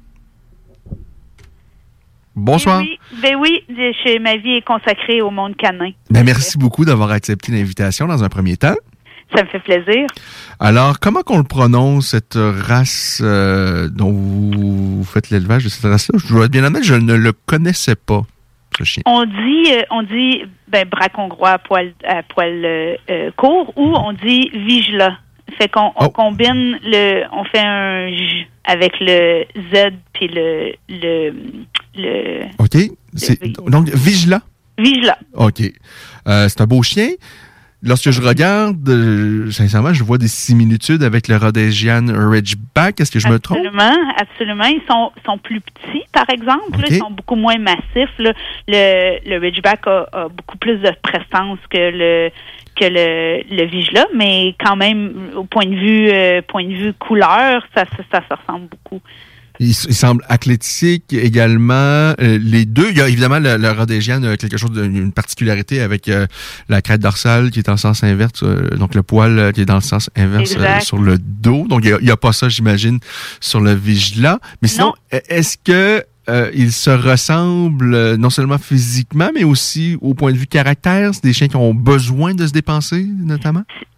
Bonsoir. Oui, ma vie est consacrée au monde canin. Ben, merci beaucoup d'avoir accepté l'invitation dans un premier temps. Ça me fait plaisir. Alors, comment qu'on le prononce, cette race dont vous faites l'élevage de cette race-là? Je dois être bien honnête, je ne le connaissais pas, ce chien. On dit braque hongrois à poil court ou on dit Vizsla. Fait qu'on combine on fait un J avec le Z puis le OK. Donc, Vizsla? Vizsla. OK. C'est un beau chien. Lorsque je regarde, sincèrement, je vois des similitudes avec le Rhodesian Ridgeback. Est-ce que je me trompe? Absolument. Ils sont plus petits, par exemple. Okay. Là, ils sont beaucoup moins massifs. Là. Le Ridgeback a beaucoup plus de prestance que le Vizsla, mais quand même, au point de vue couleur, ça se ressemble beaucoup. Il semble athlétique également. Les deux, il y a évidemment le Rhodesian a quelque chose d'une particularité avec la crête dorsale qui est en sens inverse, donc le poil qui est dans le sens inverse sur le dos. Donc il y a pas ça, j'imagine, sur le Vizsla. Mais sinon, est-ce que ils se ressemblent non seulement physiquement, mais aussi au point de vue caractère? C'est des chiens qui ont besoin de se dépenser, notamment?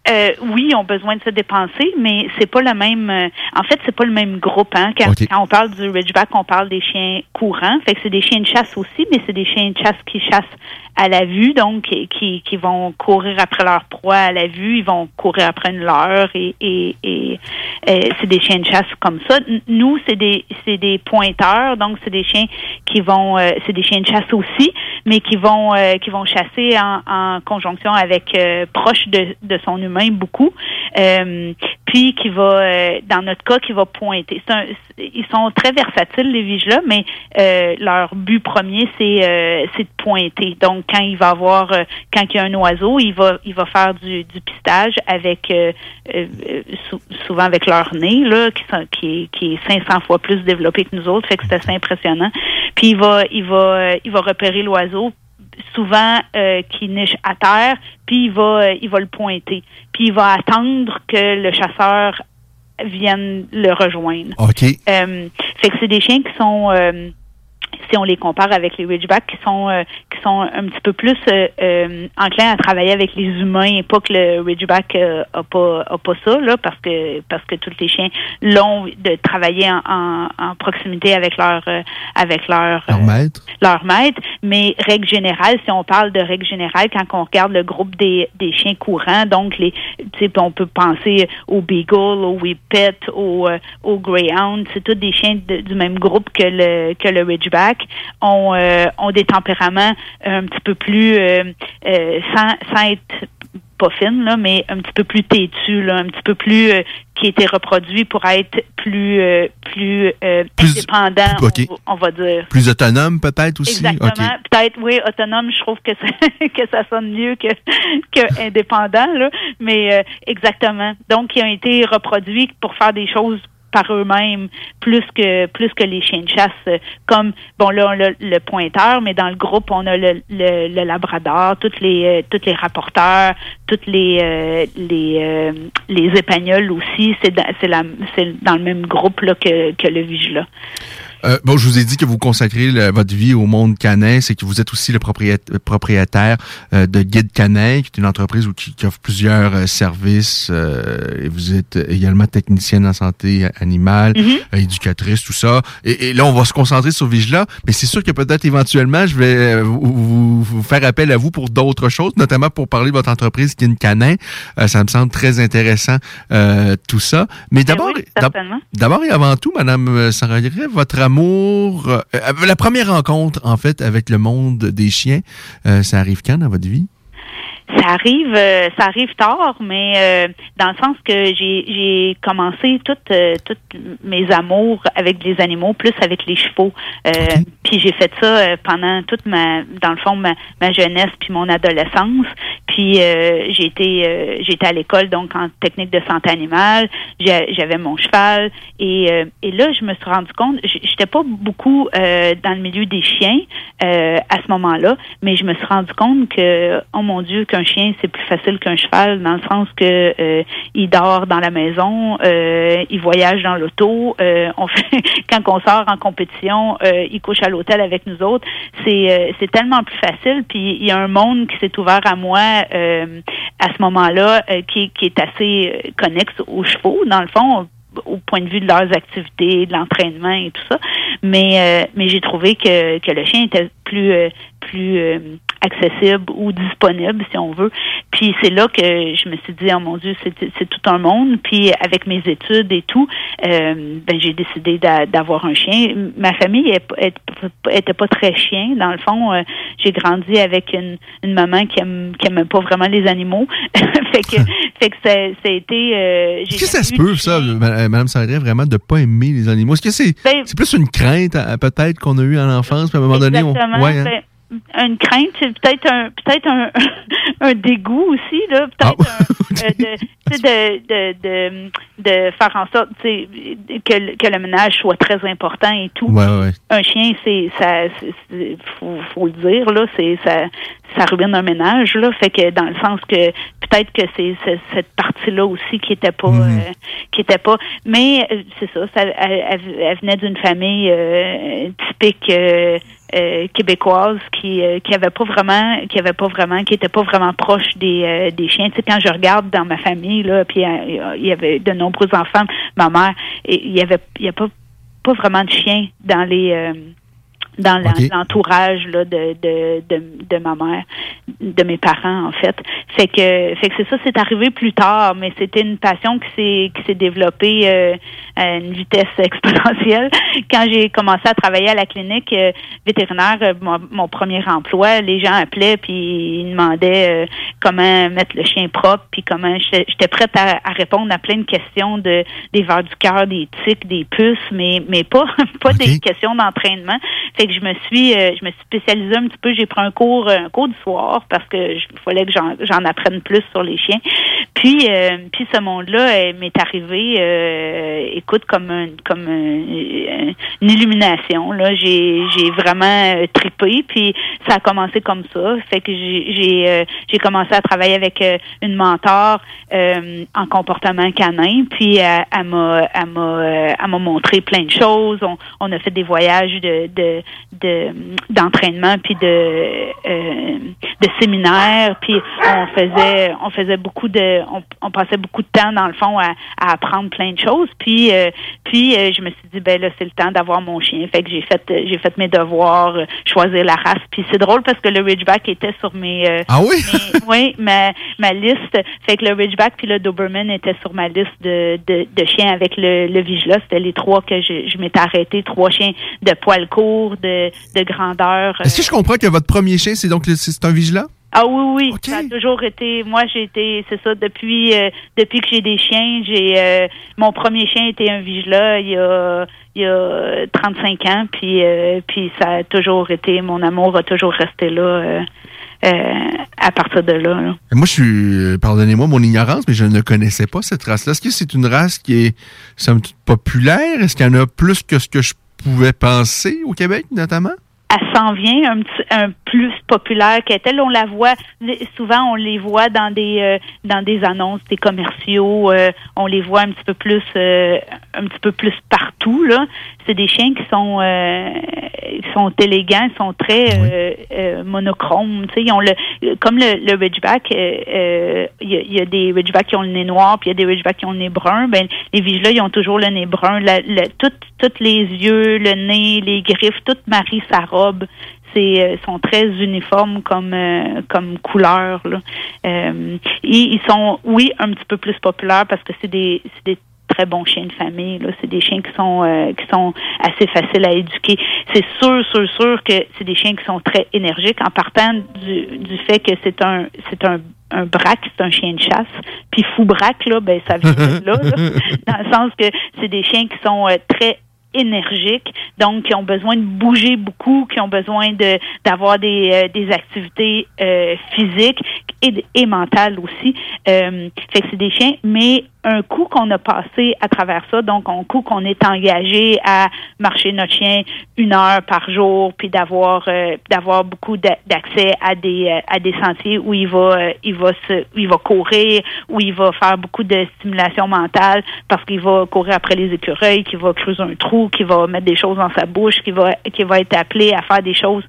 Oui, ils ont besoin de se dépenser, mais c'est pas le même. En fait, c'est pas le même groupe. Hein. Quand on parle du Ridgeback, on parle des chiens courants. Fait que c'est des chiens de chasse aussi, mais c'est des chiens de chasse qui chassent à la vue, donc qui vont courir après leur proie à la vue. Ils vont courir après une leurre et c'est des chiens de chasse comme ça. Nous, c'est des pointeurs, donc c'est des chiens qui vont, c'est des chiens de chasse aussi, mais qui vont chasser en conjonction avec proche de son humain beaucoup, puis qui va, dans notre cas, qui va pointer. Ils sont très versatiles, les vigilas, mais leur but premier, c'est de pointer. Donc, quand il y a un oiseau, il va faire du pistage avec souvent avec leur nez là, qui est 500 fois plus développé que nous autres, fait que c'est assez impressionnant. Puis il va repérer l'oiseau, souvent qui niche à terre, puis il va le pointer. Puis il va attendre que le chasseur vienne le rejoindre. OK. Fait que c'est des chiens qui sont si on les compare avec les Ridgeback, qui sont un petit peu plus enclins à travailler avec les humains, et pas que le Ridgeback a pas ça là, parce que tous les chiens l'ont de travailler en proximité avec leur maître. Mais règle générale, si on parle de règle générale, quand on regarde le groupe des chiens courants, donc on peut penser au Beagle, au Whippet, au Greyhound, c'est tous des chiens du même groupe que le Ridgeback. Ont des tempéraments un petit peu plus sans être pas fines là, mais un petit peu plus têtus là, un petit peu plus qui étaient reproduits pour être plus indépendants, on va dire. Plus autonome peut-être aussi. Exactement. Okay. Peut-être oui, autonome. Je trouve que ça sonne mieux que indépendant là, mais exactement. Donc ils ont été reproduits pour faire des choses par eux-mêmes plus que les chiens de chasse, comme là on a le pointeur, mais dans le groupe on a le labrador, tous les rapporteurs, toutes les épagnols aussi, c'est dans le même groupe là que le vigilant. Je vous ai dit que vous consacrez votre vie au monde canin, c'est que vous êtes aussi le propriétaire de Guide Canin, qui est une entreprise qui offre plusieurs services. Et vous êtes également technicienne en santé animale, éducatrice, tout ça. Et là, on va se concentrer sur Vigila, mais c'est sûr que peut-être éventuellement, je vais vous faire appel à vous pour d'autres choses, notamment pour parler de votre entreprise Guide Canin. Ça me semble très intéressant, tout ça. Mais d'abord et avant tout, Madame Sarah-Gray, votre amour, la première rencontre, en fait, avec le monde des chiens, ça arrive quand dans votre vie? Ça arrive tard, mais dans le sens que j'ai commencé toutes mes amours avec les animaux, plus avec les chevaux. Puis j'ai fait ça pendant toute ma jeunesse puis mon adolescence. Puis j'étais à l'école donc en technique de santé animale. J'avais mon cheval et là je me suis rendu compte, j'étais pas beaucoup dans le milieu des chiens à ce moment-là, mais je me suis rendu compte que oh mon Dieu, qu'un chien c'est plus facile qu'un cheval dans le sens que il dort dans la maison, il voyage dans l'auto, quand on sort en compétition, il couche à l'hôtel avec nous autres. C'est tellement plus facile. Puis il y a un monde qui s'est ouvert à moi à ce moment-là qui est assez connexe aux chevaux dans le fond, au point de vue de leurs activités, de l'entraînement et tout ça. Mais j'ai trouvé que le chien était plus accessible ou disponible, si on veut. Puis c'est là que je me suis dit, oh mon Dieu, c'est tout un monde. Puis avec mes études et tout, j'ai décidé d'avoir un chien. Ma famille était pas très chien. Dans le fond, j'ai grandi avec une maman qui aime pas vraiment les animaux. fait que ça a été... Est-ce que ça se peut, ça, Mme Sarah-Gray, vraiment de pas aimer les animaux? Est-ce que c'est plus une crainte, peut-être, qu'on a eue à l'enfance, puis à un moment donné... Une crainte, c'est peut-être un dégoût aussi là, peut-être de faire en sorte que le ménage soit très important et tout. Ouais. Un chien, faut le dire là, ça ruine un ménage là, fait que dans le sens que peut-être que c'est cette partie-là aussi qui était pas mais c'est ça, elle venait d'une famille typique québécoises qui étaient pas vraiment proches des chiens. Tu sais, quand je regarde dans ma famille là, puis il y avait de nombreux enfants, ma mère, il y a pas vraiment de chiens dans l'entourage là de ma mère, de mes parents en fait. Fait que c'est ça, c'est arrivé plus tard, mais c'était une passion qui s'est développée à une vitesse exponentielle. Quand j'ai commencé à travailler à la clinique vétérinaire, mon premier emploi, les gens appelaient puis ils demandaient comment mettre le chien propre, puis comment j'étais prête à répondre à plein de questions des vers du cœur, des tiques, des puces, mais pas des questions d'entraînement. Fait que je me suis spécialisée un petit peu. J'ai pris un cours du soir parce que fallait que j'en apprenne plus sur les chiens. Puis ce monde-là m'est arrivé, écoute, comme une illumination. Là, j'ai vraiment trippé. Puis ça a commencé comme ça. Fait que j'ai commencé à travailler avec une mentor en comportement canin. Puis elle m'a montré plein de choses. On a fait des voyages d'entraînement puis de séminaires, puis on faisait beaucoup on passait beaucoup de temps dans le fond à apprendre plein de choses, puis je me suis dit ben là c'est le temps d'avoir mon chien. Fait que j'ai fait mes devoirs, choisir la race, puis c'est drôle parce que le Ridgeback était sur ma liste. Fait que le Ridgeback puis le Doberman étaient sur ma liste de chiens avec le Vizsla. C'était les trois que je m'étais arrêtée, 3 chiens de poil court, de grandeur. Est-ce que je comprends que votre premier chien, c'est un Vizsla? Ah oui, okay. Ça a toujours été. Moi, c'est ça, depuis que j'ai des chiens, mon premier chien était un Vizsla il y a 35 ans, puis ça a toujours été, mon amour a toujours resté là. À partir de là. Moi, pardonnez-moi mon ignorance, mais je ne connaissais pas cette race-là. Est-ce que c'est une race qui est, somme toute, populaire? Est-ce qu'il y en a plus que ce que je pouvais penser au Québec, notamment? Elle s'en vient un plus populaire qu'elle-t-elle. On la voit souvent, on les voit dans des annonces, des commerciaux. On les voit un petit peu plus partout là. C'est des chiens qui sont élégants, ils sont très monochromes. Tu sais, comme le Ridgeback. Il y a des Ridgebacks qui ont le nez noir, puis il y a des Ridgebacks qui ont le nez brun. Ben les Vizsla, ils ont toujours le nez brun. Toutes les yeux, le nez, les griffes, tout marie sa robe. Sont très uniformes comme couleur là. Et ils sont un petit peu plus populaires parce que c'est des très bons chiens de famille là. C'est des chiens qui sont assez faciles à éduquer. C'est sûr que c'est des chiens qui sont très énergiques en partant du fait que c'est un braque, c'est un chien de chasse. Puis fou braque là, ben ça vient de là, dans le sens que c'est des chiens qui sont très énergiques, donc qui ont besoin de bouger beaucoup, qui ont besoin d'avoir des activités physiques et mentales aussi. Fait que c'est des chiens, mais un coup qu'on a passé à travers ça, donc un coup qu'on est engagé à marcher notre chien 1 heure par jour, puis d'avoir beaucoup d'accès à des sentiers où il va courir, où il va faire beaucoup de stimulation mentale parce qu'il va courir après les écureuils, qu'il va creuser un trou, qu'il va mettre des choses dans sa bouche, qu'il va être appelé à faire des choses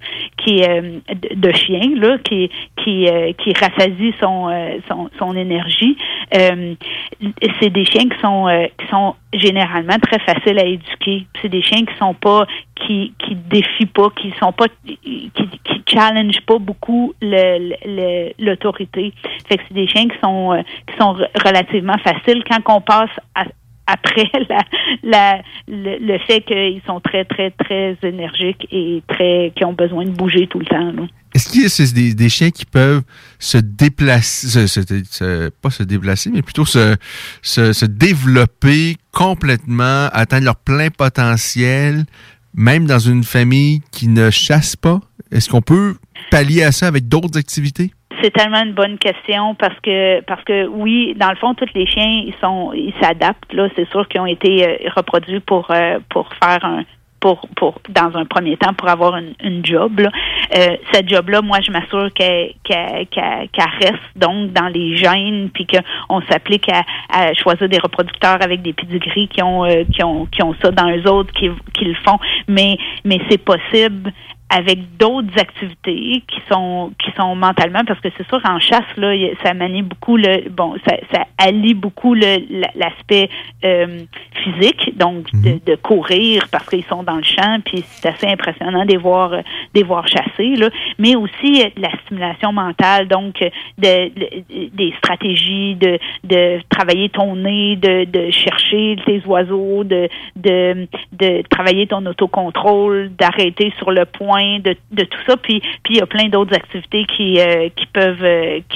de chien là, qui rassasie son énergie. C'est des chiens qui sont généralement très faciles à éduquer. C'est des chiens qui défient pas, qui challenge pas beaucoup l'autorité. Fait que c'est des chiens qui sont relativement faciles quand on passe après le fait qu'ils sont très, très, très énergiques et qui ont besoin de bouger tout le temps, là. Est-ce qu'il y a des chiens qui peuvent se déplacer, pas se déplacer, mais plutôt se développer complètement, atteindre leur plein potentiel, même dans une famille qui ne chasse pas? Est-ce qu'on peut pallier à ça avec d'autres activités? C'est tellement une bonne question parce que oui, dans le fond, tous les chiens, ils s'adaptent, là. C'est sûr qu'ils ont été reproduits pour faire dans un premier temps, pour avoir une job, là. Cette job-là, moi, je m'assure qu'elle reste donc dans les gènes, puis qu'on s'applique à choisir des reproducteurs avec des pédigris qui ont ça dans eux autres, qui le font. Mais c'est possible avec d'autres activités qui sont mentalement, parce que c'est sûr en chasse là, ça manie beaucoup ça allie beaucoup l'aspect physique, donc de courir parce qu'ils sont dans le champ, puis c'est assez impressionnant de les voir chasser là, mais aussi la stimulation mentale, donc des stratégies de travailler ton nez, de chercher tes oiseaux, de travailler ton autocontrôle, d'arrêter sur le point de tout ça, puis il y a plein d'autres activités qui peuvent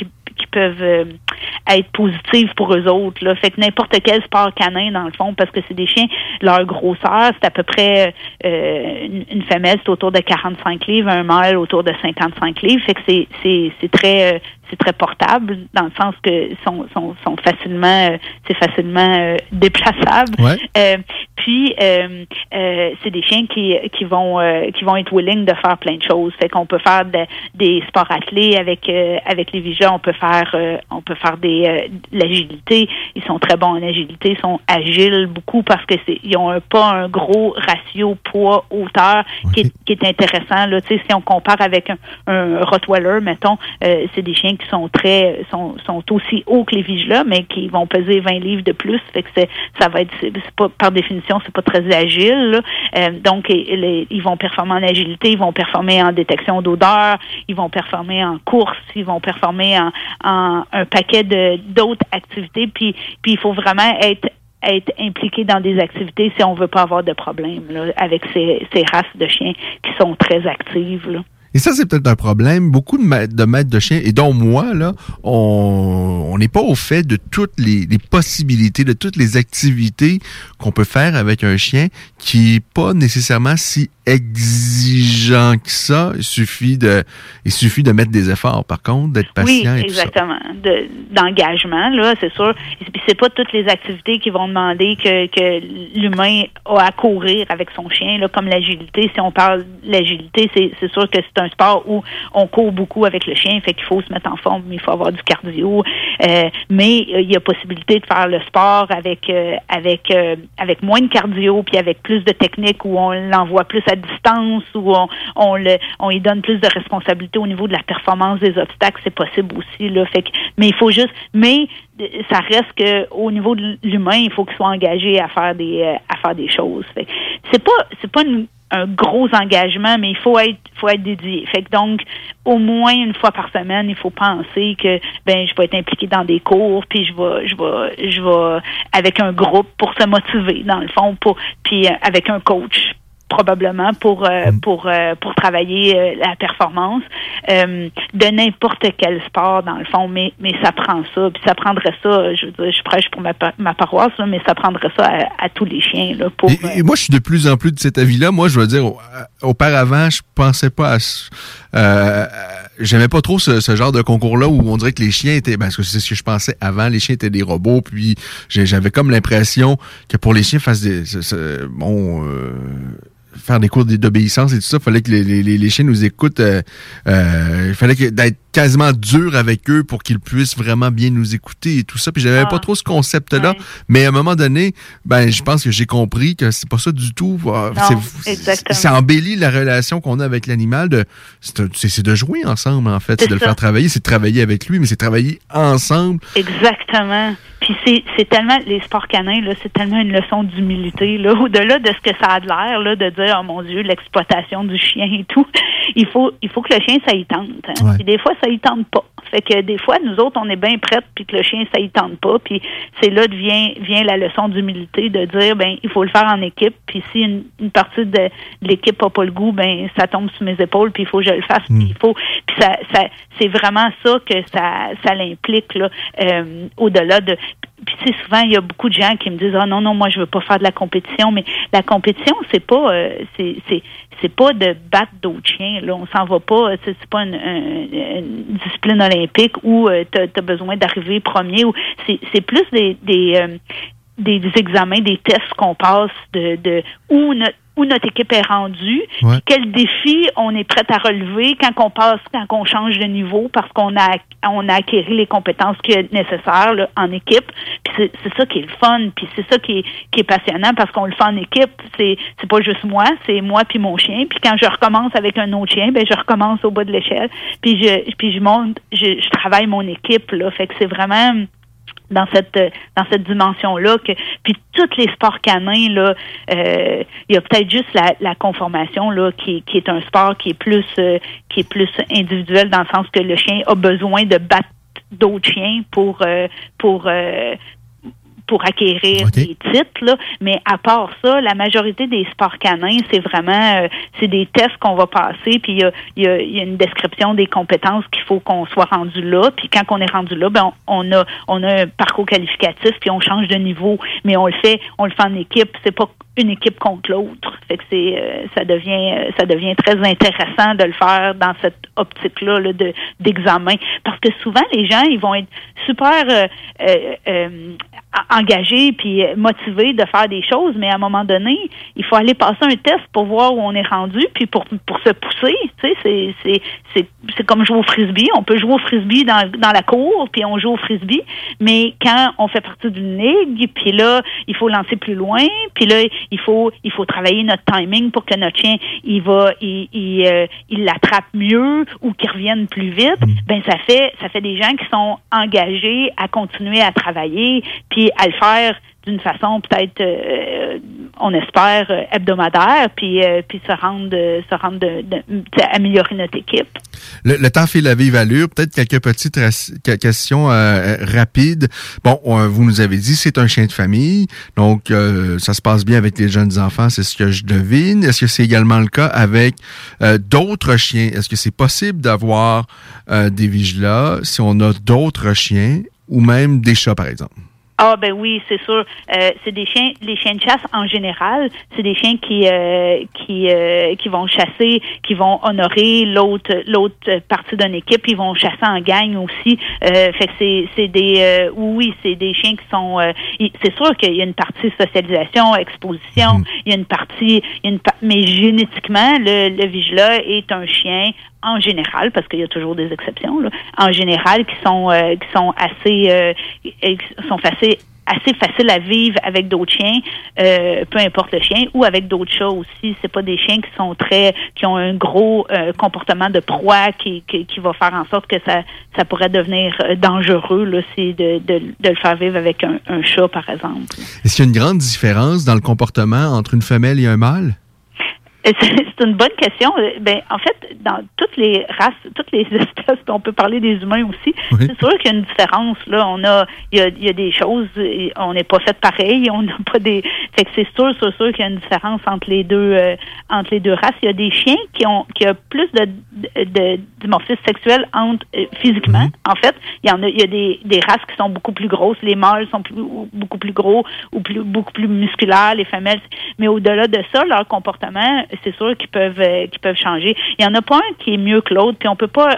être positives pour eux autres là. Fait que n'importe quel sport canin dans le fond, parce que c'est des chiens, leur grosseur c'est à peu près une femelle c'est autour de 45 livres, un mâle autour de 55 livres, fait que c'est très portable dans le sens que sont facilement déplaçables. Ouais. Puis c'est des chiens qui vont être willing de faire plein de choses. Fait qu'on peut faire des sports athlés avec les Vija, on peut faire l'agilité. Ils sont très bons en agilité, ils sont agiles beaucoup parce que ils ont pas un gros ratio poids-hauteur qui est intéressant là. Tu sais, si on compare avec un Rottweiler, mettons, c'est des chiens qui sont aussi hauts que les Vija, mais qui vont peser 20 livres de plus. Fait que ça va être, c'est pas, par définition, c'est pas très agile, là. Donc, ils vont performer en agilité, ils vont performer en détection d'odeur, ils vont performer en course, ils vont performer en un paquet d'autres activités. Puis il faut vraiment être impliqué dans des activités si on veut pas avoir de problème là, avec ces races de chiens qui sont très actives, là. Et ça, c'est peut-être un problème. Beaucoup de maîtres de chiens, et dont moi, là, on n'est pas au fait de toutes les possibilités, de toutes les activités qu'on peut faire avec un chien qui est pas nécessairement si exigeant que ça. Il suffit de mettre des efforts, par contre, d'être patient. Oui, et exactement. D'engagement, là, c'est sûr. Puis c'est pas toutes les activités qui vont demander que l'humain a à courir avec son chien, là, comme l'agilité. Si on parle de l'agilité, c'est sûr que c'est un sport où on court beaucoup avec le chien, fait qu'il faut se mettre en forme, il faut avoir du cardio. Mais il y a possibilité de faire le sport avec moins de cardio, puis avec plus de technique, où on l'envoie plus à distance, où on lui donne plus de responsabilité au niveau de la performance des obstacles, c'est possible aussi là. Fait que, mais il faut juste, ça reste que au niveau de l'humain, il faut qu'il soit engagé à faire des choses. Fait que c'est pas un gros engagement, mais il faut être dédié. Fait que donc, au moins une fois par semaine, il faut penser que je vais être impliqué dans des cours, puis je vais avec un groupe pour se motiver dans le fond, puis avec un coach probablement pour travailler la performance de n'importe quel sport dans le fond, mais ça prend ça, puis ça prendrait ça, je veux dire, je prêche pour ma paroisse là, mais ça prendrait ça à tous les chiens là pour et moi je suis de plus en plus de cet avis-là. Moi je veux dire, auparavant je pensais pas j'aimais pas trop ce genre de concours-là où on dirait que les chiens étaient, parce que c'est ce que je pensais avant, les chiens étaient des robots, puis j'avais comme l'impression que pour les chiens faire des cours d'obéissance et tout ça, fallait que les chiens nous écoutent. Il fallait d'être quasiment dur avec eux pour qu'ils puissent vraiment bien nous écouter et tout ça. Puis j'avais pas trop ce concept-là, mais à un moment donné, je pense que j'ai compris que c'est pas ça du tout. Ça embellit la relation qu'on a avec l'animal. C'est de jouer ensemble, en fait. C'est de le faire travailler. C'est de travailler avec lui, mais c'est de travailler ensemble. Exactement. Puis c'est tellement, les sports canins, là, c'est tellement une leçon d'humilité, là, au-delà de ce que ça a de l'air, là, de dire, oh mon Dieu, l'exploitation du chien et tout. Il faut que le chien, ça y tente. Hein. Ouais. Puis des fois, ça y tente pas. Fait que des fois, nous autres, on est bien prêtes, puis que le chien, ça y tente pas. Puis c'est là vient la leçon d'humilité, de dire, il faut le faire en équipe. Puis si une partie de l'équipe n'a pas le goût, ça tombe sur mes épaules, puis il faut que je le fasse. Puis ça c'est vraiment ça que ça l'implique, là, au-delà de... Puis tu sais, souvent, il y a beaucoup de gens qui me disent « Ah non, moi, je veux pas faire de la compétition. » Mais la compétition, c'est pas c'est pas de battre d'autres chiens. Là, on s'en va pas. C'est pas une discipline olympique où t'as besoin d'arriver premier. C'est plus des examens, des tests qu'on passe où où notre équipe est rendue, quel défi on est prêt à relever quand on change de niveau parce qu'on a acquéri les compétences nécessaires là, en équipe. Puis c'est ça qui est le fun, puis c'est ça qui est passionnant parce qu'on le fait en équipe. C'est pas juste moi, c'est moi puis mon chien. Puis quand je recommence avec un autre chien, ben je recommence au bas de l'échelle. Puis je monte, je travaille mon équipe là. Fait que c'est vraiment dans cette dimension-là puis tous les sports canins là, il y a peut-être juste la conformation là qui est un sport qui est plus individuel dans le sens que le chien a besoin de battre d'autres chiens pour acquérir des titres, là. Mais à part ça, la majorité des sports canins, c'est vraiment c'est des tests qu'on va passer, puis il y a une description des compétences qu'il faut qu'on soit rendu là, puis quand on est rendu là, ben on a un parcours qualificatif, puis on change de niveau, mais on le fait en équipe, c'est pas une équipe contre l'autre. Fait que ça devient très intéressant de le faire dans cette optique-là là, d'examen. Parce que souvent, les gens, ils vont être super engagés puis motivés de faire des choses, mais à un moment donné, il faut aller passer un test pour voir où on est rendu, puis pour se pousser. Tu sais, c'est comme jouer au frisbee. On peut jouer au frisbee dans la cour, puis on joue au frisbee, mais quand on fait partie d'une ligue, puis là, il faut lancer plus loin, puis là, il faut travailler notre timing pour que notre chien il l'attrape mieux ou qu'il revienne plus vite. Ben ça fait des gens qui sont engagés à continuer à travailler puis à le faire d'une façon peut-être on espère hebdomadaire puis se rendre améliorer notre équipe. Le temps fait la vive allure. Peut-être quelques petites questions rapides. Bon, vous nous avez dit c'est un chien de famille, donc ça se passe bien avec les jeunes enfants, c'est ce que je devine. Est-ce que c'est également le cas avec d'autres chiens? Est-ce que c'est possible d'avoir des vigilas si on a d'autres chiens ou même des chats, par exemple? Ah ben oui, c'est sûr. C'est les chiens de chasse en général, c'est des chiens qui vont chasser, qui vont honorer l'autre partie d'une équipe, ils vont chasser en gang aussi. Fait que c'est des chiens qui sont c'est sûr qu'il y a une partie socialisation, exposition, il y a une partie mais génétiquement le Vigila est un chien en général, parce qu'il y a toujours des exceptions, là, en général, qui sont assez faciles à vivre avec d'autres chiens, peu importe le chien, ou avec d'autres chats aussi. C'est pas des chiens qui ont un gros comportement de proie qui va faire en sorte que ça pourrait devenir dangereux là, c'est de le faire vivre avec un chat, par exemple. Est-ce qu'il y a une grande différence dans le comportement entre une femelle et un mâle? C'est une bonne question. Ben, en fait, dans toutes les races, toutes les espèces, on peut parler des humains aussi, c'est sûr qu'il y a une différence. Là, il y a des choses, on n'est pas fait pareil, on n'a pas des. Fait que c'est sûr qu'il y a une différence entre les deux races. Il y a des chiens qui ont plus de dimorphisme sexuel physiquement. En fait, il y a des races qui sont beaucoup plus grosses. Les mâles sont beaucoup plus gros ou beaucoup plus musculaires, les femelles. Mais au-delà de ça, leur comportement, c'est sûr qu'ils peuvent changer. Il y en a pas un qui est mieux que l'autre, puis on peut pas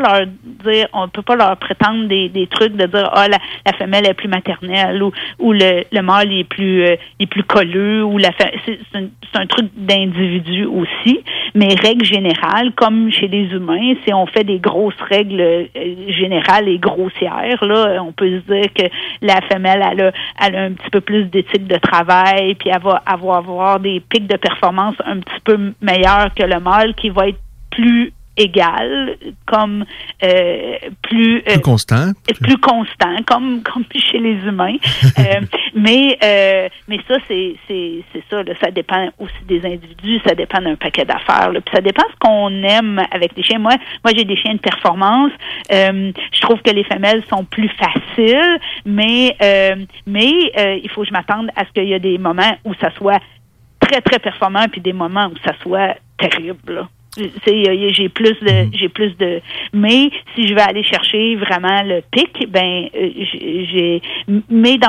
leur prétendre des trucs de dire la femelle est plus maternelle ou le mâle est plus colleux ou c'est un truc d'individu aussi. Mais règle générale, comme chez les humains, si on fait des grosses règles générales et grossières, là, on peut se dire que la femelle elle a un petit peu plus d'éthique de travail, puis elle va avoir des pics de performance un petit peu meilleurs que le mâle, qui va être plus égal, comme plus constant, comme chez les humains. Mais ça c'est ça là, ça dépend aussi des individus, ça dépend d'un paquet d'affaires là. Puis ça dépend ce qu'on aime avec les chiens. Moi j'ai des chiens de performance. Je trouve que les femelles sont plus faciles, mais il faut que je m'attende à ce qu'il y a des moments où ça soit très très performant, puis des moments où ça soit terrible là. J'ai plus de mais si je vais aller chercher vraiment le pic, ben mais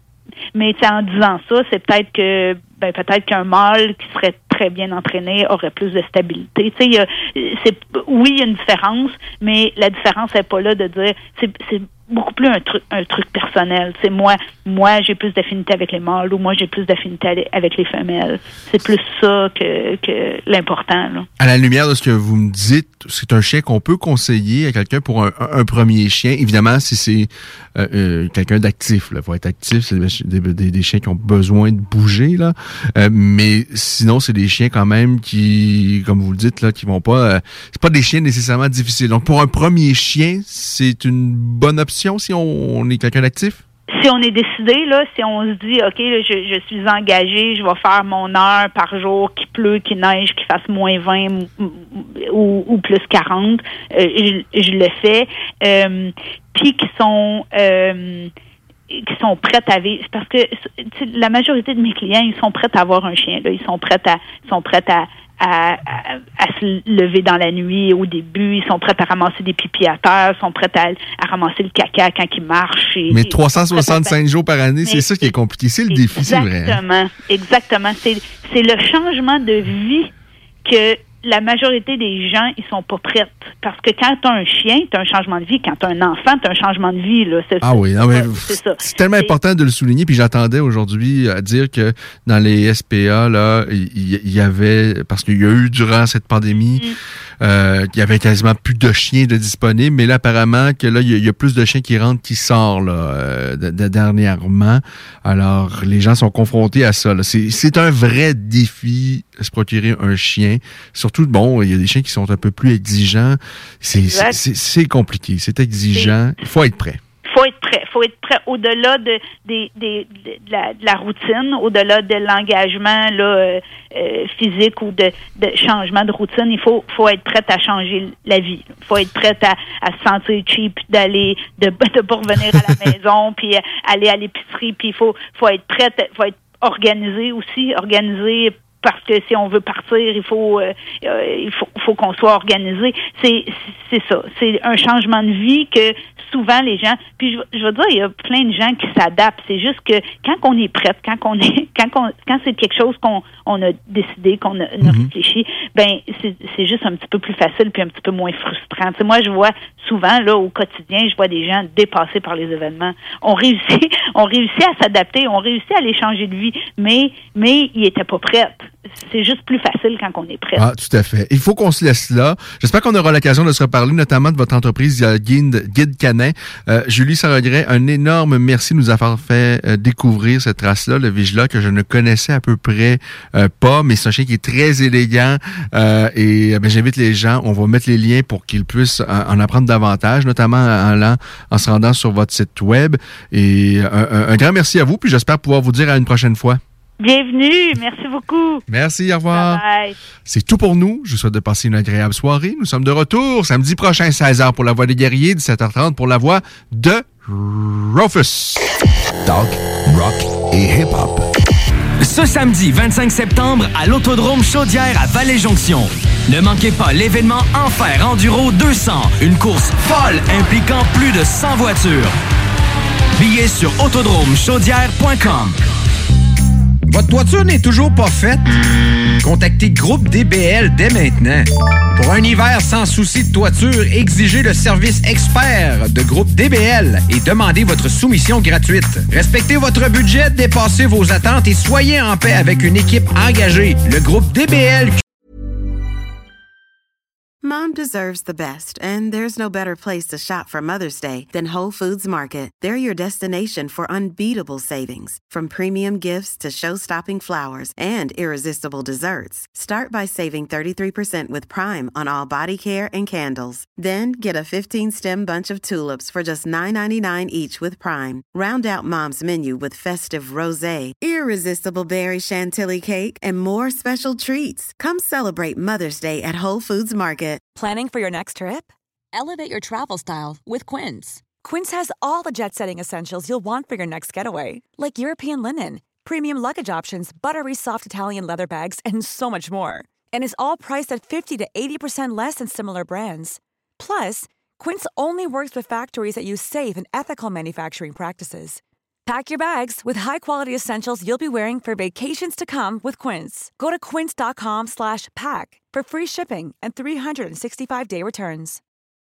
en disant ça, c'est peut-être qu'un mâle qui serait très bien entraîné aurait plus de stabilité. Il y a une différence, mais la différence n'est pas là de dire c'est beaucoup plus un truc personnel. C'est moi j'ai plus d'affinité avec les mâles ou moi j'ai plus d'affinité avec les femelles. C'est plus ça que l'important, là. À la lumière de ce que vous me dites, c'est un chien qu'on peut conseiller à quelqu'un pour un premier chien. Évidemment, si c'est quelqu'un d'actif, là, faut être actif. C'est des chiens qui ont besoin de bouger, là. Mais sinon, c'est des chiens quand même qui, comme vous le dites, là, qui vont pas. C'est pas des chiens nécessairement difficiles. Donc, pour un premier chien, c'est une bonne option si on est quelqu'un d'actif? Si on est décidé, là, si on se dit, OK, là, je suis engagé, je vais faire mon heure par jour, qu'il pleut, qu'il neige, qu'il fasse moins 20 ou plus 40, je le fais. Puis qui sont prêtes à vivre. Parce que la majorité de mes clients, ils sont prêts à avoir un chien, là. Ils sont prêts à se lever dans la nuit au début, ils sont prêts à ramasser des pipis à terre, ils sont prêts à ramasser le caca quand ils marchent. Mais 365 jours par année, c'est ça qui est compliqué. C'est le défi, c'est vrai. Exactement. C'est le changement de vie que la majorité des gens, ils sont pas prêts. Parce que quand tu as un chien, tu as un changement de vie. Quand tu as un enfant, tu as un changement de vie. Là. C'est ça. C'est tellement important de le souligner. Puis j'attendais aujourd'hui à dire que dans les SPA, là, il y avait, parce qu'il y a eu durant cette pandémie, il y avait quasiment plus de chiens de disponibles. Mais là, apparemment, que là, il y a plus de chiens qui rentrent qui sortent là, dernièrement. Alors, les gens sont confrontés à ça. Là. C'est un vrai défi de se procurer un chien. Surtout, bon, il y a des chiens qui sont un peu plus exigeants. C'est compliqué, c'est exigeant. Il faut être prêt. Faut être prêt au-delà de la routine, au-delà de l'engagement là, physique ou de changement de routine. Il faut être prêt à changer la vie. Il faut être prêt à se sentir cheap, de pas revenir à la maison, puis aller à l'épicerie. Puis il faut être prêt, faut être organisé aussi, parce que si on veut partir, il faut qu'on soit organisé. C'est ça. C'est un changement de vie que souvent les gens. Puis je veux dire, il y a plein de gens qui s'adaptent. C'est juste que quand on est prête, quand c'est quelque chose qu'on a décidé, qu'on a réfléchi, ben c'est juste un petit peu plus facile puis un petit peu moins frustrant. T'sais, moi, je vois souvent là au quotidien, je vois des gens dépassés par les événements. On réussit à s'adapter, on réussit à les changer de vie, mais ils étaient pas prêts. C'est juste plus facile quand on est prêt. Ah, tout à fait. Il faut qu'on se laisse là. J'espère qu'on aura l'occasion de se reparler, notamment de votre entreprise Guide Canin. Julie Sarregret, un énorme merci de nous avoir fait découvrir cette race-là, le Vigila, que je ne connaissais à peu près pas, mais c'est un chien qui est très élégant. Et j'invite les gens, on va mettre les liens pour qu'ils puissent en apprendre davantage, notamment en se rendant sur votre site web. Et un grand merci à vous, puis j'espère pouvoir vous dire à une prochaine fois. Bienvenue, merci beaucoup. Merci, au revoir. Bye bye. C'est tout pour nous. Je vous souhaite de passer une agréable soirée. Nous sommes de retour samedi prochain, 16h pour la Voix des guerriers, 17h30 pour la Voix de Rufus. Talk, rock et hip-hop. Ce samedi 25 septembre à l'Autodrome Chaudière à Vallée-Jonction. Ne manquez pas l'événement Enfer Enduro 200, une course folle impliquant plus de 100 voitures. Billets sur autodromechaudière.com. Votre toiture n'est toujours pas faite? Contactez Groupe DBL dès maintenant. Pour un hiver sans souci de toiture, exigez le service expert de Groupe DBL et demandez votre soumission gratuite. Respectez votre budget, dépassez vos attentes et soyez en paix avec une équipe engagée. Le Groupe DBL... Mom deserves the best, and there's no better place to shop for Mother's Day than Whole Foods Market. They're your destination for unbeatable savings, from premium gifts to show-stopping flowers and irresistible desserts. Start by saving 33% with Prime on all body care and candles. Then get a 15-stem bunch of tulips for just $9.99 each with Prime. Round out Mom's menu with festive rosé, irresistible berry chantilly cake, and more special treats. Come celebrate Mother's Day at Whole Foods Market. Planning for your next trip? Elevate your travel style with Quince. Quince has all the jet-setting essentials you'll want for your next getaway, like European linen, premium luggage options, buttery soft Italian leather bags, and so much more. And is all priced at 50 to 80% less than similar brands. Plus, Quince only works with factories that use safe and ethical manufacturing practices. Pack your bags with high-quality essentials you'll be wearing for vacations to come with Quince. Go to quince.com/pack for free shipping and 365-day returns.